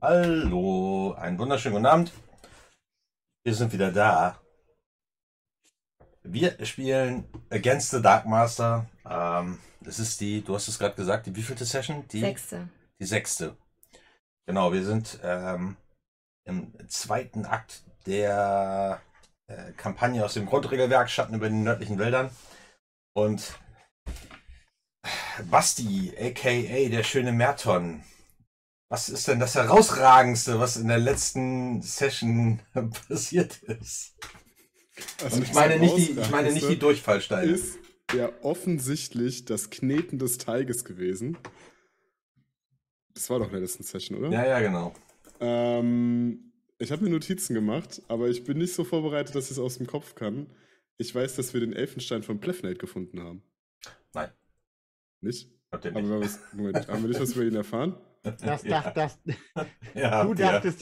Hallo, einen wunderschönen guten Abend. Wir sind wieder da. Wir spielen Against the Dark Master. Das ist du hast es gerade gesagt, die wievielte Session? Sechste. Die sechste. Genau, wir sind im zweiten Akt der Kampagne aus dem Grundregelwerk Schatten über den nördlichen Wäldern. Und Basti, aka der schöne Merton, was ist denn das Herausragendste, was in der letzten Session passiert ist? Also Und ich meine nicht die Durchfallsteine. Ist ja offensichtlich das Kneten des Teiges gewesen. Das war doch in der letzten Session, oder? Ja, genau. Ich habe mir Notizen gemacht, aber ich bin nicht so vorbereitet, dass ich es aus dem Kopf kann. Ich weiß, dass wir den Elfenstein von Plefnate gefunden haben. Nein. Nicht? Habt ihr Aber nicht. haben wir nicht was über ihn erfahren? Ja, Du dachtest,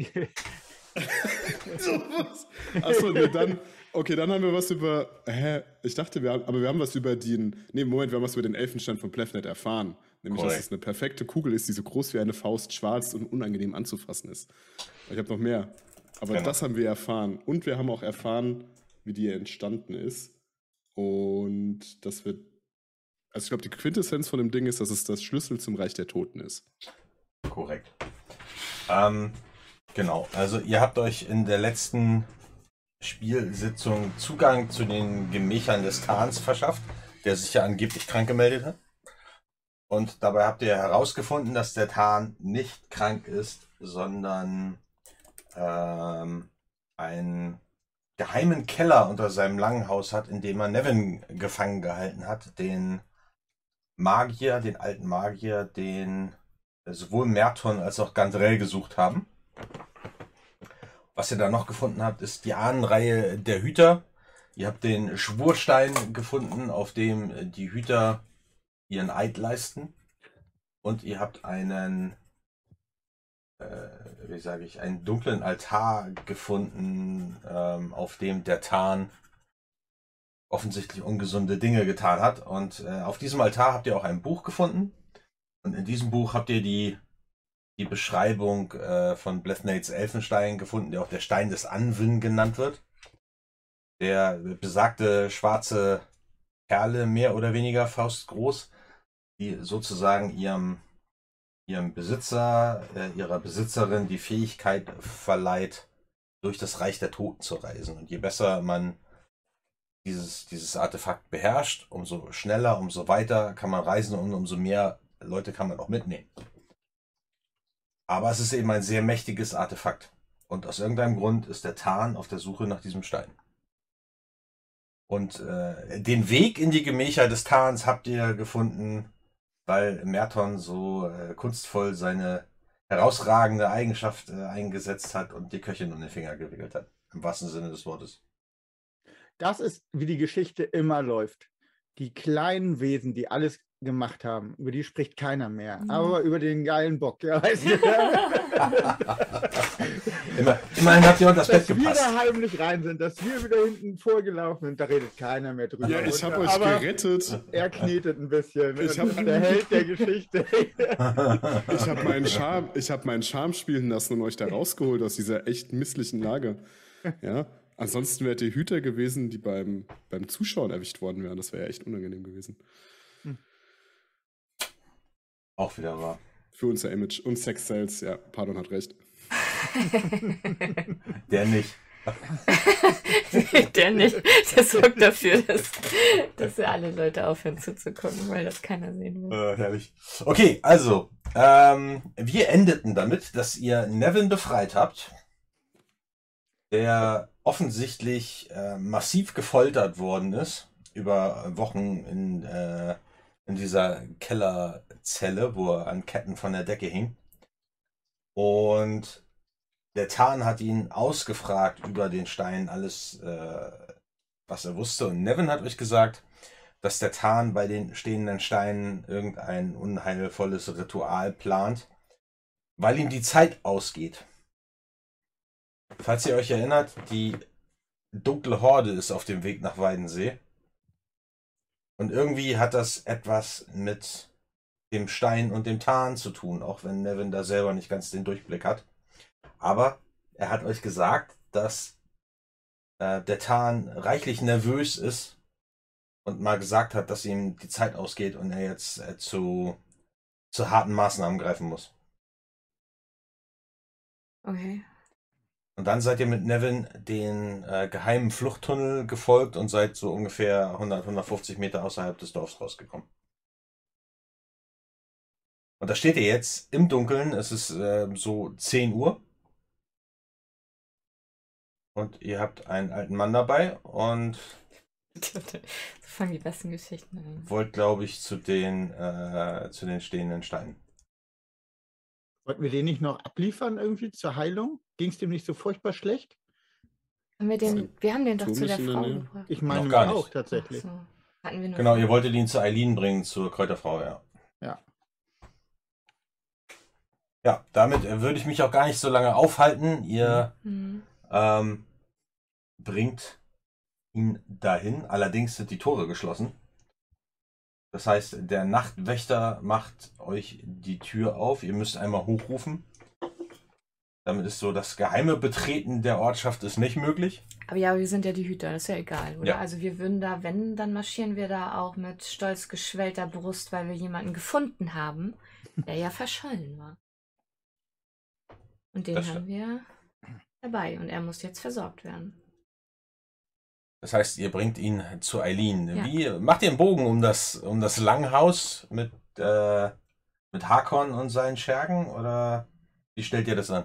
Achso, nee, dann haben wir was über. Ich dachte, wir haben was über wir haben was über den Elfenstein von Plefnate erfahren. Nämlich, Korrekt. dass es eine perfekte Kugel ist, die so groß wie eine Faust, schwarz und unangenehm anzufassen ist. Ich habe noch mehr. Aber Genau. Das haben wir erfahren. Und wir haben auch erfahren, wie die entstanden ist. Und das wird. Also ich glaube, die Quintessenz von dem Ding ist, dass es das Schlüssel zum Reich der Toten ist. Korrekt. Genau, also ihr habt euch in der letzten Spielsitzung Zugang zu den Gemächern des Tans verschafft, der sich ja angeblich krank gemeldet hat. Und dabei habt ihr herausgefunden, dass der Tarn nicht krank ist, sondern einen geheimen Keller unter seinem Langhaus hat, in dem er Nevin gefangen gehalten hat, den alten Magier, den sowohl Merton als auch Gandrel gesucht haben. Was ihr da noch gefunden habt, ist die Ahnenreihe der Hüter. Ihr habt den Schwurstein gefunden, auf dem die Hüter ihren Eid leisten. Und ihr habt einen dunklen Altar gefunden, auf dem der Tarn offensichtlich ungesunde Dinge getan hat. Und auf diesem Altar habt ihr auch ein Buch gefunden. Und in diesem Buch habt ihr die Beschreibung von Plefnates Elfenstein gefunden, der auch der Stein des Anwin genannt wird. Der besagte schwarze Perle, mehr oder weniger faustgroß, die sozusagen ihrem Besitzer, ihrer Besitzerin die Fähigkeit verleiht, durch das Reich der Toten zu reisen. Und je besser man dieses Artefakt beherrscht, umso schneller, umso weiter kann man reisen und umso mehr Leute kann man auch mitnehmen. Aber es ist eben ein sehr mächtiges Artefakt. Und aus irgendeinem Grund ist der Tarn auf der Suche nach diesem Stein. Und den Weg in die Gemächer des Tarns habt ihr gefunden, weil Merton so kunstvoll seine herausragende Eigenschaft eingesetzt hat und die Köchin um den Finger gewickelt hat. Im wahrsten Sinne des Wortes. das ist, wie die Geschichte immer läuft. Die kleinen Wesen, die alles gemacht haben, über die spricht keiner mehr. Aber über den geilen Bock, ja, weißt du. Immerhin habt ihr unter das Bett Dass wir gepasst. da heimlich rein sind, dass wir wieder hinten vorgelaufen sind, da redet keiner mehr drüber. Ja, ich habe euch Aber gerettet. er knetet ein bisschen. Ich und hab- der Held der Geschichte. Ich habe meinen Charme spielen lassen und euch da rausgeholt aus dieser echt misslichen Lage. Ja, ansonsten wärt ihr Hüter gewesen, die beim Zuschauen erwischt worden wären. Das wäre ja echt unangenehm gewesen. Auch wieder wahr. Für unser Image und Sex Sales, ja, Pardon hat recht. Der nicht. Der nicht. Das sorgt dafür, dass ja alle Leute aufhören zuzugucken, weil das keiner sehen will. Herrlich. Okay, also, wir endeten damit, dass ihr Nevin befreit habt, der offensichtlich massiv gefoltert worden ist, über Wochen in dieser Kellerzelle, wo er an Ketten von der Decke hing. Und der Tarn hat ihn ausgefragt über den Stein, alles, was er wusste. Und Nevin hat euch gesagt, dass der Tarn bei den stehenden Steinen irgendein unheilvolles Ritual plant, weil ihm die Zeit ausgeht. Falls ihr euch erinnert, die dunkle Horde ist auf dem Weg nach Weidensee. Und irgendwie hat das etwas mit dem Stein und dem Tarn zu tun, auch wenn Nevin da selber nicht ganz den Durchblick hat. Aber er hat euch gesagt, dass der Tarn reichlich nervös ist und mal gesagt hat, dass ihm die Zeit ausgeht und er jetzt zu harten Maßnahmen greifen muss. Okay. Und dann seid ihr mit Nevin den geheimen Fluchttunnel gefolgt und seid so ungefähr 150 Meter außerhalb des Dorfs rausgekommen. Und da steht ihr jetzt im Dunkeln, es ist so 10 Uhr. Und ihr habt einen alten Mann dabei und So fangen die besten Geschichten an. wollt, glaube ich, zu den stehenden Steinen. Wollten wir den nicht noch abliefern irgendwie zur Heilung? Ging es dem nicht so furchtbar schlecht? Wir haben den doch Tun zu der müssen in der Frau Nähe. gebracht. Ich meine Noch gar nämlich nicht. auch tatsächlich. Ach so. Hatten wir nur Genau, ihr wolltet ihn zu Eileen bringen, zur Kräuterfrau, ja. Ja. Ja, damit würde ich mich auch gar nicht so lange aufhalten. Ihr Mhm. bringt ihn dahin. Allerdings sind die Tore geschlossen. Das heißt, der Nachtwächter macht euch die Tür auf. Ihr müsst einmal hochrufen. Damit ist so, das geheime Betreten der Ortschaft ist nicht möglich. Aber ja, wir sind ja die Hüter, das ist ja egal, oder? Ja. Also wir würden da, wenn, dann marschieren wir da auch mit stolz geschwellter Brust, weil wir jemanden gefunden haben, der ja verschollen war. Und den Das haben wir dabei und er muss jetzt versorgt werden. Das heißt, ihr bringt ihn zu Eileen. Ja. Wie macht ihr einen Bogen um das Langhaus mit Hakon und seinen Schergen? Oder wie stellt ihr das an?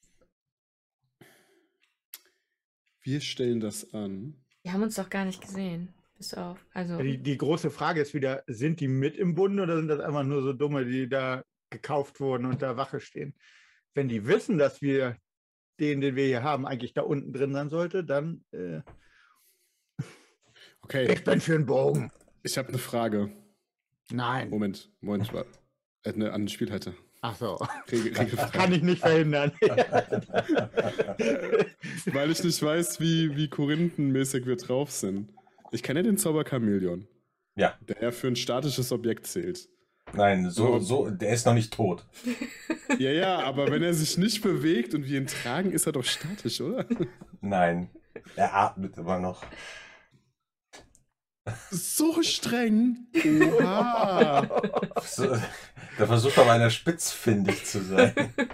Wir stellen das an. Die haben uns doch gar nicht gesehen. Bis auf. Also. Die große Frage ist wieder, sind die mit im Bund oder sind das einfach nur so Dumme, die da gekauft wurden und da Wache stehen? Wenn die wissen, dass wir den wir hier haben, eigentlich da unten drin sein sollte, dann Okay, ich bin für einen Bogen. ich habe eine Frage. Nein. Moment, warte. An den Spielleiter. Ach so. Regelfrage. Kann ich nicht verhindern. Weil ich nicht weiß, wie korinthenmäßig wir drauf sind. Ich kenne ja den Zauber Chamäleon, Ja, der ja für ein statisches Objekt zählt. nein, der ist noch nicht tot. Ja, aber wenn er sich nicht bewegt und wir ihn tragen, ist er doch statisch, oder? Nein, er atmet immer noch. So streng. Oha. So, der versucht aber einer spitzfindig zu sein.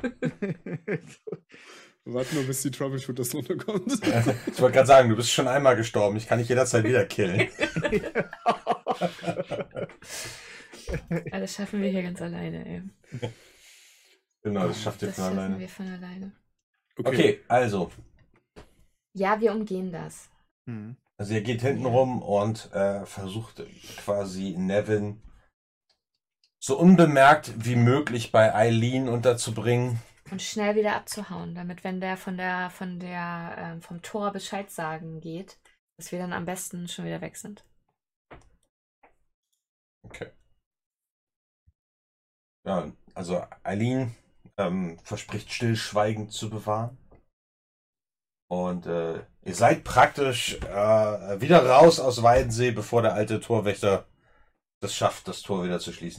Warte nur, bis die Troubleshooters runterkommt. Ich wollte gerade sagen, du bist schon einmal gestorben. Ich kann dich jederzeit wieder killen. Ja, das schaffen wir hier ganz alleine, ey. Genau, das schafft ihr Das von schaffen alleine. wir von alleine. Okay, also Ja, wir umgehen das. Hm. Also ihr geht hinten rum und versucht quasi Nevin so unbemerkt wie möglich bei Eileen unterzubringen. Und schnell wieder abzuhauen, damit, wenn der vom Tor Bescheid sagen geht, dass wir dann am besten schon wieder weg sind. Okay. Ja, also Eileen verspricht stillschweigend zu bewahren. Und ihr seid praktisch wieder raus aus Weidensee, bevor der alte Torwächter das schafft, das Tor wieder zu schließen.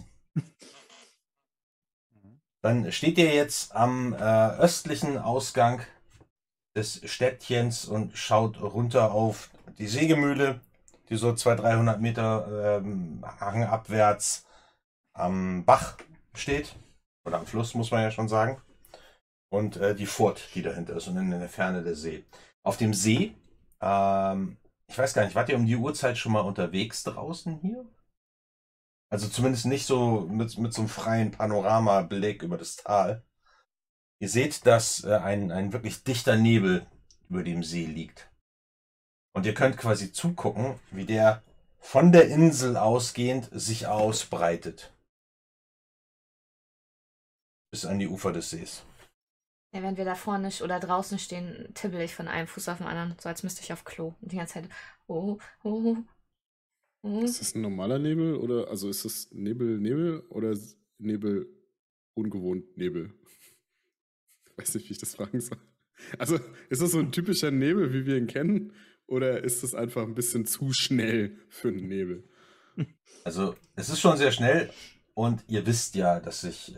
Dann steht ihr jetzt am östlichen Ausgang des Städtchens und schaut runter auf die Sägemühle, die so 200-300 Meter hangabwärts am Bach steht. Oder am Fluss, muss man ja schon sagen. Und die Furt, die dahinter ist und in der Ferne der See. Auf dem See, ich weiß gar nicht, wart ihr um die Uhrzeit schon mal unterwegs draußen hier? Also zumindest nicht so mit so einem freien Panoramablick über das Tal. Ihr seht, dass ein wirklich dichter Nebel über dem See liegt. Und ihr könnt quasi zugucken, wie der von der Insel ausgehend sich ausbreitet. Bis an die Ufer des Sees. Ja, wenn wir da vorne oder draußen stehen, tippel ich von einem Fuß auf den anderen, so als müsste ich auf Klo. Und die ganze Zeit, oh. Ist das ein normaler Nebel oder also ist das Nebel oder Nebel ungewohnt Nebel? Ich weiß nicht, wie ich das fragen soll. Also ist das so ein typischer Nebel, wie wir ihn kennen, oder ist das einfach ein bisschen zu schnell für einen Nebel? Also es ist schon sehr schnell. und ihr wisst ja, dass sich,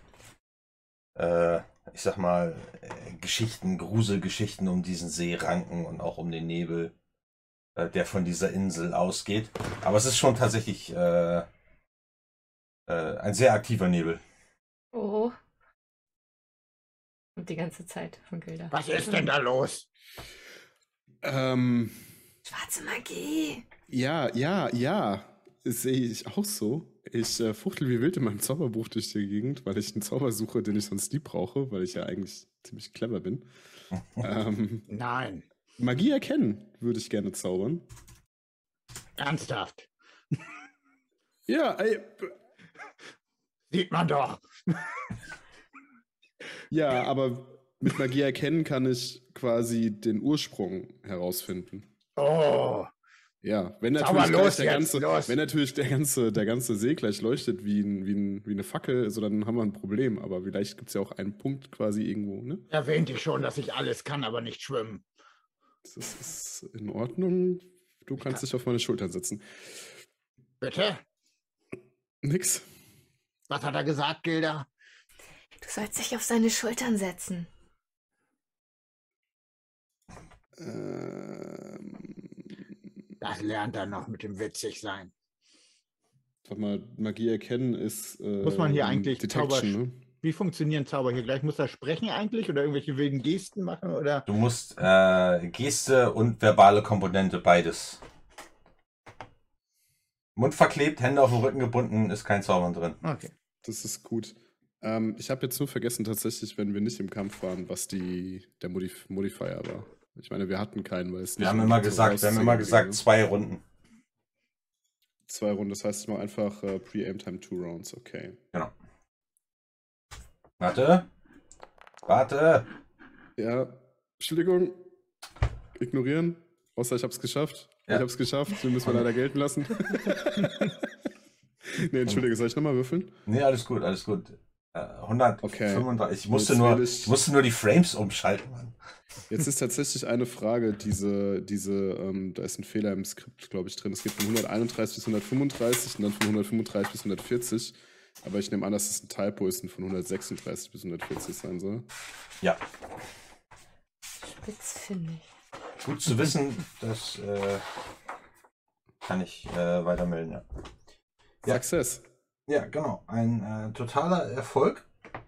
ich sag mal, Gruselgeschichten um diesen See ranken und auch um den Nebel, der von dieser Insel ausgeht. Aber es ist schon tatsächlich ein sehr aktiver Nebel. Oh. Und die ganze Zeit von Gilda. Was ist denn da los? Schwarze Magie. Ja. Das sehe ich auch so. Ich fuchtel wie wild in meinem Zauberbuch durch die Gegend, weil ich einen Zauber suche, den ich sonst nie brauche, weil ich ja eigentlich ziemlich clever bin. Nein. Magie erkennen würde ich gerne zaubern. Ernsthaft. Ja, ey, Sieht man doch. ja, aber mit Magie erkennen kann ich quasi den Ursprung herausfinden. Oh. Ja, wenn Zauber natürlich, los gleich jetzt, los. wenn natürlich der ganze See gleich leuchtet wie eine Fackel, so dann haben wir ein Problem. Aber vielleicht gibt es ja auch einen Punkt quasi irgendwo, ne? Erwähnte ich schon, dass ich alles kann, aber nicht schwimmen. Das ist in Ordnung. Du kannst dich auf meine Schultern setzen. Bitte? Nix. Was hat er gesagt, Gilda? Du sollst dich auf seine Schultern setzen. Das lernt er noch mit dem witzig sein. Sag mal, Magie erkennen ist Muss man hier eigentlich Detection, ne? Wie funktionieren Zauber hier gleich? Muss er sprechen eigentlich oder irgendwelche wilden Gesten machen? Oder? Du musst Geste und verbale Komponente, beides. Mund verklebt, Hände auf dem Rücken gebunden, ist kein Zaubern drin. Okay. Das ist gut. Ich habe jetzt nur vergessen tatsächlich, wenn wir nicht im Kampf waren, was der Modifier war. Ich meine, wir hatten keinen, weil es Wir haben immer gesagt, 2 Runden. 2 Runden, das heißt, ich mache einfach Pre-Aim-Time 2 Rounds, okay. Genau. Warte. Ja, Entschuldigung. Ignorieren. Außer ich habe es geschafft. Ja. Ich habe es geschafft, den müssen wir leider gelten lassen. Nee, entschuldige, soll ich nochmal würfeln? Nee, alles gut. 135. Okay. Ich musste nur die Frames umschalten, Mann. Jetzt ist tatsächlich eine Frage, da ist ein Fehler im Skript, glaube ich, drin. Es geht von 131 bis 135 und dann von 135 bis 140. Aber ich nehme an, dass es ein Typo ist und von 136 bis 140 sein soll. Ja. Spitzfindig. Gut zu wissen, das kann ich weiter melden, ja. Ja. Success. Ja, genau. Ein totaler Erfolg.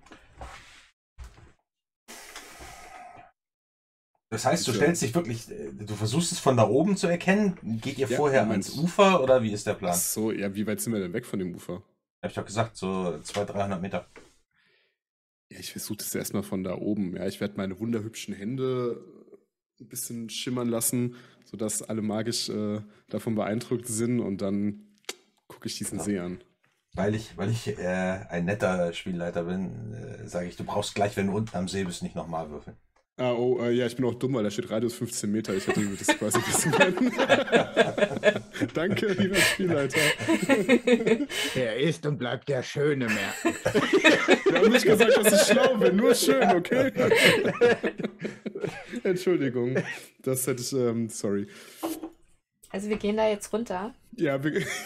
Das heißt, du stellst dich wirklich, du versuchst es von da oben zu erkennen. Geht ihr vorher ans Ufer oder wie ist der Plan? Ach so, ja, wie weit sind wir denn weg von dem Ufer? Hab ich doch gesagt, so 200-300 Meter. Ja, ich versuche das erstmal von da oben. Ja, ich werde meine wunderhübschen Hände ein bisschen schimmern lassen, sodass alle magisch davon beeindruckt sind und dann gucke ich diesen See an. Weil ich ein netter Spielleiter bin, sage ich, du brauchst gleich, wenn du unten am See bist, nicht nochmal würfeln. Ja, ich bin auch dumm, weil da steht Radius 15 Meter. Ich hätte das quasi wissen können. Danke, lieber Spielleiter. Er ist und bleibt der Schöne mehr. Wir haben nicht gesagt, dass ich schlau bin, nur schön, okay? Entschuldigung, das hätte ich, sorry. Also wir gehen da jetzt runter. Ja,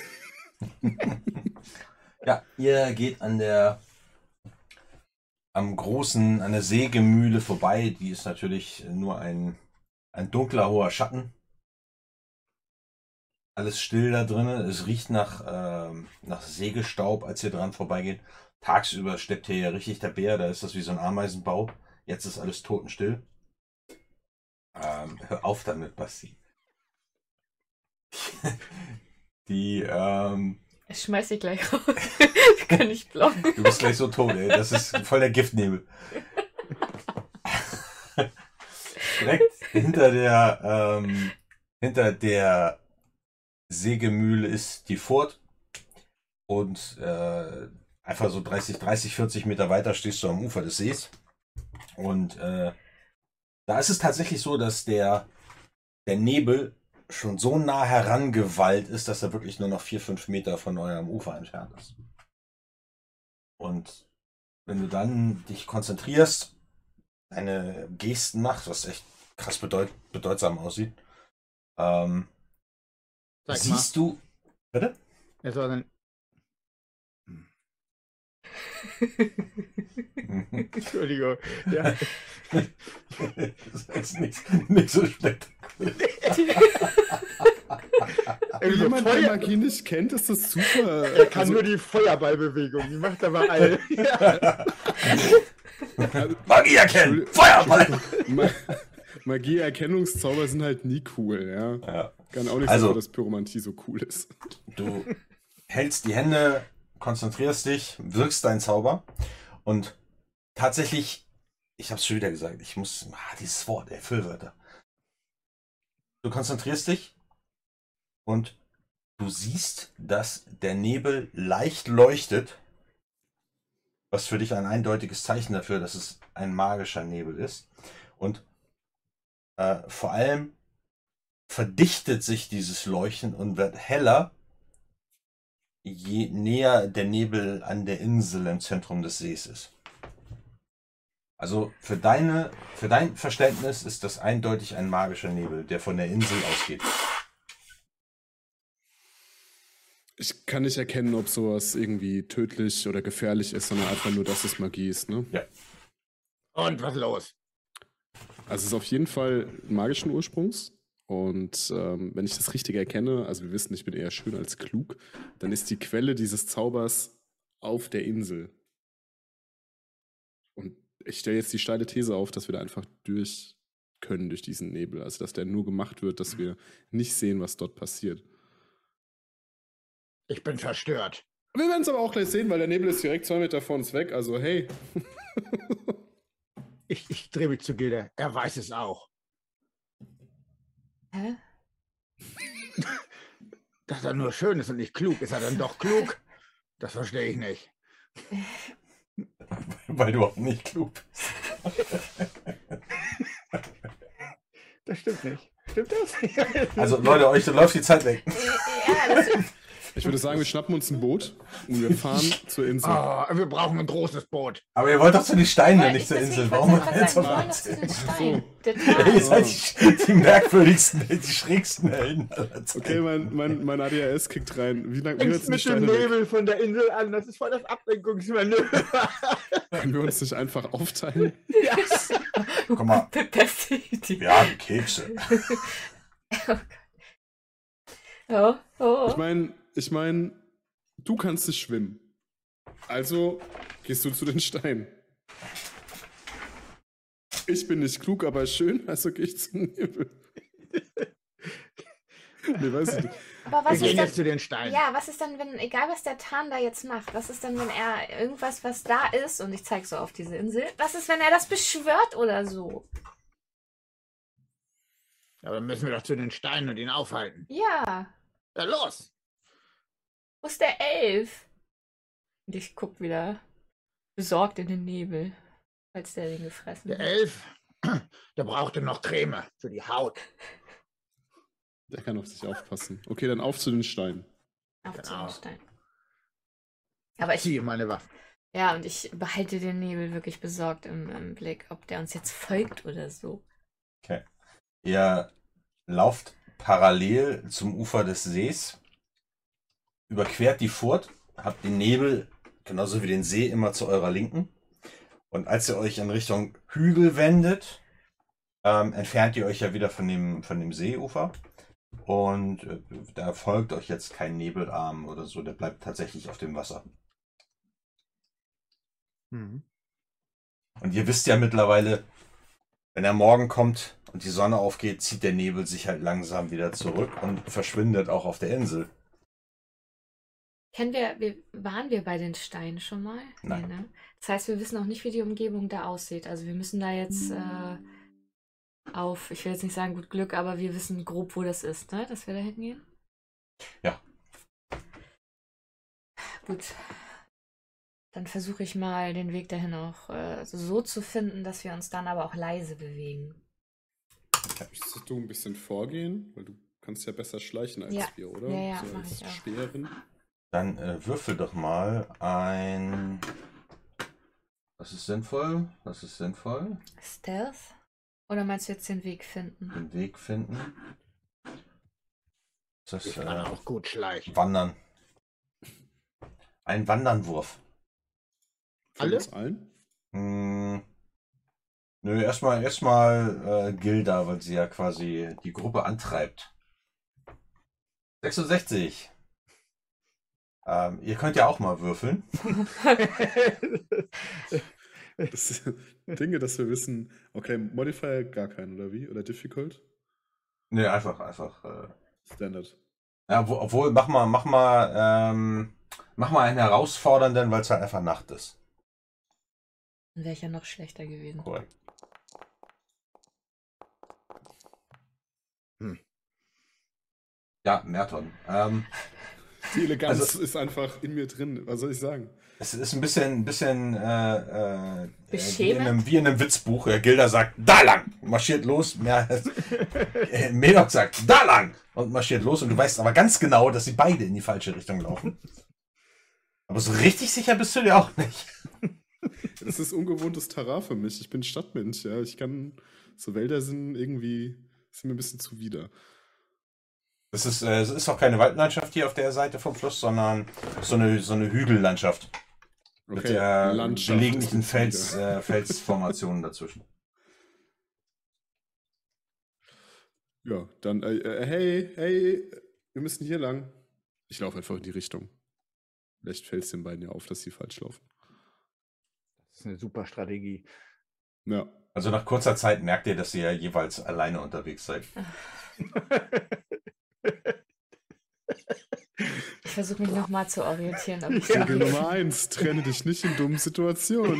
Ja, ihr geht an der Sägemühle vorbei. Die ist natürlich nur ein dunkler, hoher Schatten. Alles still da drin. Es riecht nach Sägestaub, als ihr dran vorbeigeht. Tagsüber steppt hier ja richtig der Bär. Da ist das wie so ein Ameisenbau. Jetzt ist alles totenstill. Hör auf damit, Basti. Ich schmeiß dich gleich raus. Wir können nicht blocken. Du bist gleich so tot, ey. Das ist voll der Giftnebel. Direkt hinter der Sägemühle ist die Furt. Und einfach so 30, 40 Meter weiter stehst du am Ufer des Sees. Und da ist es tatsächlich so, dass der Nebel schon so nah herangewallt ist, dass er wirklich nur noch 4, 5 Meter von eurem Ufer entfernt ist. Und wenn du dann dich konzentrierst, deine Gesten machst, was echt krass bedeutsam aussieht, siehst du... Bitte? Er soll dann Entschuldigung. Ja. Das ist nicht so spektakulär. Wenn jemand, der Magie nicht kennt, ist das super. Er kann nur die Feuerballbewegung, die macht aber all. Ja. Magie erkennen! Feuerball! Magie-Erkennungszauber sind halt nie cool, ja. Ja. Kann auch nicht Also- sein, dass Pyromantie so cool ist. Du hältst die Hände, konzentrierst dich, wirkst deinen Zauber und tatsächlich, ich hab's schon wieder gesagt, ich muss, dieses Wort, Füllwörter. Du konzentrierst dich und du siehst, dass der Nebel leicht leuchtet, was für dich ein eindeutiges Zeichen dafür, dass es ein magischer Nebel ist. Und vor allem verdichtet sich dieses Leuchten und wird heller, je näher der Nebel an der Insel im Zentrum des Sees ist. Also für dein Verständnis ist das eindeutig ein magischer Nebel, der von der Insel ausgeht. Ich kann nicht erkennen, ob sowas irgendwie tödlich oder gefährlich ist, sondern einfach nur, dass es Magie ist, ne? Ja. Und was los? Also es ist auf jeden Fall magischen Ursprungs. Und wenn ich das richtig erkenne, also wir wissen, ich bin eher schön als klug, dann ist die Quelle dieses Zaubers auf der Insel. Und ich stelle jetzt die steile These auf, dass wir da einfach durch können durch diesen Nebel. Also dass der nur gemacht wird, dass wir nicht sehen, was dort passiert. Ich bin verstört. Wir werden es aber auch gleich sehen, weil der Nebel ist direkt 2 Meter vor uns weg. Also hey. Ich drehe mich zu Gilda. Er weiß es auch. Hä? Dass er nur schön ist und nicht klug. Ist er dann doch klug? Das verstehe ich nicht. Weil du auch nicht klug bist. Das stimmt nicht. Stimmt das? Also Leute, euch läuft die Zeit weg. Ja, das Ich würde sagen, wir schnappen uns ein Boot und wir fahren zur Insel. Wir brauchen ein großes Boot. Aber ihr wollt doch zu den Steinen, Weil nicht ich zur deswegen Insel. wollte Warum ich jetzt sagen, noch wir wollen doch zu den Steinen. Der Ihr Tarn. seid die merkwürdigsten, die schrägsten Helden aller Zeiten. Okay, mein ADHS kickt rein. Wie lange Fängst mit dem Nebel von der Insel an. Das ist voll das Ablenkungsmanöver. Können wir uns nicht einfach aufteilen? Ja. Guck mal, Beste Idee. wir haben Kekse. Oh. Ich meine, du kannst nicht schwimmen. Also gehst du zu den Steinen. Ich bin nicht klug, aber schön, also gehe ich zum Nebel. Nee, weiß ich nicht. Aber Wir was gehen ist jetzt dann, zu den Steinen. ja, was ist dann, wenn, egal was der Tarn da jetzt macht, was ist dann, wenn er irgendwas, was da ist, und ich zeige so auf diese Insel, was ist, wenn er das beschwört oder so? Aber dann müssen wir doch zu den Steinen und ihn aufhalten. Ja, Ja, los! wo ist der Elf? Und ich guck wieder besorgt in den Nebel, als der den gefressen Der hat. Elf, der brauchte noch Creme für die Haut. Der kann auf sich aufpassen. Okay, dann auf zu den Steinen. Auf zu Genau. den Stein. Aber ich, Ziehe meine Waffe. ja, und ich behalte den Nebel wirklich besorgt im Blick, ob der uns jetzt folgt oder so. Ihr lauft parallel zum Ufer des Sees, überquert die Furt, habt den Nebel genauso wie den See immer zu eurer Linken. Und als ihr euch in Richtung Hügel wendet, entfernt ihr euch ja wieder von dem Seeufer. Und da folgt euch jetzt kein Nebelarm oder so, der bleibt tatsächlich auf dem Wasser. Mhm. Und ihr wisst ja mittlerweile, wenn der Morgen kommt und die Sonne aufgeht, zieht der Nebel sich halt langsam wieder zurück und verschwindet auch auf der Insel. Waren wir bei den Steinen schon mal? Nein. Nee, ne? Das heißt, wir wissen auch nicht, wie die Umgebung da aussieht. Also wir müssen da jetzt ich will jetzt nicht sagen gut Glück, aber wir wissen grob, wo das ist, ne? Dass wir da hingehen. Ja. Gut. Dann versuche ich mal, den Weg dahin auch so zu finden, dass wir uns dann aber auch leise bewegen. Möchtest du ein bisschen vorgehen? Weil du kannst ja besser schleichen als Ja. wir, oder? Ja, so mach als ich auch. Speerin. Dann würfel doch mal ein... Was ist sinnvoll? Was ist sinnvoll? Stealth? Oder meinst du jetzt den Weg finden? Den Weg finden. Das Ich ist kann auch gut schleichen. Wandern. Ein Wandernwurf. Von Alle? uns allen? Nö, erstmal Gilda, weil sie ja quasi die Gruppe antreibt. 66. Ihr könnt ja auch mal würfeln. Das Dinge, dass wir wissen, okay, Modifier gar keinen, oder wie? Oder Difficult? Nö, einfach. Standard. Ja, obwohl, mach mal einen herausfordernden, weil es halt einfach Nacht ist. Dann wäre ich ja noch schlechter gewesen. Korrekt. Ja, Merton. Die Eleganz Also- ist einfach in mir drin. Was soll ich sagen? Es ist ein bisschen Beschämend? wie in einem Witzbuch. Gilda sagt, da lang! Marschiert los. Medok sagt, da lang! Und marschiert los. Und du weißt aber ganz genau, dass sie beide in die falsche Richtung laufen. Aber so richtig sicher bist du dir auch nicht. Das ist ungewohntes Terrain für mich. Ich bin Stadtmensch, ja. Ich kann, so Wälder sind irgendwie, sind mir ein bisschen zuwider. Es ist auch keine Waldlandschaft hier auf der Seite vom Fluss, sondern so eine Hügellandschaft. Mit Landschaft gelegentlichen ist jetzt wieder. Felsformationen dazwischen. Ja, dann, hey, wir müssen hier lang. Ich laufe einfach in die Richtung. Vielleicht fällt es den beiden ja auf, dass sie falsch laufen. Das ist eine super Strategie. Ja. Also nach kurzer Zeit merkt ihr, dass ihr jeweils alleine unterwegs seid. Ich versuche mich nochmal zu orientieren. Ob ich Regel Nummer 1, trenne dich nicht in dummen Situationen.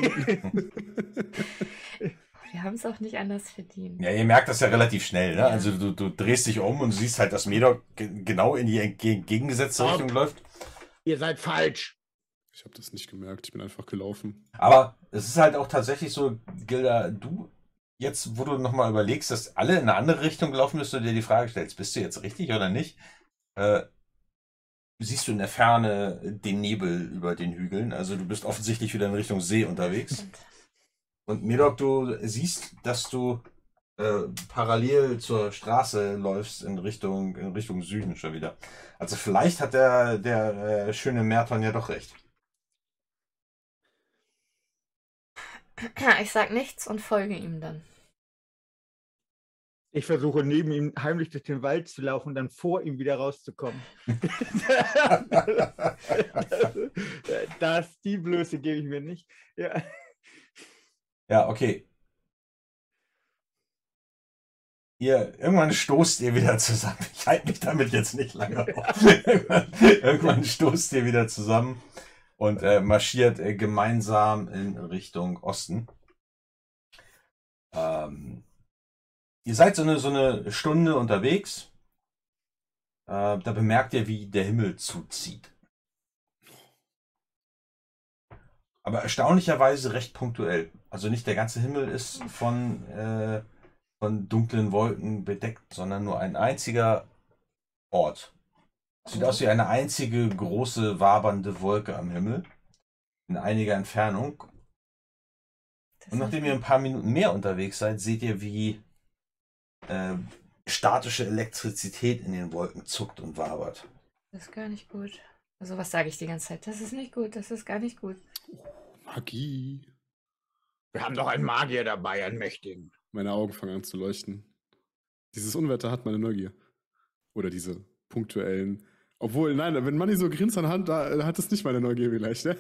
Wir haben es auch nicht anders verdient. Ja, ihr merkt das ja relativ schnell, ne? Ja. Also du drehst dich um und siehst halt, dass Medok genau in die entgegengesetzte Richtung läuft. Ihr seid falsch. Ich habe das nicht gemerkt, ich bin einfach gelaufen. Aber es ist halt auch tatsächlich so, Gilda, du jetzt, wo du nochmal überlegst, dass alle in eine andere Richtung laufen, müsst du dir die Frage stellst, bist du jetzt richtig oder nicht? Siehst du in der Ferne den Nebel über den Hügeln, also du bist offensichtlich wieder in Richtung See unterwegs. Und Medok, du siehst, dass du parallel zur Straße läufst in Richtung Süden schon wieder. Also vielleicht hat der schöne Merton ja doch recht. Ich sag nichts und folge ihm dann. Ich versuche neben ihm heimlich durch den Wald zu laufen und dann vor ihm wieder rauszukommen. Die Blöße gebe ich mir nicht. Ja. Ja, okay. Irgendwann stoßt ihr wieder zusammen. Ich halte mich damit jetzt nicht lange auf. Irgendwann stoßt ihr wieder zusammen und marschiert gemeinsam in Richtung Osten. Ihr seid so eine Stunde unterwegs. Da bemerkt ihr, wie der Himmel zuzieht. Aber erstaunlicherweise recht punktuell. Also nicht der ganze Himmel ist von dunklen Wolken bedeckt, sondern nur ein einziger Ort. Sieht aus wie eine einzige große wabernde Wolke am Himmel. In einiger Entfernung. Und nachdem ihr ein paar Minuten mehr unterwegs seid, seht ihr, wie statische Elektrizität in den Wolken zuckt und wabert. Das ist gar nicht gut. Also was sage ich die ganze Zeit? Das ist nicht gut, das ist gar nicht gut. Magie. Wir haben doch einen Magier dabei, einen Mächtigen. Meine Augen fangen an zu leuchten. Dieses Unwetter hat meine Neugier. Oder diese punktuellen. Obwohl, nein, wenn Manni so grinst an Hand, da hat es nicht meine Neugier vielleicht, ne?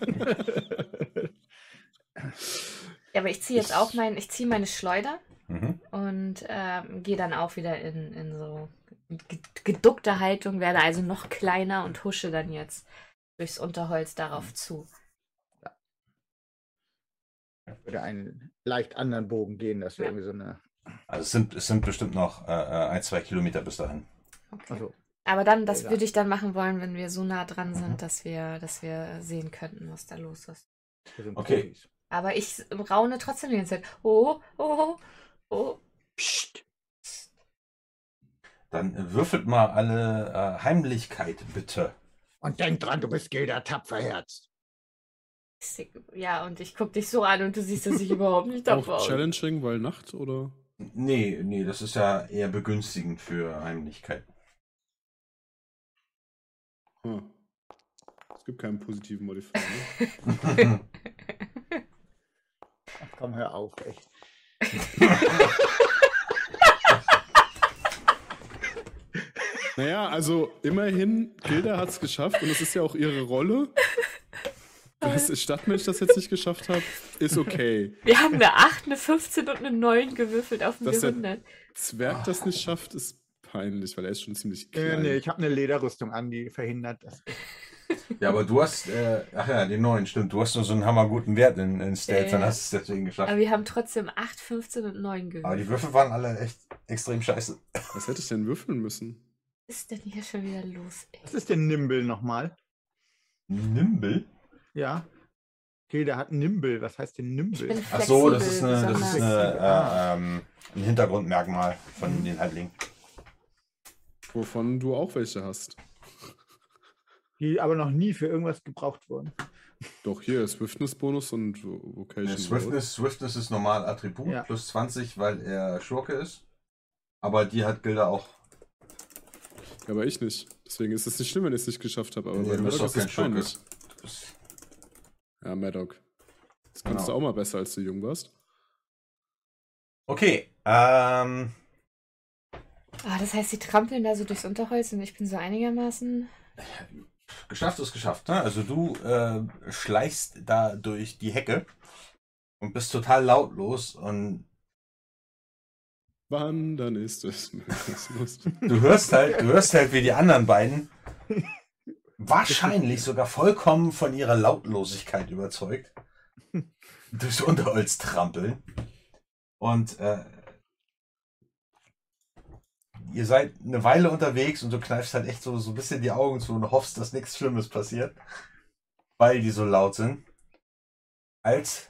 Ja, aber ich ziehe jetzt auch ich ziehe meine Schleuder Mhm. und gehe dann auch wieder in so geduckte Haltung, werde also noch kleiner und husche dann jetzt durchs Unterholz darauf zu. Würde einen leicht anderen Bogen gehen, dass wir irgendwie so eine. Also es sind bestimmt noch 1-2 Kilometer bis dahin. Okay. Also, Aber dann, das Ja. würde ich dann machen wollen, wenn wir so nah dran sind, dass wir sehen könnten, was da los ist. wir sind Okay. Profis. Aber ich raune trotzdem die ganze Zeit. Oh, oh, oh. Psst. Dann würfelt mal alle Heimlichkeit, bitte. Und denk dran, du bist Gilda Tapferherz. Ja, und ich gucke dich so an und du siehst, dass ich überhaupt nicht tapfer Auch aus. challenging, weil Nacht oder? Nee, das ist ja eher begünstigend für Heimlichkeit. Hm. Es gibt keinen positiven Modifier. Ne? Ach, komm, hör auf, echt. Naja, also immerhin, Gilda hat es geschafft und es ist ja auch ihre Rolle. Dass der Stadtmensch das jetzt nicht geschafft hat, ist okay. Wir haben eine 8, eine 15 und eine 9 gewürfelt auf dem Dass der Jahrhundert. Zwerg das nicht schafft, ist peinlich, weil er ist schon ziemlich klein. Nee, ich habe eine Lederrüstung an, die verhindert das. Ja, aber du hast, ach ja, den neuen, stimmt. Du hast nur so einen hammerguten Wert in Stats, dann Ja. hast du es deswegen geschafft. Aber wir haben trotzdem 8, 15 und 9 Aber die gewürfelt. Würfel waren alle echt extrem scheiße. Was hätte ich denn würfeln müssen? Was ist denn hier schon wieder los? Ey? Was ist denn Nimble nochmal? Nimble? Ja. Gilda hat Nimble. Was heißt denn Ich Nimble? bin Ach so, das flexibel, ist besonders. ein Hintergrundmerkmal von den Halblingen. Wovon du auch welche hast. Die aber noch nie für irgendwas gebraucht wurden. Doch, hier, Swiftness-Bonus und Vocation. Swiftness ist normal Attribut, Ja. plus 20, weil er Schurke ist. Aber die hat Gilda auch. Ja, aber ich nicht. Deswegen ist es nicht schlimm, wenn ich es nicht geschafft habe. Aber Nee, bei du bist Maddox doch kein ist es peinlich. Schurke. Du bist- Ja, Maddox. Das kannst Genau. du auch mal besser, als du jung warst. Okay, Ah, das heißt, sie trampeln da so durchs Unterholz und ich bin so einigermaßen. geschafft ist geschafft. Ne? Also du schleichst da durch die Hecke und bist total lautlos und Wann, dann ist es. du hörst halt, wie die anderen beiden wahrscheinlich sogar vollkommen von ihrer Lautlosigkeit überzeugt durchs Unterholz trampeln. Und ihr seid eine Weile unterwegs und du kneifst halt echt so ein bisschen die Augen zu und hoffst, dass nichts Schlimmes passiert, weil die so laut sind. Als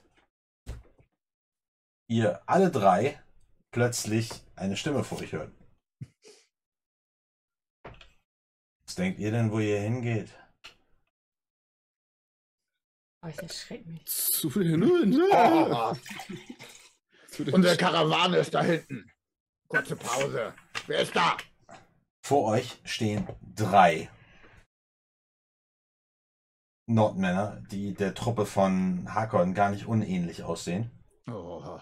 ihr alle drei plötzlich eine Stimme vor euch hört. Was denkt ihr denn, wo ihr hingeht? Oh, ich erschrecke mich. Zu den. Oh, Zu den unsere Karawane ist da hinten. Kurze Pause. Wer ist da? Vor euch stehen 3 Nordmänner, die der Truppe von Hakon gar nicht unähnlich aussehen. Oh.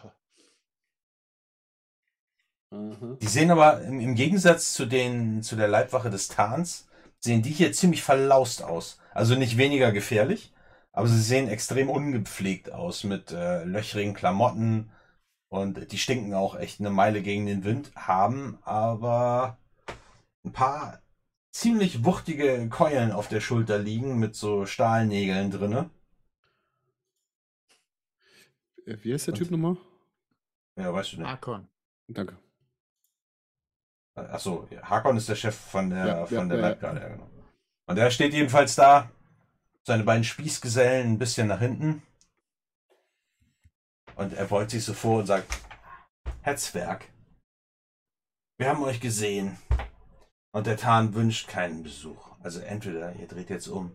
Aha. Die sehen aber im Gegensatz zu der Leibwache des Tans, sehen die hier ziemlich verlaust aus. Also nicht weniger gefährlich, aber sie sehen extrem ungepflegt aus mit löchrigen Klamotten und die stinken auch echt eine Meile gegen den Wind, haben aber ein paar ziemlich wuchtige Keulen auf der Schulter liegen mit so Stahlnägeln drinne. Wie heißt der Typ nochmal? Ja, weißt du nicht. Arkon. Danke. Achso, Hakon ist der Chef von der Ja, Leibgarde, ja, genau. Und der steht jedenfalls da, seine beiden Spießgesellen ein bisschen nach hinten. Und er beugt sich so vor und sagt, Herr Zwerg, wir haben euch gesehen und der Tarn wünscht keinen Besuch. Also entweder ihr dreht jetzt um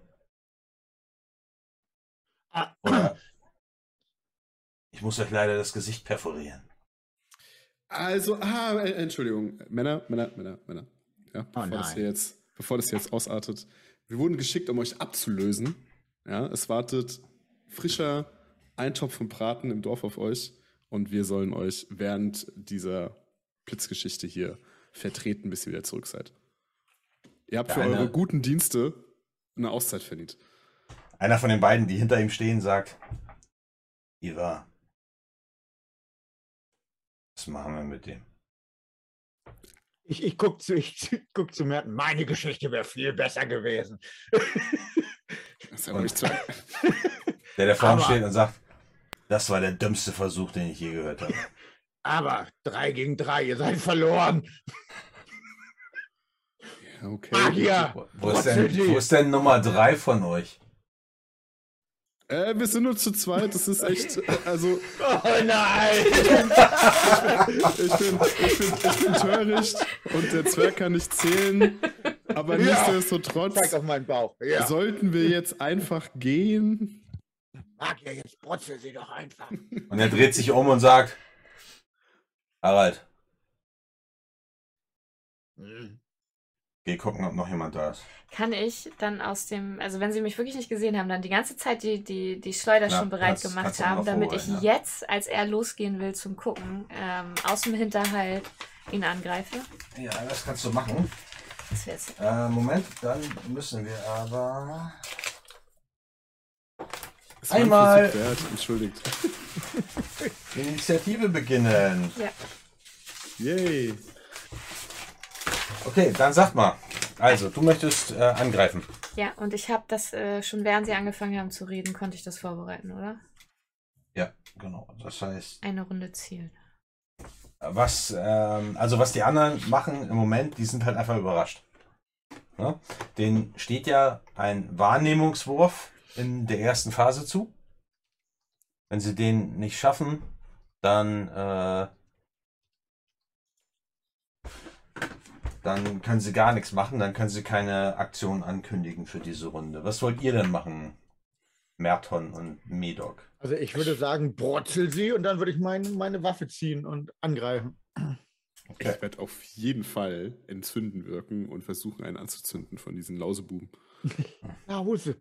Ah, oder ich muss euch leider das Gesicht perforieren. Also, Entschuldigung. Männer. Ja, bevor das jetzt ausartet. Wir wurden geschickt, um euch abzulösen. Ja, es wartet frischer Eintopf von Braten im Dorf auf euch und wir sollen euch während dieser Blitzgeschichte hier vertreten, bis ihr wieder zurück seid. Ihr habt für eure guten Dienste eine Auszeit verdient. Einer von den beiden, die hinter ihm stehen, sagt, Ivar, was machen wir mit dem? Ich guck zu Merten. Meine Geschichte wäre viel besser gewesen. Das ist aber nicht zu. Der vor ihm Aber- steht und sagt, das war der dümmste Versuch, den ich je gehört habe. Aber 3 gegen 3, ihr seid verloren. Ja, okay. Magier! Wo ist denn Nummer 3 von euch? Wir sind nur zu zweit, das ist echt, also, Oh nein! ich bin töricht und der Zwerg kann nicht zählen, aber Ja. nichtsdestotrotz Zeig auf meinen Bauch. Ja. sollten wir jetzt einfach gehen. Magier, jetzt brotzel sie doch einfach. Und er dreht sich um und sagt, Harald, Hm. Geh gucken, ob noch jemand da ist. Kann ich dann aus dem, also wenn sie mich wirklich nicht gesehen haben, dann die ganze Zeit die Schleuder Ja, schon bereit kannst gemacht du noch haben, damit ich vorbereiten, ja. jetzt, als er losgehen will zum Gucken, aus dem Hinterhalt ihn angreife? Ja, das kannst du machen. Das wäre jetzt. Moment, dann müssen wir aber... Es war ein Einmal- Versuch wert, entschuldigt. die Initiative beginnen. Ja. Yay. Okay, dann sag mal. Also, du möchtest angreifen. Ja, und ich habe das schon während sie angefangen haben zu reden, konnte ich das vorbereiten, oder? Ja, genau. Das heißt, Eine Runde zielen. was die anderen machen im Moment, die sind halt einfach überrascht. Ja? Denen steht ja ein Wahrnehmungswurf in der ersten Phase zu. Wenn sie den nicht schaffen, dann können sie gar nichts machen, dann können sie keine Aktion ankündigen für diese Runde. Was wollt ihr denn machen, Merton und Medok? Also ich würde sagen, brotzel sie und dann würde ich meine Waffe ziehen und angreifen. Okay. Ich werde auf jeden Fall entzünden wirken und versuchen, einen anzuzünden von diesen Lausebuben. Hause.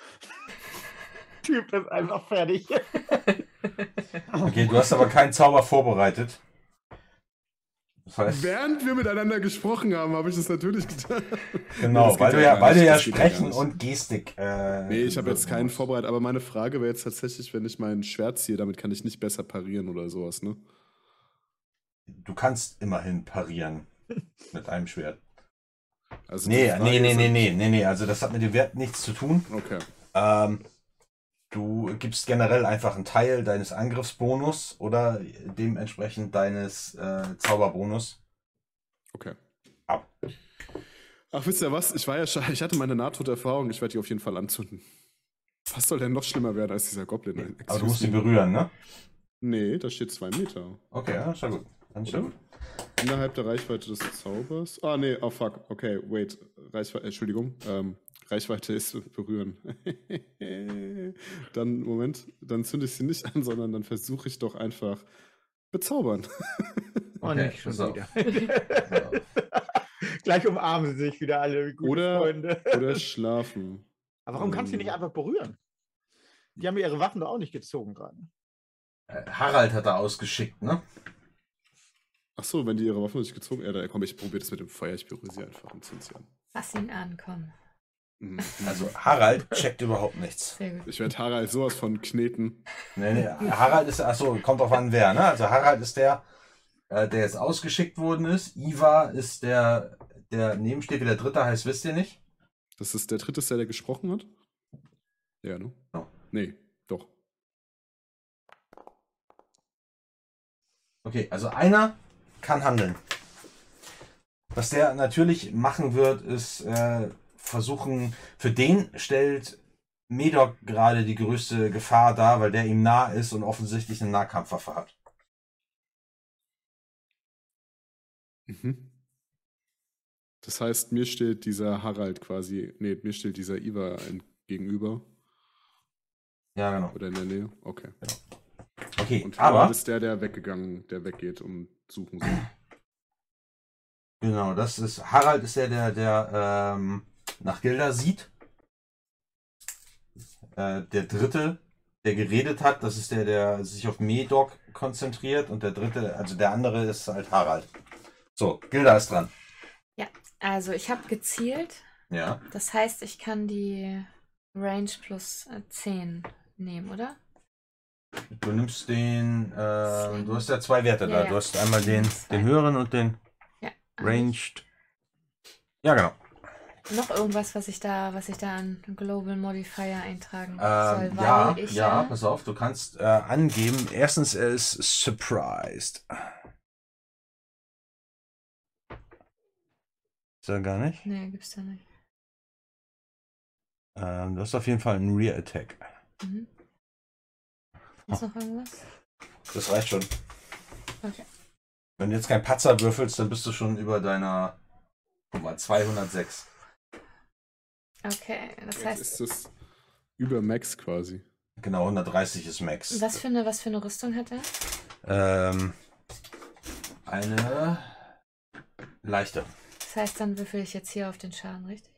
Typ ist einfach fertig. Okay, du hast aber keinen Zauber vorbereitet. Das heißt, Während wir miteinander gesprochen haben, habe ich das natürlich getan. genau, das geht weil du ja ja, gar weil du nicht, ja das geht ja gar Sprechen nicht. und Gestik. Nee, ich habe jetzt keinen vorbereitet, aber meine Frage wäre jetzt tatsächlich, wenn ich mein Schwert ziehe, damit kann ich nicht besser parieren oder sowas, ne? Du kannst immerhin parieren mit einem Schwert. Also Nee, die Frage ist halt- nee. Also das hat mit dem Wert nichts zu tun. Okay. Du gibst generell einfach einen Teil deines Angriffsbonus oder dementsprechend deines Zauberbonus Okay. ab. Ach, wisst ihr was? Ich hatte meine Nahtoderfahrung, ich werde die auf jeden Fall anzünden. Was soll denn noch schlimmer werden als dieser Goblin? Aber du musst ihn berühren, ne? Nee, da steht 2 Meter. Okay, ja, ist ja gut. Dann ist ja gut. Innerhalb der Reichweite des Zaubers. Ah, nee, oh fuck. Okay, wait. Entschuldigung. Reichweite ist berühren. Dann, Moment, dann zünde ich sie nicht an, sondern dann versuche ich doch einfach bezaubern. Oh, Okay, nicht schon pass auf. wieder. Gleich umarmen sie sich wieder alle wie gute Freunde. Oder schlafen. Aber warum kannst du die nicht einfach berühren? Die haben ihre Waffen doch auch nicht gezogen gerade. Harald hat er ausgeschickt, ne? Ach so, wenn die ihre Waffen nicht gezogen haben. Ja, komm, ich probiere das mit dem Feuer. Ich berühre sie einfach und zünde sie an. Lass ihn ankommen. Mhm. Also Harald checkt überhaupt nichts. Sehr gut. Ich werde Harald sowas von kneten. Nee, Harald ist, achso, kommt drauf an wer, ne? Also Harald ist der jetzt ausgeschickt worden ist. Ivar ist der neben steht, wie der dritte heißt, wisst ihr nicht? Das ist der dritte, der gesprochen hat? Ja, ne? Ja. Nee, doch. Okay, also einer kann handeln. Was der natürlich machen wird, ist versuchen, für den stellt Medok gerade die größte Gefahr dar, weil der ihm nah ist und offensichtlich eine Nahkampfwaffe hat. Mhm. Das heißt, mir steht dieser Harald quasi, nee, mir steht dieser Ivar gegenüber Ja, genau. oder in der Nähe. Okay. Okay, Und aber Harald ist der weggeht und suchen soll. genau, das ist Harald ist der nach Gilda sieht. Der dritte, der geredet hat, das ist der sich auf Medok konzentriert und der dritte, also der andere ist halt Harald. So, Gilda ist dran. Also ich habe gezielt. Ja. Das heißt, ich kann die Range plus 10 nehmen, oder? Du nimmst den, du hast ja zwei Werte Ja, da. ja. Du hast einmal den Zwei. höheren und den Ja. Ranged. Ja, genau. Noch irgendwas, was ich da an Global Modifier eintragen soll, Ja, weil ich ja, pass auf, du kannst angeben. Erstens, er ist surprised. Ist er gar nicht? Nee, gibt's da nicht. Du hast auf jeden Fall einen Rear Attack. Mhm. Ist noch irgendwas? Das reicht schon. Okay. Wenn du jetzt keinen Patzer würfelst, dann bist du schon über deiner, guck mal, 206. Okay, das Jetzt heißt, ist es über Max quasi. Genau, 130 ist Max. was für eine Rüstung hat er? Eine leichte. Das heißt, dann würfel ich jetzt hier auf den Schaden, richtig?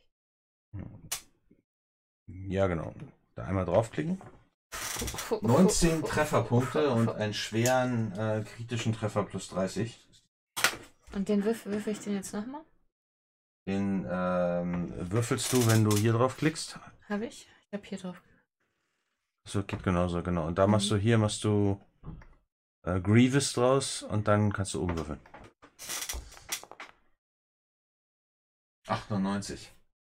Ja, genau. Da einmal draufklicken. 19 Trefferpunkte und einen schweren kritischen Treffer plus 30. Und den würfel ich den jetzt nochmal? Den würfelst du, wenn du hier drauf klickst. Habe ich? Ich habe hier drauf. So geht genauso, genau. Und da machst du Grievous draus und dann kannst du oben würfeln. 98.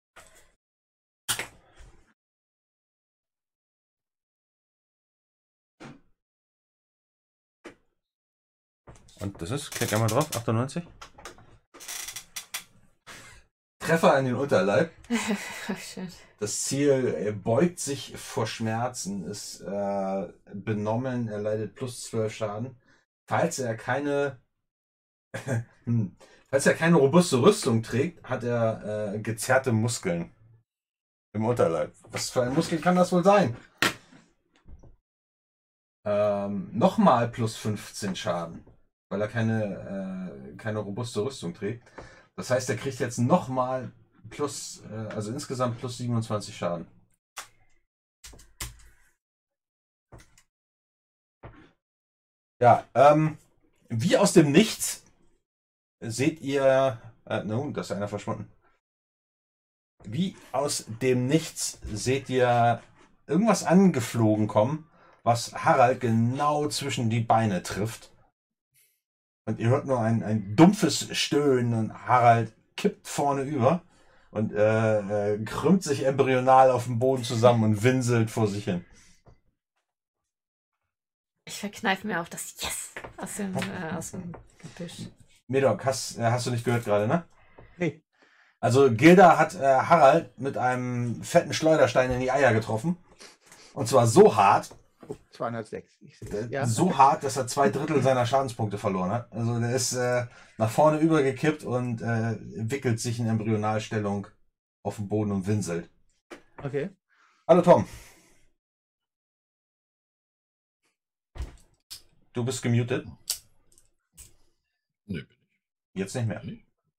Und das ist, klick einmal drauf, 98. Treffer an den Unterleib. Schön. Das Ziel beugt sich vor Schmerzen, ist benommen, er leidet plus 12 Schaden. Falls er keine robuste Rüstung trägt, hat er gezerrte Muskeln im Unterleib. Was für ein Muskel kann das wohl sein? Nochmal plus 15 Schaden, weil er keine robuste Rüstung trägt. Das heißt, er kriegt jetzt nochmal also insgesamt plus 27 Schaden. Ja, wie aus dem Nichts seht ihr, da ist einer verschwunden. Wie aus dem Nichts seht ihr irgendwas angeflogen kommen, was Harald genau zwischen die Beine trifft. Und ihr hört nur ein dumpfes Stöhnen und Harald kippt vorne über und krümmt sich embryonal auf dem Boden zusammen und winselt vor sich hin. Ich verkneife mir auch das Yes aus dem Gebüsch. Medok, hast du nicht gehört gerade, ne? Nee. Also Gilda hat Harald mit einem fetten Schleuderstein in die Eier getroffen. Und zwar so hart. 206. Ich sehe. Ja. So hart, dass er 2/3 seiner Schadenspunkte verloren hat. Also der ist nach vorne übergekippt und wickelt sich in Embryonalstellung auf den Boden und winselt. Okay. Hallo Tom. Du bist gemutet. Nö. Jetzt nicht mehr.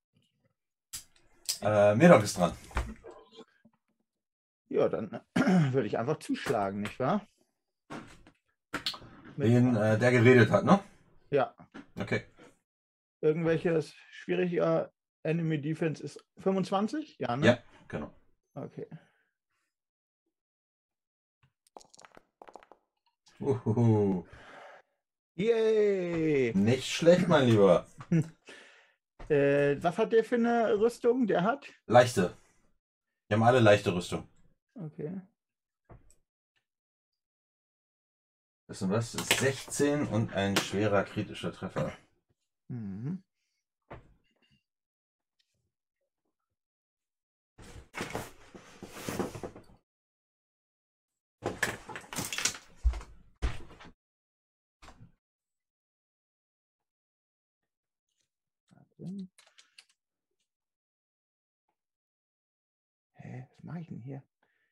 Medok ist dran. Ja, dann würde ich einfach zuschlagen, nicht wahr? Der geredet hat, ne? Ja. Okay. Irgendwelches schwieriger Enemy Defense ist 25? Ja, ne? Ja, genau. Okay. Yay! Nicht schlecht, mein Lieber. Was hat der für eine Rüstung? Der hat? Leichte. Die haben alle leichte Rüstung. Okay. Das sind was? 16 und ein schwerer kritischer Treffer. Mhm. Hä, was mache ich denn hier?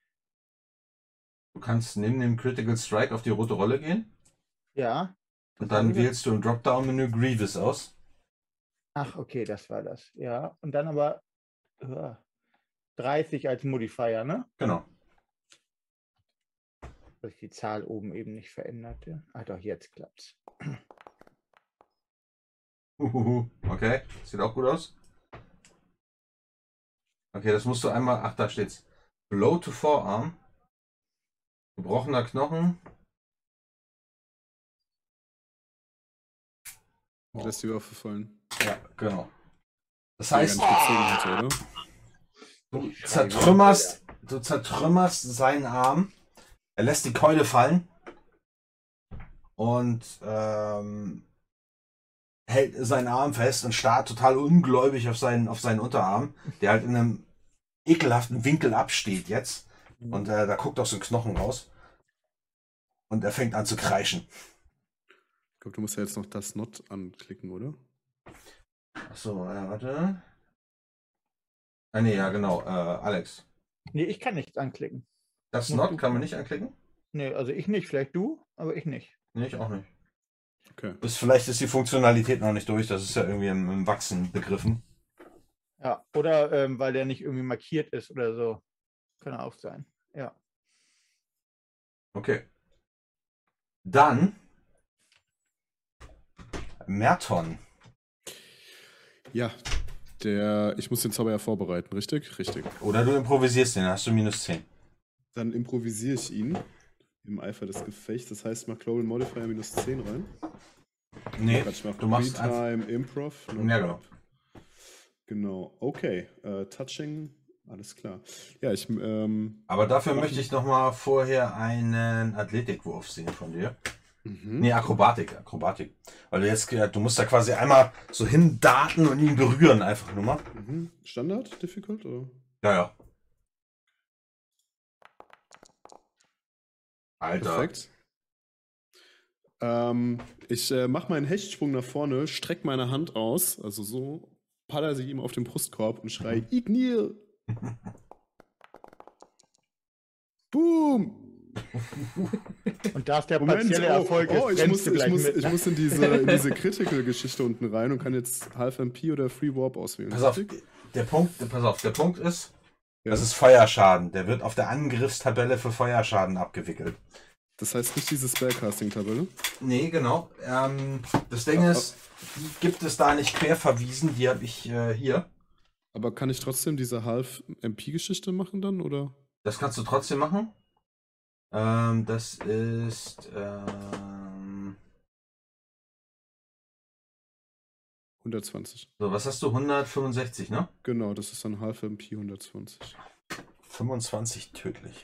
Du kannst neben dem Critical Strike auf die rote Rolle gehen. Ja. Und dann wählst du im Dropdown-Menü Grievous aus. Ach, okay, das war das. Ja. Und dann aber 30 als Modifier, ne? Genau. Dass ich die Zahl oben eben nicht veränderte. Ah, doch, jetzt klappt's. Okay, sieht auch gut aus. Okay, das musst du einmal. Ach, da steht's. Blow to Forearm. Gebrochener Knochen. Lässt die Waffe fallen. Ja, genau. Das Die er heißt, gar nicht gezogen hatte, oder? du zertrümmerst seinen Arm. Er lässt die Keule fallen. Und hält seinen Arm fest und starrt total ungläubig auf seinen Unterarm, der halt in einem ekelhaften Winkel absteht jetzt. Und da guckt auch so ein Knochen raus. Und er fängt an zu kreischen. Ich glaube, du musst ja jetzt noch das Not anklicken, oder? Achso, ja, warte. Ah, nee, ja, genau. Alex. Nee, ich kann nichts anklicken. Das Not kann man nicht anklicken? Nee, also ich nicht. Vielleicht du, aber ich nicht. Nee, ich auch nicht. Okay. Vielleicht ist die Funktionalität noch nicht durch. Das ist ja irgendwie im Wachsen begriffen. Ja, oder weil der nicht irgendwie markiert ist oder so. Kann auch sein. Ja. Okay. Dann Merton. Ja, ich muss den Zauber ja vorbereiten, richtig? Richtig. Oder du improvisierst den, dann hast du -10. Dann improvisiere ich ihn im Eifer des Gefechts. Das heißt, mach Global Modifier -10 rein. Nee, Ich mach du machst einfach. Time Improv. Ja, genau. Genau, okay. Touching, alles klar. Ja, Aber dafür möchte ich nochmal vorher einen Athletikwurf sehen von dir. Nee, Akrobatik. Weil du musst da quasi einmal so hindaten und ihn berühren, einfach nur mal. Standard, difficult, oder? Ja. Alter. Perfekt. Ich mache meinen Hechtsprung nach vorne, strecke meine Hand aus, also so, paddel sie ihm auf den Brustkorb und schrei, Ignir! Boom! Und da ist der partielle Erfolg. Ich muss in diese Critical-Geschichte unten rein und kann jetzt Half MP oder Free Warp auswählen. Pass auf, der Punkt ist, das ist Feuerschaden. Der wird auf der Angriffstabelle für Feuerschaden abgewickelt. Das heißt nicht diese Spellcasting-Tabelle? Nee, genau. Das Ding ist, die gibt es da nicht quer verwiesen, die habe ich hier. Aber kann ich trotzdem diese Half-MP-Geschichte machen dann, oder? Das kannst du trotzdem machen. Das ist 120. So, was hast du? 165, ne? Genau, das ist dann Half MP 120. 25 tödlich.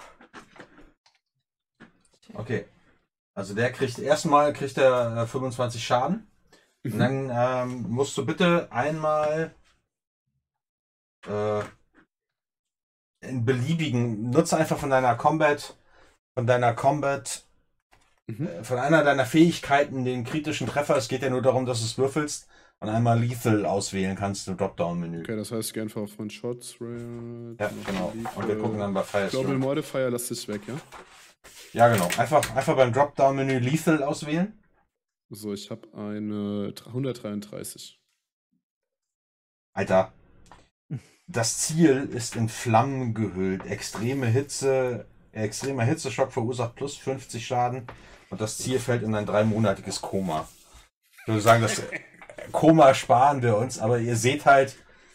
Okay. Also der kriegt erstmal 25 Schaden. Und dann musst du bitte einmal nutze einfach von einer von einer deiner Fähigkeiten den kritischen Treffer. Es geht ja nur darum, dass du es würfelst und einmal Lethal auswählen kannst im Dropdown-Menü. Okay, das heißt, ich gehe einfach auf von Shots. Ja, genau. Und wir gucken dann bei Firestorm. Global Modifier, lass dich weg, ja? Ja, genau. Einfach beim Dropdown-Menü Lethal auswählen. So, ich habe eine 133. Alter. Das Ziel ist in Flammen gehüllt. Extremer Hitzeschock verursacht plus 50 Schaden. Und das Ziel fällt in ein 3-monatiges Koma. Ich würde sagen, das Koma sparen wir uns, aber ihr seht halt,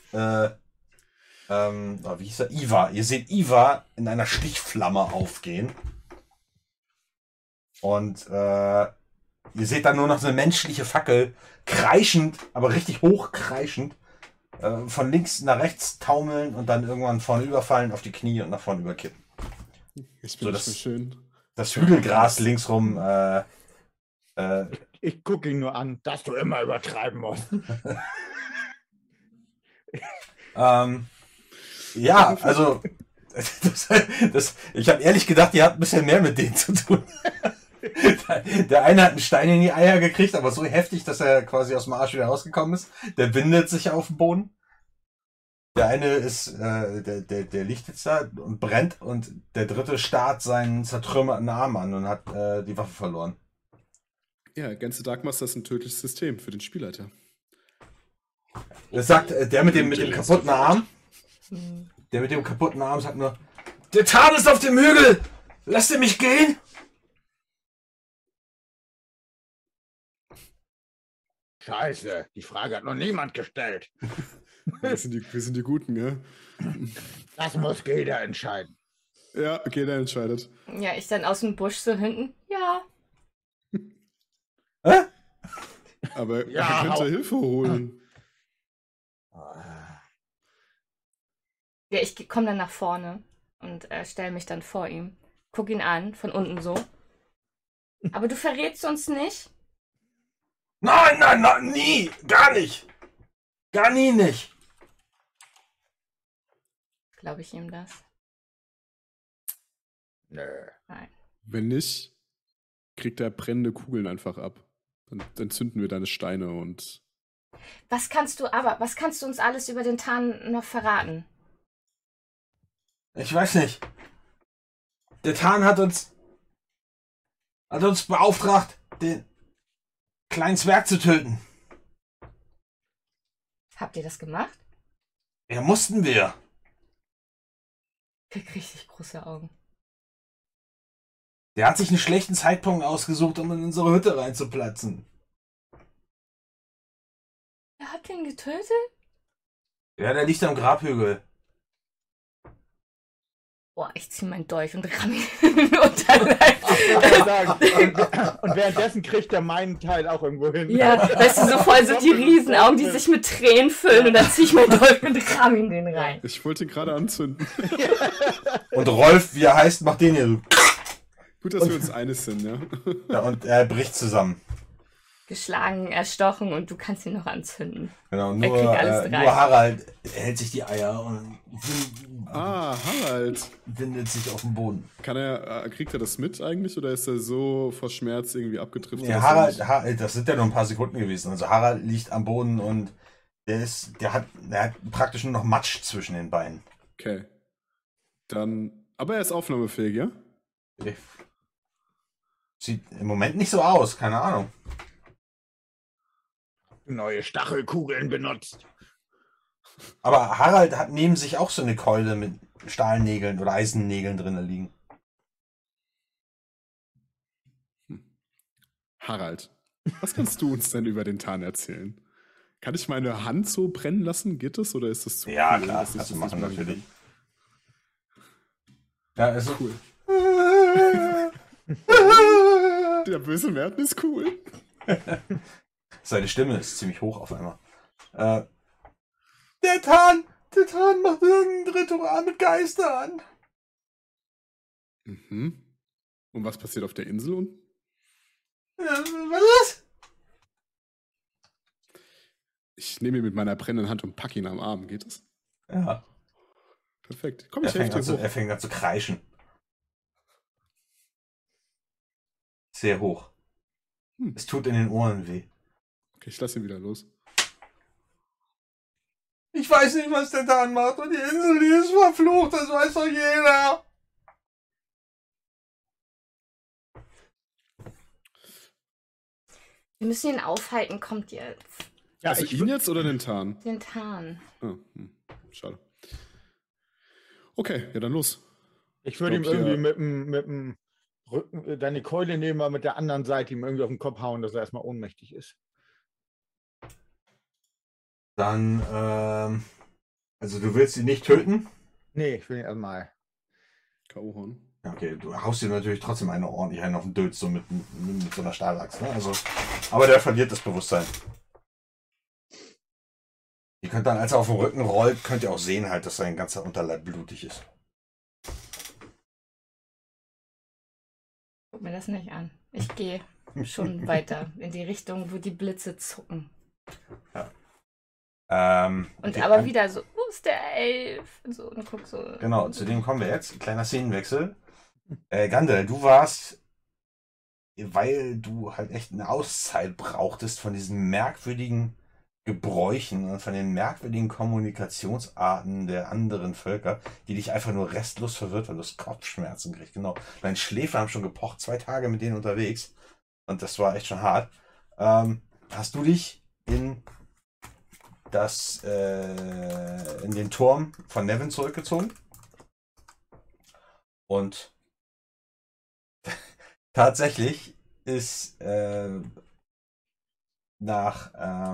wie hieß er? Iva. Ihr seht Iva in einer Stichflamme aufgehen. Und ihr seht dann nur noch so eine menschliche Fackel, kreischend, aber richtig hochkreischend, von links nach rechts taumeln und dann irgendwann vorne überfallen, auf die Knie und nach vorne überkippen. Ich bin so schön. Das Hügelgras linksrum. Ich gucke ihn nur an, dass du immer übertreiben musst. Ja, also ich habe ehrlich gedacht, ihr habt ein bisschen mehr mit denen zu tun. Der eine hat einen Stein in die Eier gekriegt, aber so heftig, dass er quasi aus dem Arsch wieder rausgekommen ist. Der windet sich auf dem Boden. Der eine ist, der liegt jetzt da und brennt und der dritte starrt seinen zertrümmerten Arm an und hat die Waffe verloren. Ja, ganze Darkmaster ist ein tödliches System für den Spielleiter. Das sagt der mit dem kaputten Arm. Der mit dem kaputten Arm sagt nur: Der Tarn ist auf dem Hügel! Lasst ihr mich gehen? Scheiße, die Frage hat noch niemand gestellt. Wir sind die Guten, gell? Das muss Gilda entscheiden. Ja, Gilda entscheidet. Ja, ich dann aus dem Busch so hinten. Ja. Hä? Aber Ja, ihr könnt Hilfe holen. Ja, ich komme dann nach vorne und stelle mich dann vor ihm. Guck ihn an, von unten so. Aber du verrätst uns nicht? Nein, nie! Gar nicht! Gar nie nicht! Glaube ich ihm das? Nö. Nein. Wenn nicht, kriegt er brennende Kugeln einfach ab. Dann zünden wir deine Steine und... Was kannst du uns alles über den Tarn noch verraten? Ich weiß nicht. Der Tarn hat uns beauftragt, den kleinen Zwerg zu töten. Habt ihr das gemacht? Ja, mussten wir. Ich krieg richtig große Augen. Der hat sich einen schlechten Zeitpunkt ausgesucht, um in unsere Hütte reinzuplatzen. Wer hat den getötet? Ja, der liegt am Grabhügel. Boah, ich zieh meinen Dolch und ramm ihn in den Unterleib. Und währenddessen kriegt er meinen Teil auch irgendwo hin. Ja, weißt du, so voll so die Riesenaugen, die sich mit Tränen füllen und dann zieh ich meinen Dolch und ramm ihn den rein. Ich wollte ihn gerade anzünden. Und Rolf, wie er heißt, macht den hier so. Gut, dass wir uns einig sind, ja. Ja, und er bricht zusammen. Geschlagen, erstochen und du kannst ihn noch anzünden. Genau, Er kriegt alles nur drei. Harald hält sich die Eier und Harald. windet sich auf den Boden. Kriegt er das mit eigentlich oder ist er so vor Schmerz irgendwie abgedriftet? Ja, Harald, das sind ja nur ein paar Sekunden gewesen. Also Harald liegt am Boden und der hat praktisch nur noch Matsch zwischen den Beinen. Okay. Dann. Aber er ist aufnahmefähig, ja? Sieht im Moment nicht so aus, keine Ahnung. Neue Stachelkugeln benutzt. Aber Harald hat neben sich auch so eine Keule mit Stahlnägeln oder Eisennägeln drin liegen. Harald, was kannst du uns denn über den Tarn erzählen? Kann ich meine Hand so brennen lassen? Geht das oder ist das zu Ja, cool, klar, dass ich kannst du das machen, nicht natürlich. kann? Ja, ist Cool. Der böse Merten ist cool. Seine Stimme ist ziemlich hoch auf einmal. Der Tarn macht irgendein Ritual mit Geistern. Mhm. Und was passiert auf der Insel unten? Was ist Ich nehme ihn mit meiner brennenden Hand und packe ihn am Arm. Geht das? das? Ja. Perfekt. Komm, Er ich helfe fängt, dir hoch. er fängt an zu kreischen. Sehr hoch. Es tut in den Ohren weh. Okay, ich lasse ihn wieder los. Ich weiß nicht, was der Tarn macht und die Insel, die ist verflucht, das weiß doch jeder. Wir müssen ihn aufhalten, kommt jetzt. Ja, Also ihn jetzt oder den Tarn? Den Tarn. Ah, schade. Okay, ja dann los. Ich würde ihm glaub, irgendwie hier- mit dem Rücken, deine Keule nehmen, aber mit der anderen Seite ihm irgendwie auf den Kopf hauen, dass er erstmal ohnmächtig ist. Dann, also du willst ihn nicht töten? Nee, ich will ihn erstmal. K.O. hauen. Okay, du haust ihm natürlich trotzdem ordentlich einen auf den Dötz, so mit so einer Stahlachs, ne? Also, aber der verliert das Bewusstsein. Ihr könnt dann, als er auf dem Rücken rollt, könnt ihr auch sehen halt, dass sein ganzer Unterleib blutig ist. Guck mir das nicht an. Ich gehe schon weiter in die Richtung, wo die Blitze zucken. Und aber wieder so, wo ist der Elf? Und so, und guck so. Genau, zu dem kommen wir jetzt. Kleiner Szenenwechsel. Gandalf, du warst, weil du halt echt eine Auszeit brauchtest von diesen merkwürdigen Gebräuchen und von den merkwürdigen Kommunikationsarten der anderen Völker, die dich einfach nur restlos verwirrt, weil du hast Kopfschmerzen kriegst. Genau. Deine Schläfer haben schon gepocht, 2 Tage mit denen unterwegs. Und das war echt schon hart. Hast du dich in den Turm von Nevin zurückgezogen? Und tatsächlich ist nach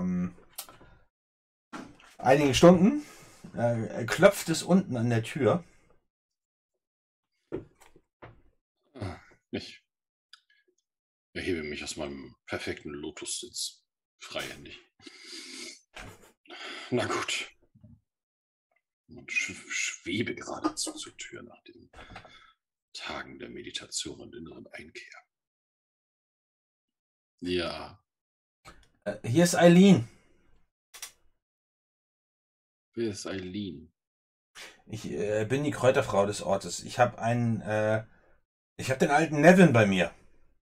einigen Stunden klopft es unten an der Tür. Ich erhebe mich aus meinem perfekten Lotussitz freihändig. Na gut. Und schwebe geradezu zur Tür nach den Tagen der Meditation und inneren Einkehr. Ja, Hier ist Eileen. wer ist Eileen? Ich bin die Kräuterfrau des Ortes. Ich habe den alten Nevin bei mir.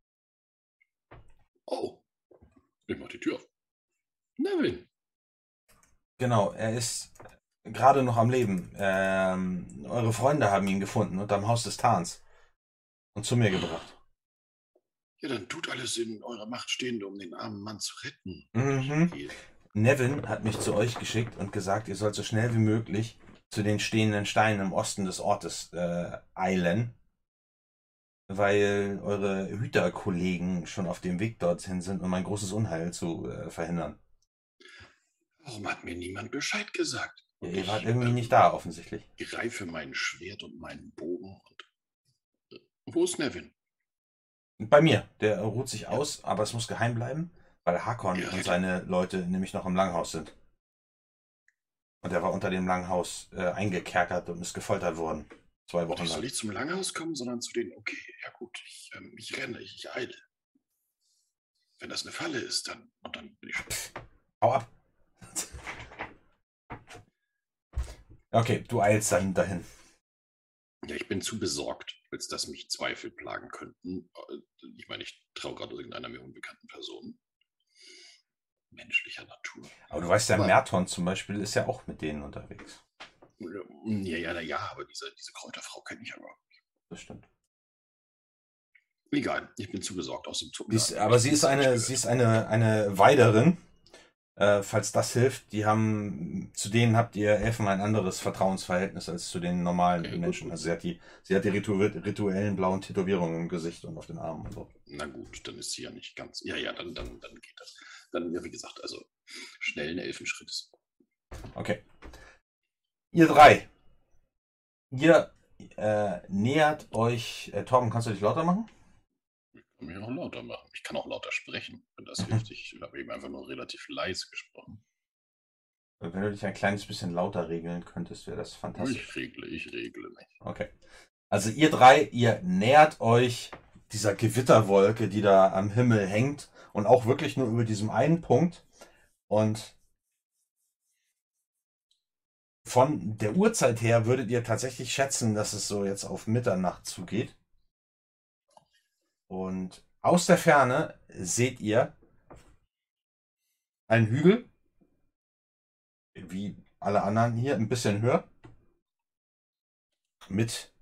Oh, ich mach die Tür auf. Nevin. Genau, er ist gerade noch am Leben. Eure Freunde haben ihn gefunden unterm Haus des Tarns und zu mir gebracht. Ja, dann tut alles in eurer Macht Stehende, um den armen Mann zu retten. Mhm. Nevin hat mich zu euch geschickt und gesagt, ihr sollt so schnell wie möglich zu den stehenden Steinen im Osten des Ortes eilen, weil eure Hüterkollegen schon auf dem Weg dorthin sind, um ein großes Unheil zu verhindern. Warum hat mir niemand Bescheid gesagt? Und Ihr wart ich, irgendwie nicht da, offensichtlich. greife mein Schwert und meinen Bogen und wo ist Nevin? Bei mir, der ruht sich aus, aber es muss geheim bleiben, weil Hakon Ja, und seine Leute nämlich noch im Langhaus sind. Und er war unter dem Langhaus eingekerkert und ist gefoltert worden. 2 Wochen Ich soll lang. nicht zum Langhaus kommen, sondern zu den. Okay, ja gut, ich renne, ich eile. Wenn das eine Falle ist, dann bin ich schon. Hau ab! Okay, du eilst dann dahin. Ja, ich bin zu besorgt, als dass mich Zweifel plagen könnten. Ich meine, ich traue gerade irgendeiner mir unbekannten Person. Menschlicher Natur. Aber du weißt ja, Aber- Merton zum Beispiel ist ja auch mit denen unterwegs. Ja, aber diese Kräuterfrau kenne ich aber. Das stimmt. Egal, ich bin zu besorgt aus dem Zug. Aber sie ist eine Weiderin. Falls das hilft, zu denen habt ihr Elfen ein anderes Vertrauensverhältnis als zu den normalen Okay, Menschen. gut. Also sie hat die rituellen blauen Tätowierungen im Gesicht und auf den Armen und so. Na gut, dann ist sie ja nicht ganz. Ja, dann geht das. Dann, ja, wie gesagt, also schnell ein Elfenschritt ist. Okay. Ihr 3. Ihr nähert euch. Torben, kannst du dich lauter machen? Ich kann mich auch lauter machen. Ich kann auch lauter sprechen, wenn das hilft. Ich habe eben einfach nur relativ leise gesprochen. Wenn du dich ein kleines bisschen lauter regeln könntest, wäre das fantastisch. Ich regle mich. Okay. Also ihr 3, ihr nähert euch dieser Gewitterwolke, die da am Himmel hängt und auch wirklich nur über diesem einen Punkt. Und von der Uhrzeit her würdet ihr tatsächlich schätzen, dass es so jetzt auf Mitternacht zugeht. Und aus der Ferne seht ihr einen Hügel, wie alle anderen hier, ein bisschen höher, mit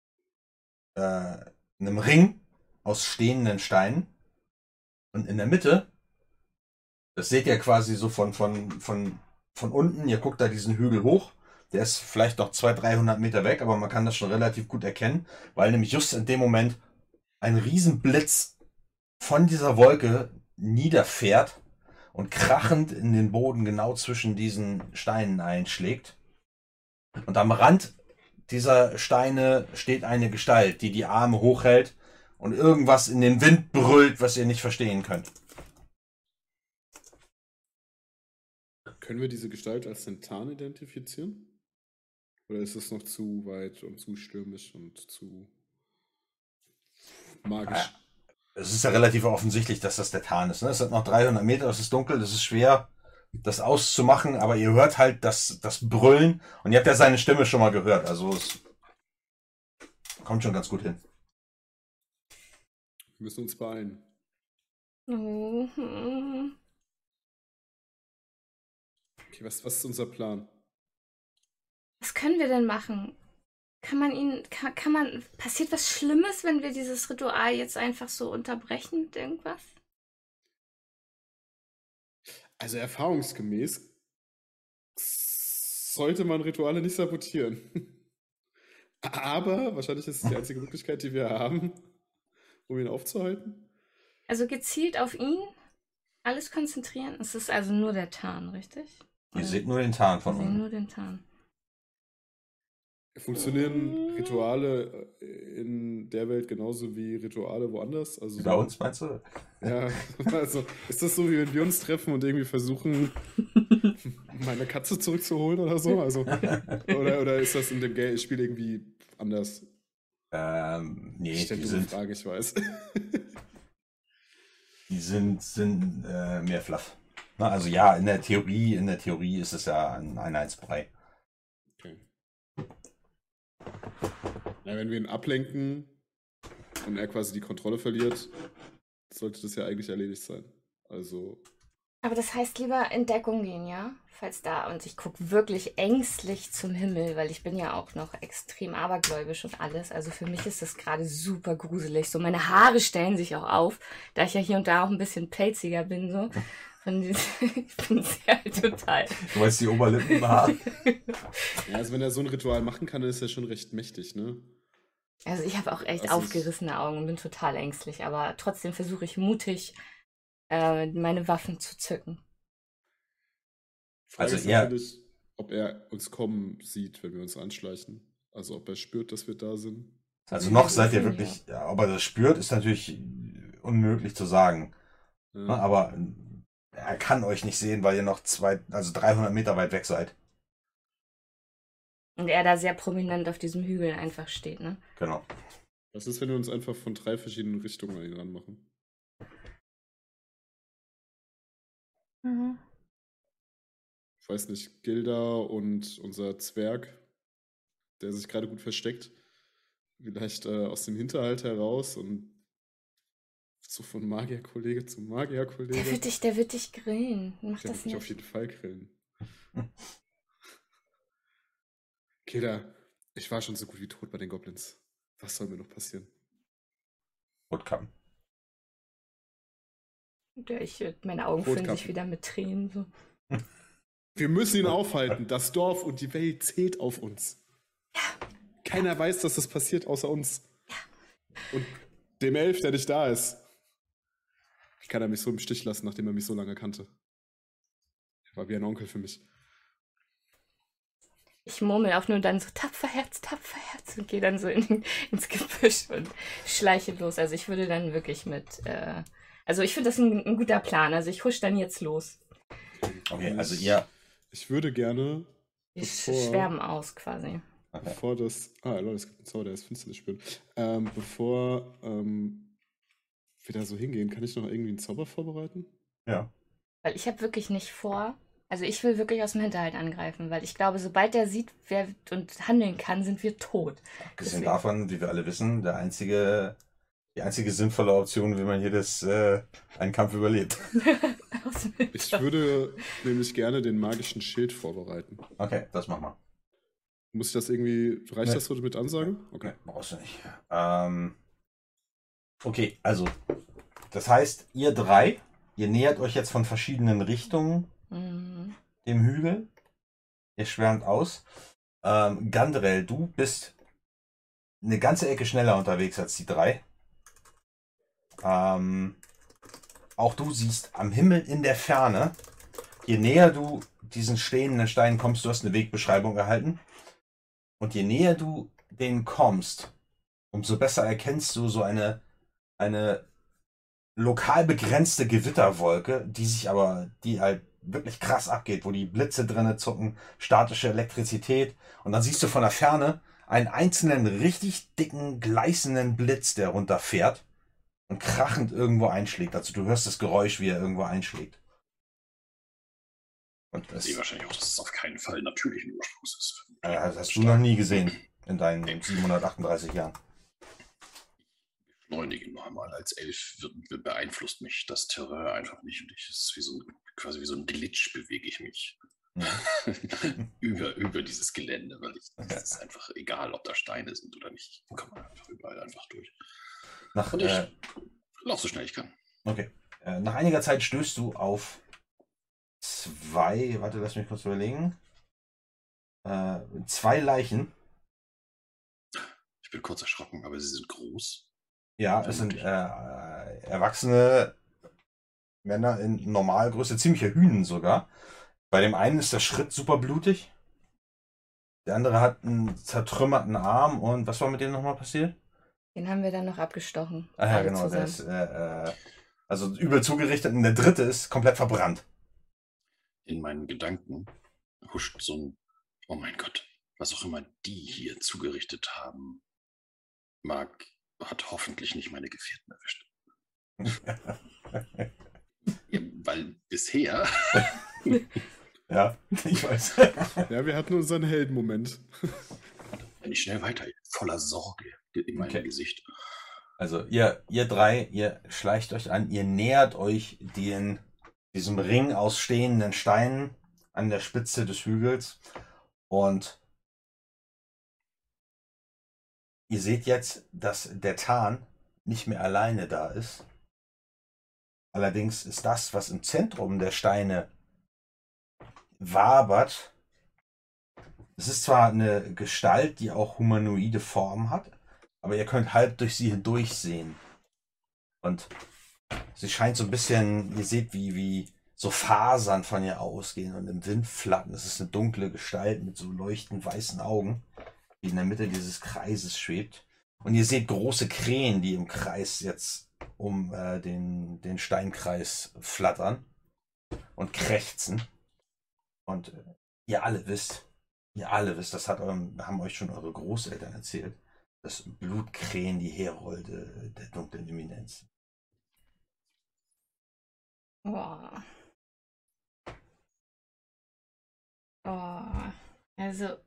einem Ring aus stehenden Steinen. Und in der Mitte, das seht ihr quasi so von unten, ihr guckt da diesen Hügel hoch, der ist vielleicht noch 200-300 Meter weg, aber man kann das schon relativ gut erkennen, weil nämlich just in dem Moment ein Riesenblitz von dieser Wolke niederfährt und krachend in den Boden genau zwischen diesen Steinen einschlägt. Und am Rand dieser Steine steht eine Gestalt, die die Arme hochhält und irgendwas in den Wind brüllt, was ihr nicht verstehen könnt. Können wir diese Gestalt als Zentan identifizieren? Oder ist es noch zu weit und zu stürmisch und zu magisch? Es ist ja relativ offensichtlich, dass das der Tarn ist. Ne? Es sind noch 300 Meter, es ist dunkel, es ist schwer, das auszumachen, aber ihr hört halt das Brüllen und ihr habt ja seine Stimme schon mal gehört. Also es kommt schon ganz gut hin. Wir müssen uns beeilen. Mhm. Okay, was ist unser Plan? Was können wir denn machen? Passiert was Schlimmes, wenn wir dieses Ritual jetzt einfach so unterbrechen mit irgendwas? Also erfahrungsgemäß sollte man Rituale nicht sabotieren. Aber wahrscheinlich ist es die einzige Möglichkeit, die wir haben, um ihn aufzuhalten. Also gezielt auf ihn alles konzentrieren? Es ist also nur der Tarn, richtig? Ihr seht nur den Tarn Wir von sehen unten. nur den Tarn. Funktionieren Rituale in der Welt genauso wie Rituale woanders? Also Bei uns meinst du? Ja, also ist das so, wie wenn wir uns treffen und irgendwie versuchen, meine Katze zurückzuholen oder so? Also, oder ist das in dem Spiel irgendwie anders? Nee, Ich stelle die eine sind Frage, ich weiß. mehr fluff. Na, also ja, in der Theorie ist es ja ein Einheitsbrei. Okay. Na, wenn wir ihn ablenken und er quasi die Kontrolle verliert, sollte das ja eigentlich erledigt sein. Also. Aber das heißt lieber in Deckung gehen, ja? Falls da. Und ich gucke wirklich ängstlich zum Himmel, weil ich bin ja auch noch extrem abergläubisch und alles. Also für mich ist das gerade super gruselig. So meine Haare stellen sich auch auf, da ich ja hier und da auch ein bisschen pelziger bin. So. Ich bin sehr total. Du meinst die Oberlippenhaar? Ja, also wenn er so ein Ritual machen kann, dann ist er schon recht mächtig, ne? Also ich habe auch echt Also aufgerissene Augen und bin total ängstlich, aber trotzdem versuche ich mutig, meine Waffen zu zücken. Frage Also ist er- natürlich, ob er uns kommen sieht, wenn wir uns anschleichen. Also ob er spürt, dass wir da sind. Also noch seid ihr Ja. wirklich, ja, ob er das spürt, ist natürlich unmöglich zu sagen. Ja. Ne? Aber er kann euch nicht sehen, weil ihr noch 300 Meter weit weg seid. Und er da sehr prominent auf diesem Hügel einfach steht, ne? Genau. Was ist, wenn wir uns einfach von 3 verschiedenen Richtungen an ihn ranmachen? Mhm. Ich weiß nicht, Gilda und unser Zwerg, der sich gerade gut versteckt, vielleicht aus dem Hinterhalt heraus und so von Magierkollege zu Magierkollege. Der wird dich grillen. Mach Der das wird mich auf nicht. jeden Fall grillen. Gilda, ich war schon so gut wie tot bei den Goblins. Was soll mir noch passieren? Rotkappen. Meine Augen füllen Rotkappen. sich wieder mit Tränen. So. Wir müssen ihn aufhalten. Das Dorf und die Welt zählt auf uns. Keiner weiß, dass das passiert, außer uns. Und dem Elf, der nicht da ist. Wie kann er mich so im Stich lassen, nachdem er mich so lange kannte? Er war wie ein Onkel für mich. Ich murmel auch nur dann so tapfer Herz und gehe dann so ins Gebüsch und schleiche los. Also ich würde dann wirklich also ich finde das ein guter Plan. Also ich husch dann jetzt los. Okay, also ihr. Ich würde gerne, Wir Bevor- schwärmen aus quasi. Okay. bevor das... Leute, es gibt einen Zauber, der ist Finsternis spüren. Bevor wir da so hingehen, kann ich noch irgendwie einen Zauber vorbereiten? Ja. Weil ich habe wirklich nicht vor, also ich will wirklich aus dem Hinterhalt angreifen, weil ich glaube, sobald er sieht, wer und handeln kann, sind wir tot. Abgesehen Deswegen. davon, wie wir alle wissen, die einzige sinnvolle Option, wie man einen Kampf überlebt. Aus dem Ich Hinterhalt. würde nämlich gerne den magischen Schild vorbereiten. Okay, das machen wir. Muss ich das irgendwie... Reicht Nee. das so mit Ansagen? Okay, brauchst du nicht. Okay, also, das heißt, ihr drei, ihr nähert euch jetzt von verschiedenen Richtungen Mhm. dem Hügel. Ihr schwärmt aus. Gandrel, du bist eine ganze Ecke schneller unterwegs als die drei. Auch du siehst am Himmel in der Ferne, je näher du diesen stehenden Steinen kommst, du hast eine Wegbeschreibung erhalten. Und je näher du denen kommst, umso besser erkennst du so eine lokal begrenzte Gewitterwolke, die halt wirklich krass abgeht, wo die Blitze drinne zucken, statische Elektrizität. Und dann siehst du von der Ferne einen einzelnen richtig dicken, gleißenden Blitz, der runterfährt und krachend irgendwo einschlägt. Also du hörst das Geräusch, wie er irgendwo einschlägt. Und Ich das sehe wahrscheinlich auch, dass es auf keinen Fall natürlichen Ursprungs ist. hast du noch nie gesehen in deinen 738 Jahren. Beschleunigen noch einmal. Als Elf beeinflusst mich das Terrain einfach nicht. Und es ist quasi wie so ein Glitch bewege ich mich über dieses Gelände, weil es ist einfach egal, ob da Steine sind oder nicht. Ich komme einfach überall einfach durch. Und ich laufe so schnell ich kann. Okay. Nach einiger Zeit stößt du auf lass mich kurz überlegen. 2 Leichen. Ich bin kurz erschrocken, aber sie sind groß. Ja, es sind erwachsene Männer in Normalgröße, ziemliche Hünen sogar. Bei dem einen ist der Schritt super blutig. Der andere hat einen zertrümmerten Arm. Und was war mit dem nochmal passiert? Den haben wir dann noch abgestochen. Ah ja, Alle genau. Der zusammen. ist also übel zugerichtet. Und der dritte ist komplett verbrannt. In meinen Gedanken huscht so ein, oh mein Gott, was auch immer die hier zugerichtet haben, hat hoffentlich nicht meine Gefährten erwischt. Ja, weil bisher, Ja, ich weiß. Ja, wir hatten unseren Heldenmoment. wenn ich schnell weiter, voller Sorge in meinem Okay. Gesicht. Also ihr drei, ihr schleicht euch an, ihr nähert euch diesem Ring aus stehenden Steinen an der Spitze des Hügels und ihr seht jetzt, dass der Tarn nicht mehr alleine da ist. Allerdings ist das, was im Zentrum der Steine wabert, es ist zwar eine Gestalt, die auch humanoide Form hat, aber ihr könnt halb durch sie hindurch sehen. Und sie scheint so ein bisschen, ihr seht, wie so Fasern von ihr ausgehen und im Wind flattern. Es ist eine dunkle Gestalt mit so leuchtend weißen Augen, die in der Mitte dieses Kreises schwebt. Und ihr seht große Krähen, die im Kreis jetzt um den Steinkreis flattern und krächzen. Und ihr alle wisst, das haben euch schon eure Großeltern erzählt, dass Blutkrähen die Herolde der dunklen Eminenz. Oh. Oh. Also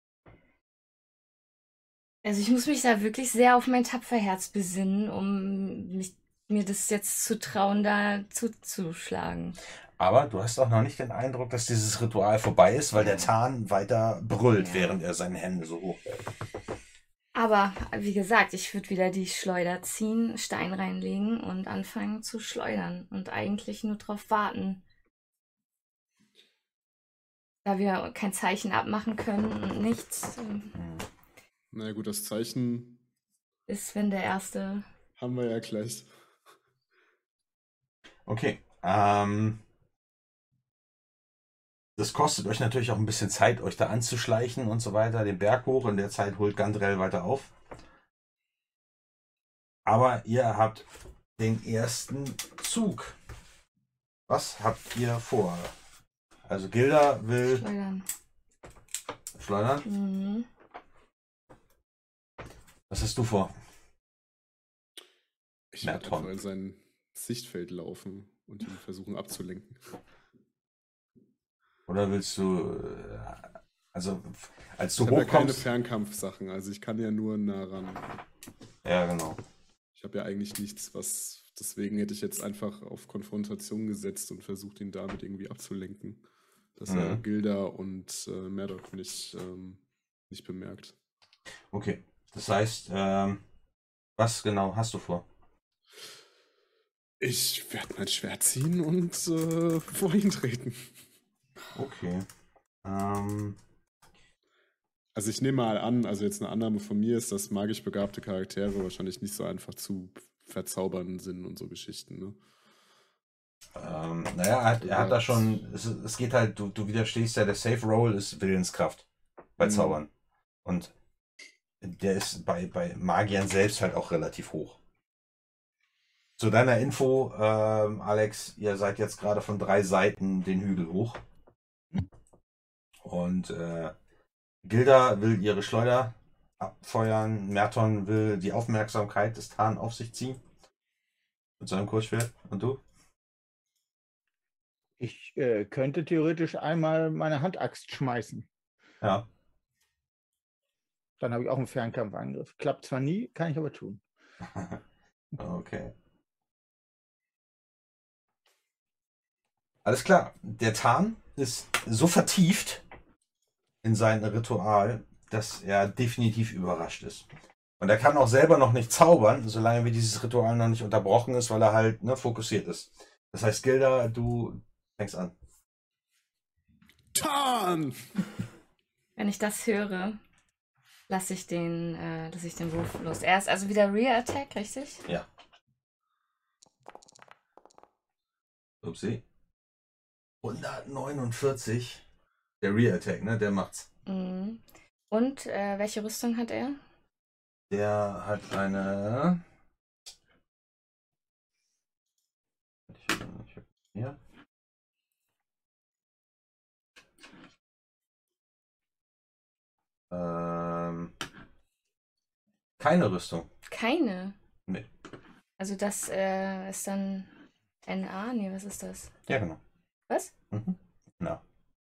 ich muss mich da wirklich sehr auf mein Tapferherz besinnen, um mir das jetzt zu trauen, da zuzuschlagen. Aber du hast auch noch nicht den Eindruck, dass dieses Ritual vorbei ist, weil der Tarn weiter brüllt, während er seine Hände so hoch hält. Aber wie gesagt, ich würde wieder die Schleuder ziehen, Stein reinlegen und anfangen zu schleudern und eigentlich nur drauf warten. Da wir kein Zeichen abmachen können und nichts. Na gut, das Zeichen Ist, wenn der erste. haben wir ja gleich. Okay. Das kostet euch natürlich auch ein bisschen Zeit, euch da anzuschleichen und so weiter, den Berg hoch. In der Zeit holt Gandrel weiter auf. Aber ihr habt den ersten Zug. Was habt ihr vor? Also Gilda will schleudern. Mhm. Was hast du vor? Ich werde einfach in sein Sichtfeld laufen und ihn versuchen abzulenken. Oder willst du, also als du ich habe ja keine hochkommst... Fernkampfsachen, also ich kann ja nur nah ran. Ja, genau. Ich habe ja eigentlich nichts, deswegen hätte ich jetzt einfach auf Konfrontation gesetzt und versucht, ihn damit irgendwie abzulenken. Dass er Gilda und Murdoch nicht bemerkt. Okay, das heißt, was genau hast du vor? Ich werde mein Schwert ziehen und vor ihn treten. Okay. Also ich nehme mal an, also jetzt eine Annahme von mir ist, dass magisch begabte Charaktere wahrscheinlich nicht so einfach zu verzaubern sind und so Geschichten, ne? Naja, er hat da schon, es geht halt, du widerstehst ja, der Safe Roll ist Willenskraft bei Zaubern. Und der ist bei Magiern selbst halt auch relativ hoch. Zu deiner Info, Alex, ihr seid jetzt gerade von 3 Seiten den Hügel hoch. Und Gilda will ihre Schleuder abfeuern. Merton will die Aufmerksamkeit des Tarn auf sich ziehen. Mit seinem Kurzschwert. Und du? Ich könnte theoretisch einmal meine Handaxt schmeißen. Ja. Dann habe ich auch einen Fernkampfangriff. Klappt zwar nie, kann ich aber tun. Okay. Alles klar. Der Tarn ist so vertieft in sein Ritual, dass er definitiv überrascht ist. Und er kann auch selber noch nicht zaubern, solange wie dieses Ritual noch nicht unterbrochen ist, weil er halt fokussiert ist. Das heißt, Gilda, du fängst an. Tarn! Wenn ich das höre, lasse ich den Wurf los. Er ist also wieder Rear Attack, richtig? Ja. Upsi. 149. Der Rear Attack, ne? Der macht's. Mhm. Und welche Rüstung hat er? Der hat eine... Ich hab hier. Keine Rüstung. Keine? Nee. Also das ist dann NA? Nee, was ist das? Ja, genau. Was? Na.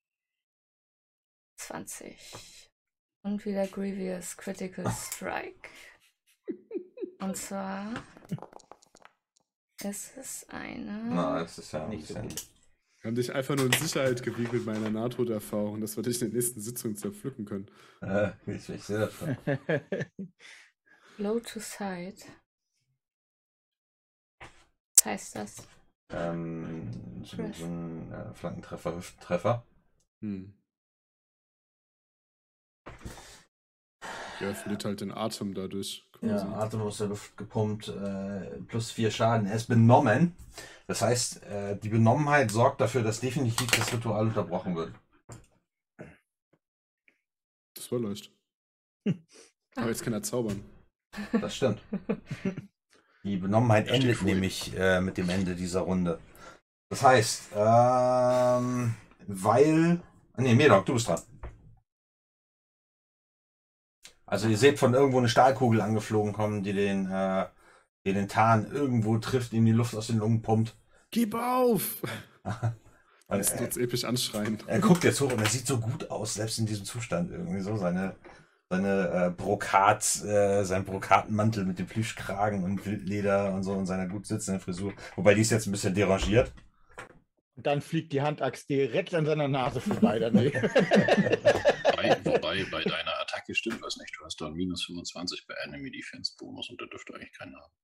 20. Und wieder Grievous Critical Strike. Und zwar ist es eine... Na, es ist ja Nicht so gut. Wir haben dich einfach nur in Sicherheit gewiegt mit meiner Nahtoderfahrung, dass wir dich in der nächsten Sitzung zerpflücken können. Ich sehe das schon. Low to Sight. Was heißt das? so ein Flankentreffer, Hüftentreffer. Der verliert halt den Atem dadurch. Ja, Quasi. Atem aus der Luft gepumpt, plus 4 Schaden. Er ist benommen. Das heißt, die Benommenheit sorgt dafür, dass definitiv das Ritual unterbrochen wird. Das war leicht. Aber jetzt kann er zaubern. Das stimmt. Die Benommenheit endet nämlich mit dem Ende dieser Runde. Das heißt, weil... Nee, Medok, du bist dran. Also ihr seht von irgendwo eine Stahlkugel angeflogen kommen, die den Tarn irgendwo trifft, ihm die Luft aus den Lungen pumpt. Gib auf! Und, Jetzt episch anschreien. er guckt jetzt hoch und er sieht so gut aus, selbst in diesem Zustand irgendwie so. Seine sein Brokatmantel mit dem Plüschkragen und Wildleder und so und seiner gut sitzenden Frisur. Wobei die ist jetzt ein bisschen derangiert. Und dann fliegt die Handaxt direkt an seiner Nase vorbei. Daneben. Wobei bei deiner Attacke stimmt was nicht. Du hast da einen minus 25 bei Enemy Defense Bonus und der dürfte eigentlich keinen haben.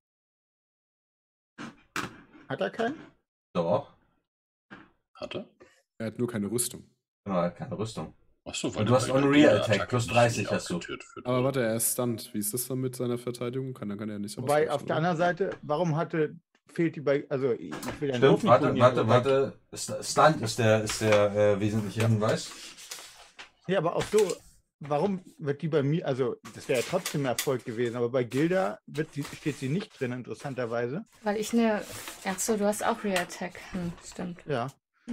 Hat er keinen? Doch. Hat er? Er hat nur keine Rüstung. Genau, er hat keine Rüstung. Achso, Und du hast On Rear Attack, plus 30 hast du. Aber warte, er ist stunned. Wie ist das dann mit seiner Verteidigung? Kann er nicht Wobei, ausweichen, auf der oder? anderen Seite, warum fehlt die bei, also ich will ja Stimmt, warte. Stunt ist der wesentliche Hinweis. Ja, aber auch so, warum wird die bei mir, also das wäre ja trotzdem ein Erfolg gewesen, aber bei Gilda steht sie nicht drin, interessanterweise. Weil ich eine. Achso, du hast auch Rear-Attack. Stimmt. Ja.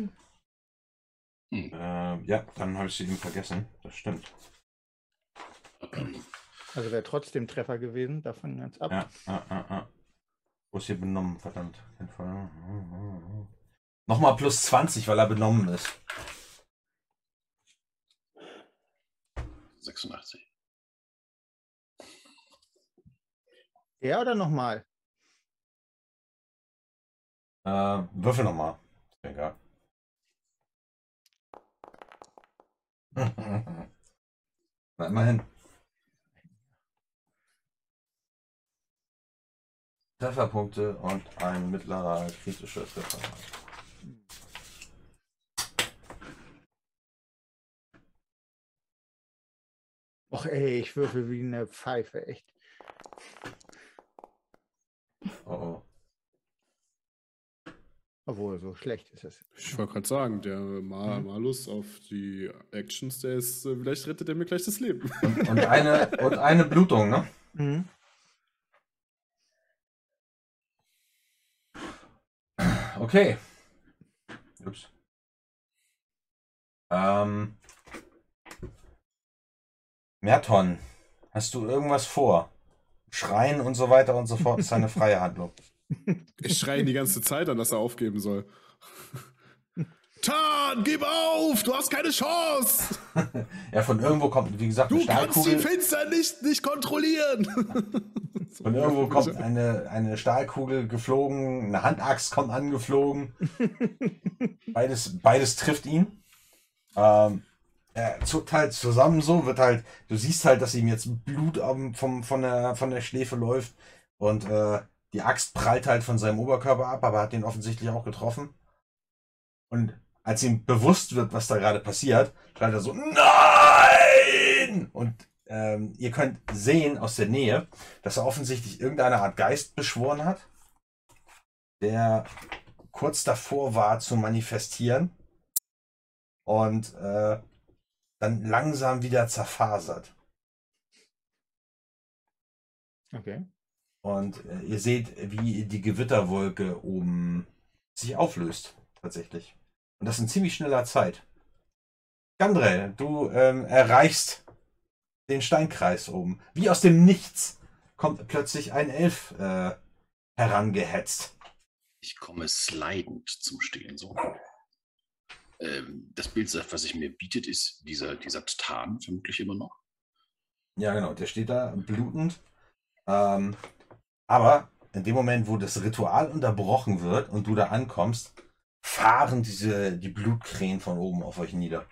Ja, dann habe ich sie eben vergessen. Das stimmt. Also wäre trotzdem Treffer gewesen, davon ganz ab. Ja. Wo ist hier benommen? Verdammt. Auf jeden Fall. Nochmal plus 20, weil er benommen ist. 86. Ja, oder nochmal? Würfel nochmal. Ist mir egal. Na, immerhin. Trefferpunkte und ein mittlerer kritischer Treffer. Och ey, ich würfel wie eine Pfeife, echt. Oh. Obwohl, so schlecht ist es. Ich wollte gerade sagen, der Malus auf die Actions, der ist, vielleicht rettet er mir gleich das Leben. Und eine Blutung, ne? Mhm. Okay. Ups. Merton, hast du irgendwas vor? Schreien und so weiter und so fort ist eine freie Handlung. Ich schreie ihn die ganze Zeit an, dass er aufgeben soll. Tarn, gib auf! Du hast keine Chance! Ja, von irgendwo kommt, wie gesagt, eine Du kannst die Stahlkugel. Finsternis nicht kontrollieren! Von irgendwo kommt eine Stahlkugel geflogen, eine Handaxt kommt angeflogen. Beides trifft ihn. Er zuckt halt zusammen so, du siehst halt, dass ihm jetzt Blut von der Schläfe läuft und die Axt prallt halt von seinem Oberkörper ab, aber hat ihn offensichtlich auch getroffen. Und als ihm bewusst wird, was da gerade passiert, schreit er so, nein! Und ihr könnt sehen aus der Nähe, dass er offensichtlich irgendeine Art Geist beschworen hat, der kurz davor war zu manifestieren und dann langsam wieder zerfasert. Okay. Und ihr seht, wie die Gewitterwolke oben sich auflöst, tatsächlich. Und das in ziemlich schneller Zeit. Gandrel, du erreichst den Steinkreis oben. Wie aus dem Nichts kommt plötzlich ein Elf herangehetzt. Ich komme slidend zum Stehen. So. Das Bild, was sich mir bietet, ist dieser Tarn vermutlich immer noch. Ja, genau, der steht da blutend. Aber in dem Moment, wo das Ritual unterbrochen wird und du da ankommst, fahren die Blutkrähen von oben auf euch nieder.